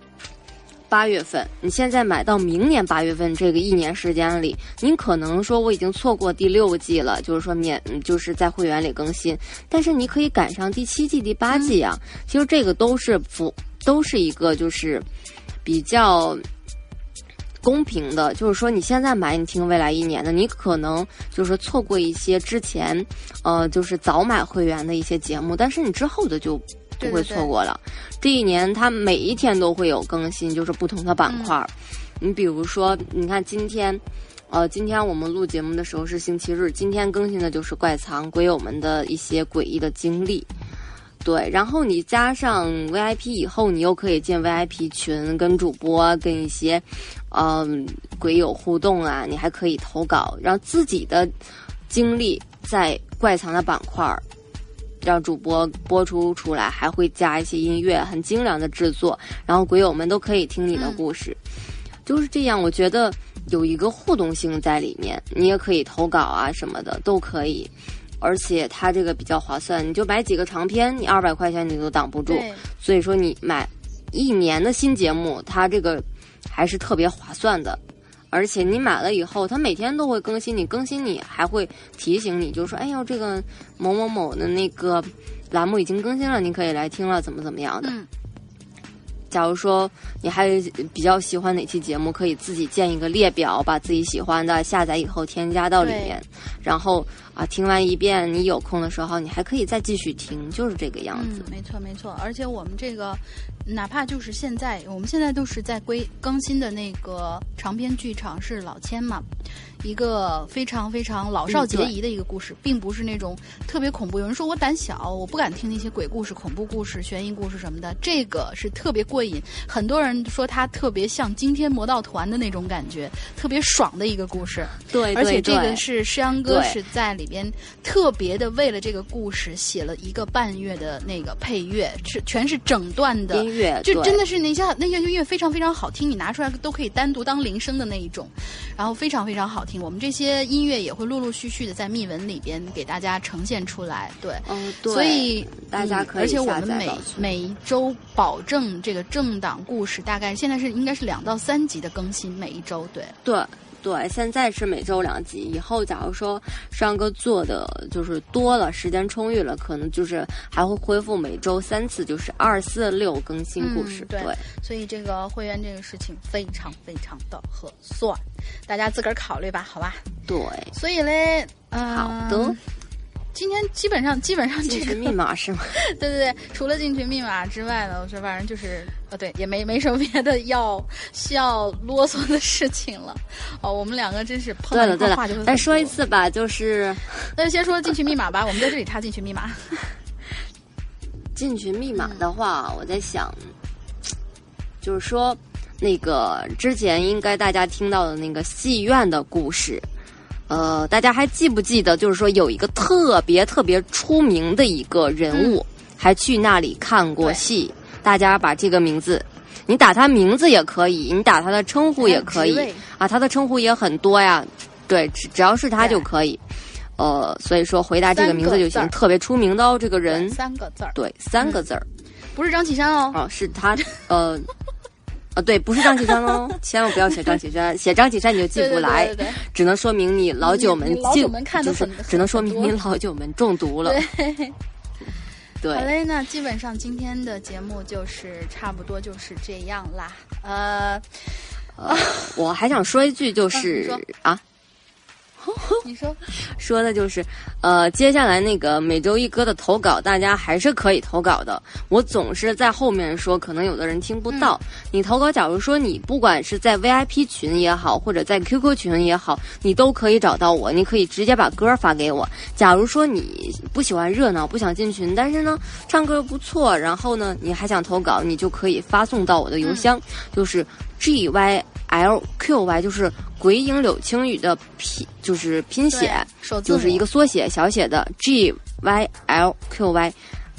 8月份，你现在买到明年8月份这个1年时间里，您可能说我已经错过第6季了，就是说就是在会员里更新，但是你可以赶上第7季、第8季啊。其实这个都是一个就是比较公平的，就是说你现在买你听未来1年的，你可能就是错过一些之前就是早买会员的一些节目，但是你之后的就不会错过了。这1年它每一天都会有更新，就是不同的板块。你比如说你看今天我们录节目的时候是星期日，今天更新的就是怪藏鬼友们的一些诡异的经历。对，然后你加上 VIP 以后，你又可以进 VIP 群，跟主播跟一些鬼友互动啊，你还可以投稿，让自己的经历在怪藏的板块让主播播出来，还会加一些音乐，很精良的制作，然后鬼友们都可以听你的故事。就是这样，我觉得有一个互动性在里面，你也可以投稿啊什么的都可以，而且它这个比较划算，你就买几个长篇，你200块钱你都挡不住。所以说你买1年的新节目，它这个还是特别划算的。而且你买了以后，它每天都会更新，你还会提醒你，就说哎呦这个某某某的那个栏目已经更新了，你可以来听了，怎么样的。假如说你还比较喜欢哪期节目，可以自己建一个列表，把自己喜欢的下载以后添加到里面，然后听完一遍，你有空的时候你还可以再继续听，就是这个样子。 没错。而且我们这个哪怕就是我们现在都是在更新的那个长篇剧场是老千嘛，一个非常非常老少皆宜的一个故事，并不是那种特别恐怖。有人说我胆小，我不敢听那些鬼故事、恐怖故事、悬疑故事什么的，这个是特别过瘾。很多人说它特别像惊天魔盗团的那种感觉，特别爽的一个故事。 对， 而且这个是诗阳哥是在里边特别的为了这个故事写了1个半月的那个配乐，全是整段的音乐， 就真的是那些音乐非常非常好听，你拿出来都可以单独当铃声的那一种，然后非常非常好听。 听。我们这些音乐也会陆陆续续的在密文里边给大家呈现出来。对， 对， 所以大家可以而且我下载们每一周保证这个政党故事，大概现在应该是2到3集的更新，每一周。 对，现在是每周2集，以后假如说上哥做的就是多了，时间充裕了，可能就是还会恢复每周3次，就是2、4、6更新故事。 对，所以这个会员这个事情非常非常的合算，大家自个儿考虑吧，好吧？ 对， 所以嘞， 好的。 今天基本上这个进群密码是吗？ 对，除了进群密码之外呢，我说反正就是对，也没什么别的需要啰嗦的事情了。我们2个真是碰到一块话就会。 再说一次吧，就是那就先说进群密码吧，我们在这里插进群密码。 进群密码的话，我在想，就是说那个之前应该大家听到的那个戏院的故事。大家还记不记得，就是说有一个特别出名的一个人物，还去那里看过戏。大家把这个名字，你打他名字也可以，你打他的称呼也可以啊，他的称呼也很多呀。对，只要是他就可以。所以说回答这个名字就行。特别出名的这个人 ，3个字儿。 对，3个字儿， 不是张启山哦。 是他。对，不是张启山哦，千万不要写张启山，写张启山你就记不来， 对， 只能说明你老九门看的只能说明你老九门中毒了。对， 好嘞，那基本上今天的节目就是差不多就是这样啦。 我还想说一句，就是你说的就是接下来那个每周一歌的投稿，大家还是可以投稿的。我总是在后面说，可能有的人听不到。你投稿，假如说你不管是在 VIP 群也好，或者在 QQ 群也好，你都可以找到我，你可以直接把歌发给我。假如说你不喜欢热闹，不想进群，但是呢唱歌不错，然后呢你还想投稿，你就可以发送到我的邮箱，就是GYLQY， 就是鬼影柳青雨的就是拼写，就是一个缩写小写的 GYLQY，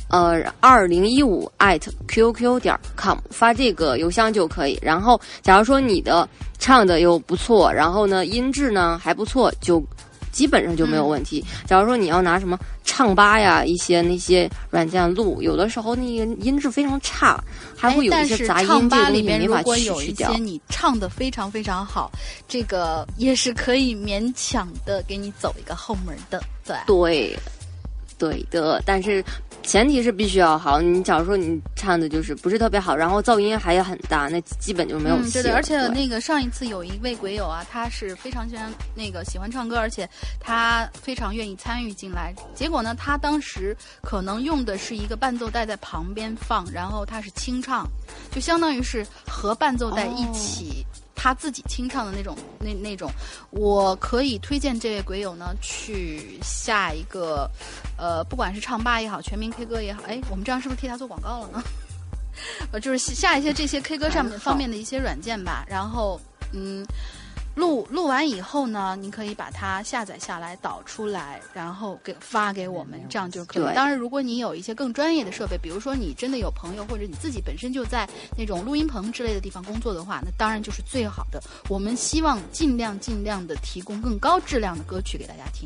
2015@qq.com 发这个邮箱就可以。然后假如说你的唱的又不错，然后呢音质呢还不错，就基本上就没有问题。假如说你要拿什么唱吧呀，一些那些软件录，有的时候那个音质非常差，还会有一些杂音，这个东西没法去掉。 如果有一些你唱的非常非常好，这个也是可以勉强的给你走一个后门的。对的，但是前提是必须要好。你假如说你唱的就是不是特别好，然后噪音还很大，那基本就没有戏了。 对的，而且那个上一次有一位鬼友啊，他是非常喜欢唱歌，而且他非常愿意参与进来。结果呢，他当时可能用的是一个伴奏带在旁边放，然后他是清唱，就相当于是和伴奏带一起。他自己清唱的那种，我可以推荐这位鬼友呢去下一个，不管是唱吧也好，全民 K 歌也好，我们这样是不是替他做广告了呢？就是下一些这些 K 歌方面的一些软件吧，然后录完以后呢，你可以把它下载下来导出来，然后发给我们，这样就可以。当然如果你有一些更专业的设备，比如说你真的有朋友或者你自己本身就在那种录音棚之类的地方工作的话，那当然就是最好的。我们希望尽量的提供更高质量的歌曲给大家听。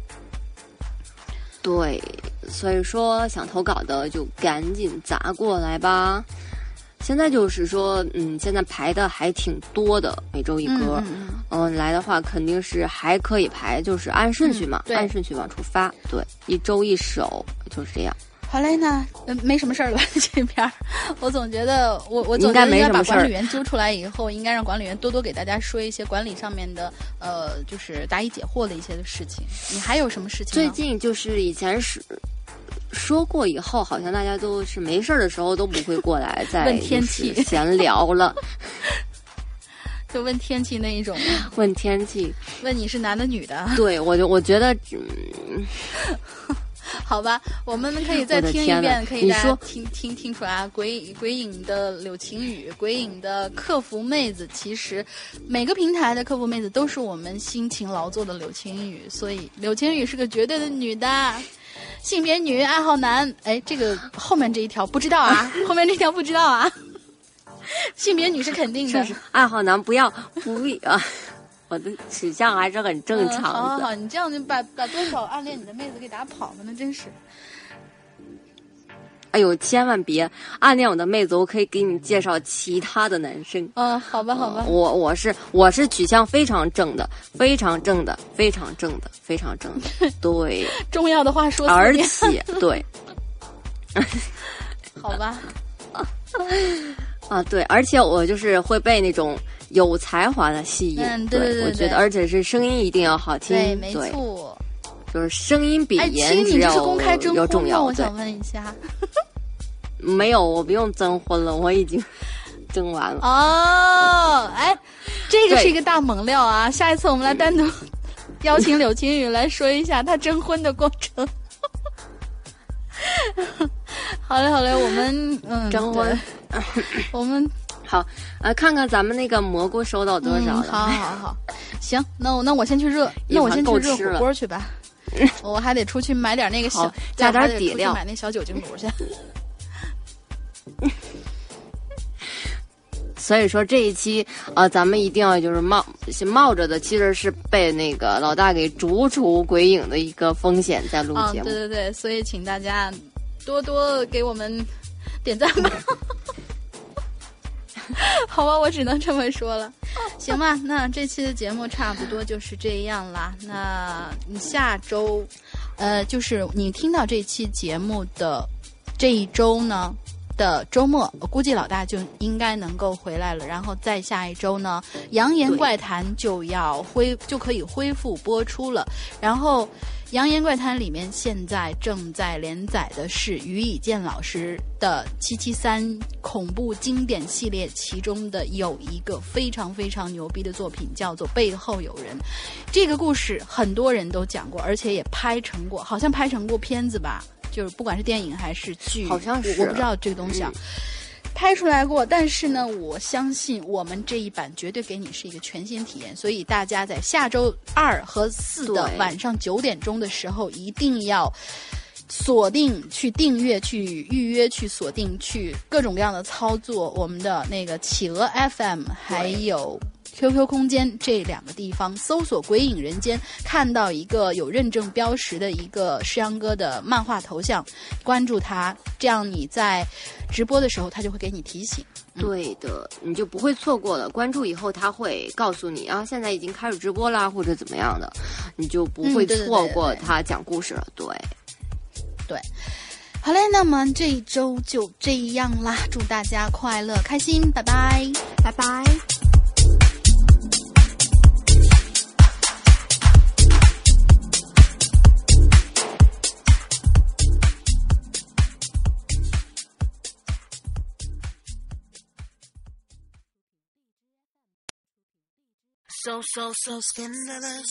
对，所以说想投稿的就赶紧砸过来吧。现在就是说，现在排的还挺多的，每周一歌。来的话肯定是还可以排，就是按顺序嘛，按顺序往出发。对，一周一首就是这样。 好嘞，那没什么事儿了。这边我总觉得，我总觉得应该把管理员揪出来以后，应该让管理员多给大家说一些管理上面的，就是答疑解惑的一些的事情。你还有什么事情？ 最近就是以前说过以后，好像大家都是没事的时候都不会过来再问天气闲聊了， 就问天气那一种。 问天气， 问你是男的女的？ 对，我觉得。 好吧，我们可以再听一遍，可以大家听出来啊。鬼影的柳晴雨，鬼影的客服妹子，其实每个平台的客服妹子都是我们辛勤劳作的柳晴雨，所以柳晴雨是个绝对的女的。性别女，爱好男，这个后面这一条不知道啊，后面这条不知道啊。性别女是肯定的， 是爱好男不要啊。 我的取向还是很正常的。 好好好，你这样就把多少暗恋你的妹子给打跑了，那真是。 哎呦，千万别暗恋我的妹子，我可以给你介绍其他的男生。 好吧，好吧。 我是取向非常正的，非常正的，非常正的，非常正的。对， 重要的话说。 而且对， 好吧。 对，而且我就是会被那种有才华的吸引。 对， 我觉得，而且是声音一定要好听。 对，没错。 就是声音比颜值要重要。 我想问一下。 没有，我不用征婚了，我已经征完了。 这个是一个大猛料啊！下一次我们来单独邀请柳青雨来说一下他征婚的过程。好嘞，我们征婚， 我们好看看咱们那个蘑菇收到多少了。 好，行，那我先去热火锅去吧。我还得出去买点那个小， 加点底料， 买那小酒精炉去。 所以说这一期咱们一定要就是冒着的其实是被那个老大给逐出鬼影的一个风险在录节目。 对，所以请大家多多给我们点赞吧。好吧，我只能这么说了。行吧，那这期的节目差不多就是这样啦。那你下周就是你听到这期节目的这一周呢的周末，我估计老大就应该能够回来了。然后再下一周呢，扬言怪谈就可以恢复播出了。然后扬言怪谈里面现在正在连载的是于以健老师的773恐怖经典系列，其中的有一个非常非常牛逼的作品叫做《背后有人》。这个故事很多人都讲过，而且也拍成过，好像拍成过片子吧，就是不管是电影还是剧， 好像是我不知道这个东西拍出来过。但是呢，我相信我们这一版绝对给你是一个全新体验，所以大家在下周2和4的晚上9点钟的时候一定要锁定去订阅去预约去锁定去各种各样的操作我们的那个企鹅 FM 还有QQ 空间这2个地方，搜索鬼影人间，看到一个有认证标识的一个诗阳哥的漫画头像，关注他，这样你在直播的时候他就会给你提醒。 对的，你就不会错过了。关注以后他会告诉你现在已经开始直播啦，或者怎么样的，你就不会错过他讲故事了。对， 好嘞，那么这一周就这样啦，祝大家快乐开心，拜拜， 拜拜。 So scandalous.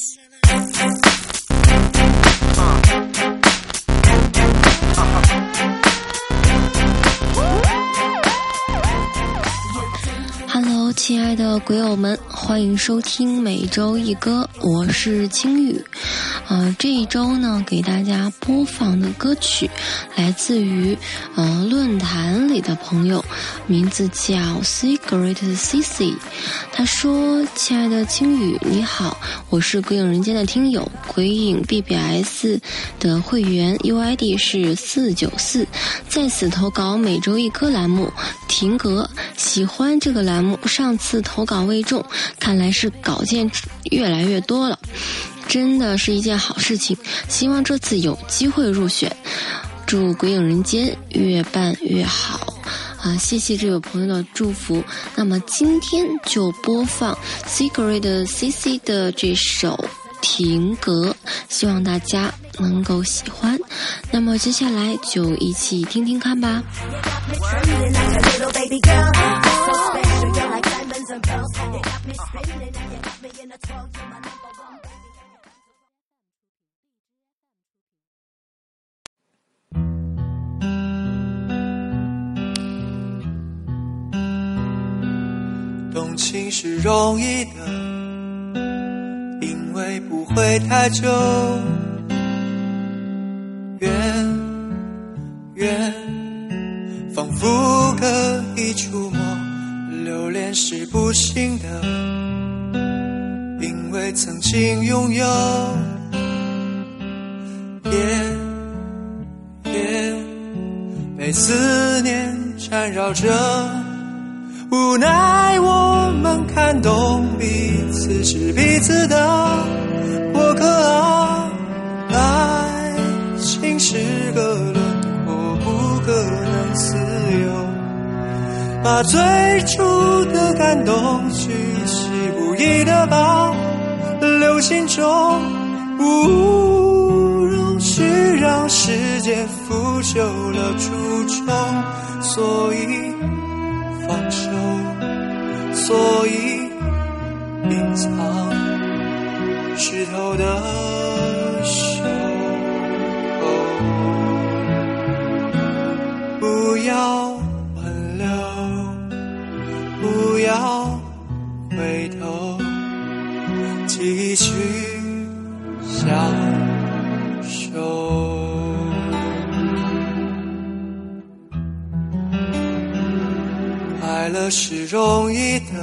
Hello， 亲爱的鬼友们，欢迎收听每周一歌，我是青雨。这一周呢，给大家播放的歌曲来自于论坛里的朋友，名字叫 Secret CC。他说：“亲爱的青雨，你好，我是鬼影人间的听友，鬼影 BBS 的会员 UID 是494，在此投稿每周一歌栏目，停格，喜欢这个栏目，上次投稿未中，看来是稿件越来越多了。”真的是一件好事情，希望这次有机会入选，祝鬼影人间越办越好谢谢这位朋友的祝福。那么今天就播放 Secret CC 的这首停格，希望大家能够喜欢。那么接下来就一起听听看吧。 动情是容易的，因为不会太久。远仿佛可以触摸，留恋是不行的，因为为曾经拥有，被思念缠绕着，无奈我们看懂彼此是彼此的过客啊，爱情是个轮廓，不可能自由，把最初的感动巨细无遗的保留心中，不容许让时间腐朽了初衷，所以放手，所以隐藏湿透的手，不要挽留，不要回头，继续相守。快乐是容易的，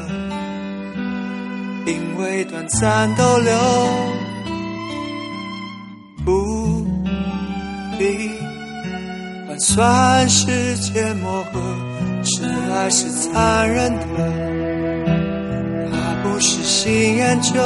因为短暂逗留，不必换算时间磨合，真爱是残忍的，它不是新研究，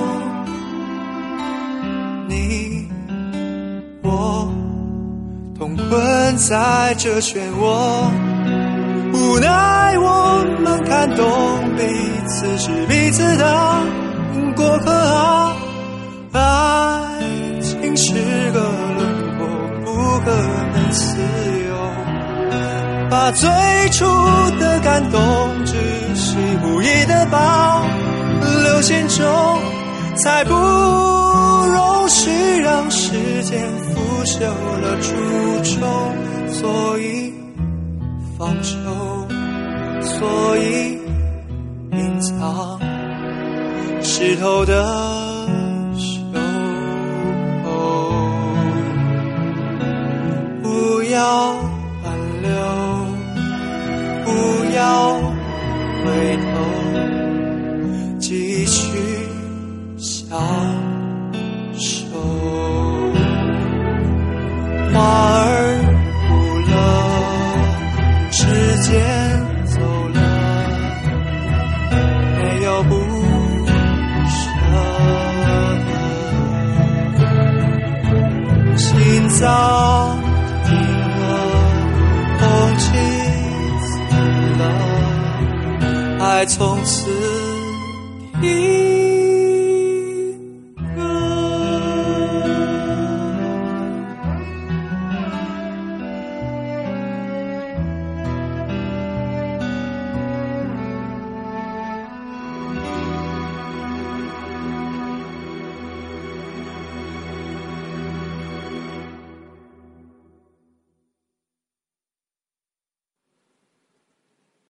你我同困在这漩涡，无奈我们看懂彼此是彼此的过客啊，爱情是个轮廓，不可能自由，把最初的感动只细无遗的保留心中，才不容许让时间腐朽了初衷，所以放手，所以隐藏湿透的手，不要挽留，不要回头，继续相守。花儿枯了，时间走了，没有不舍的，心脏停了，空气死了，爱从此停。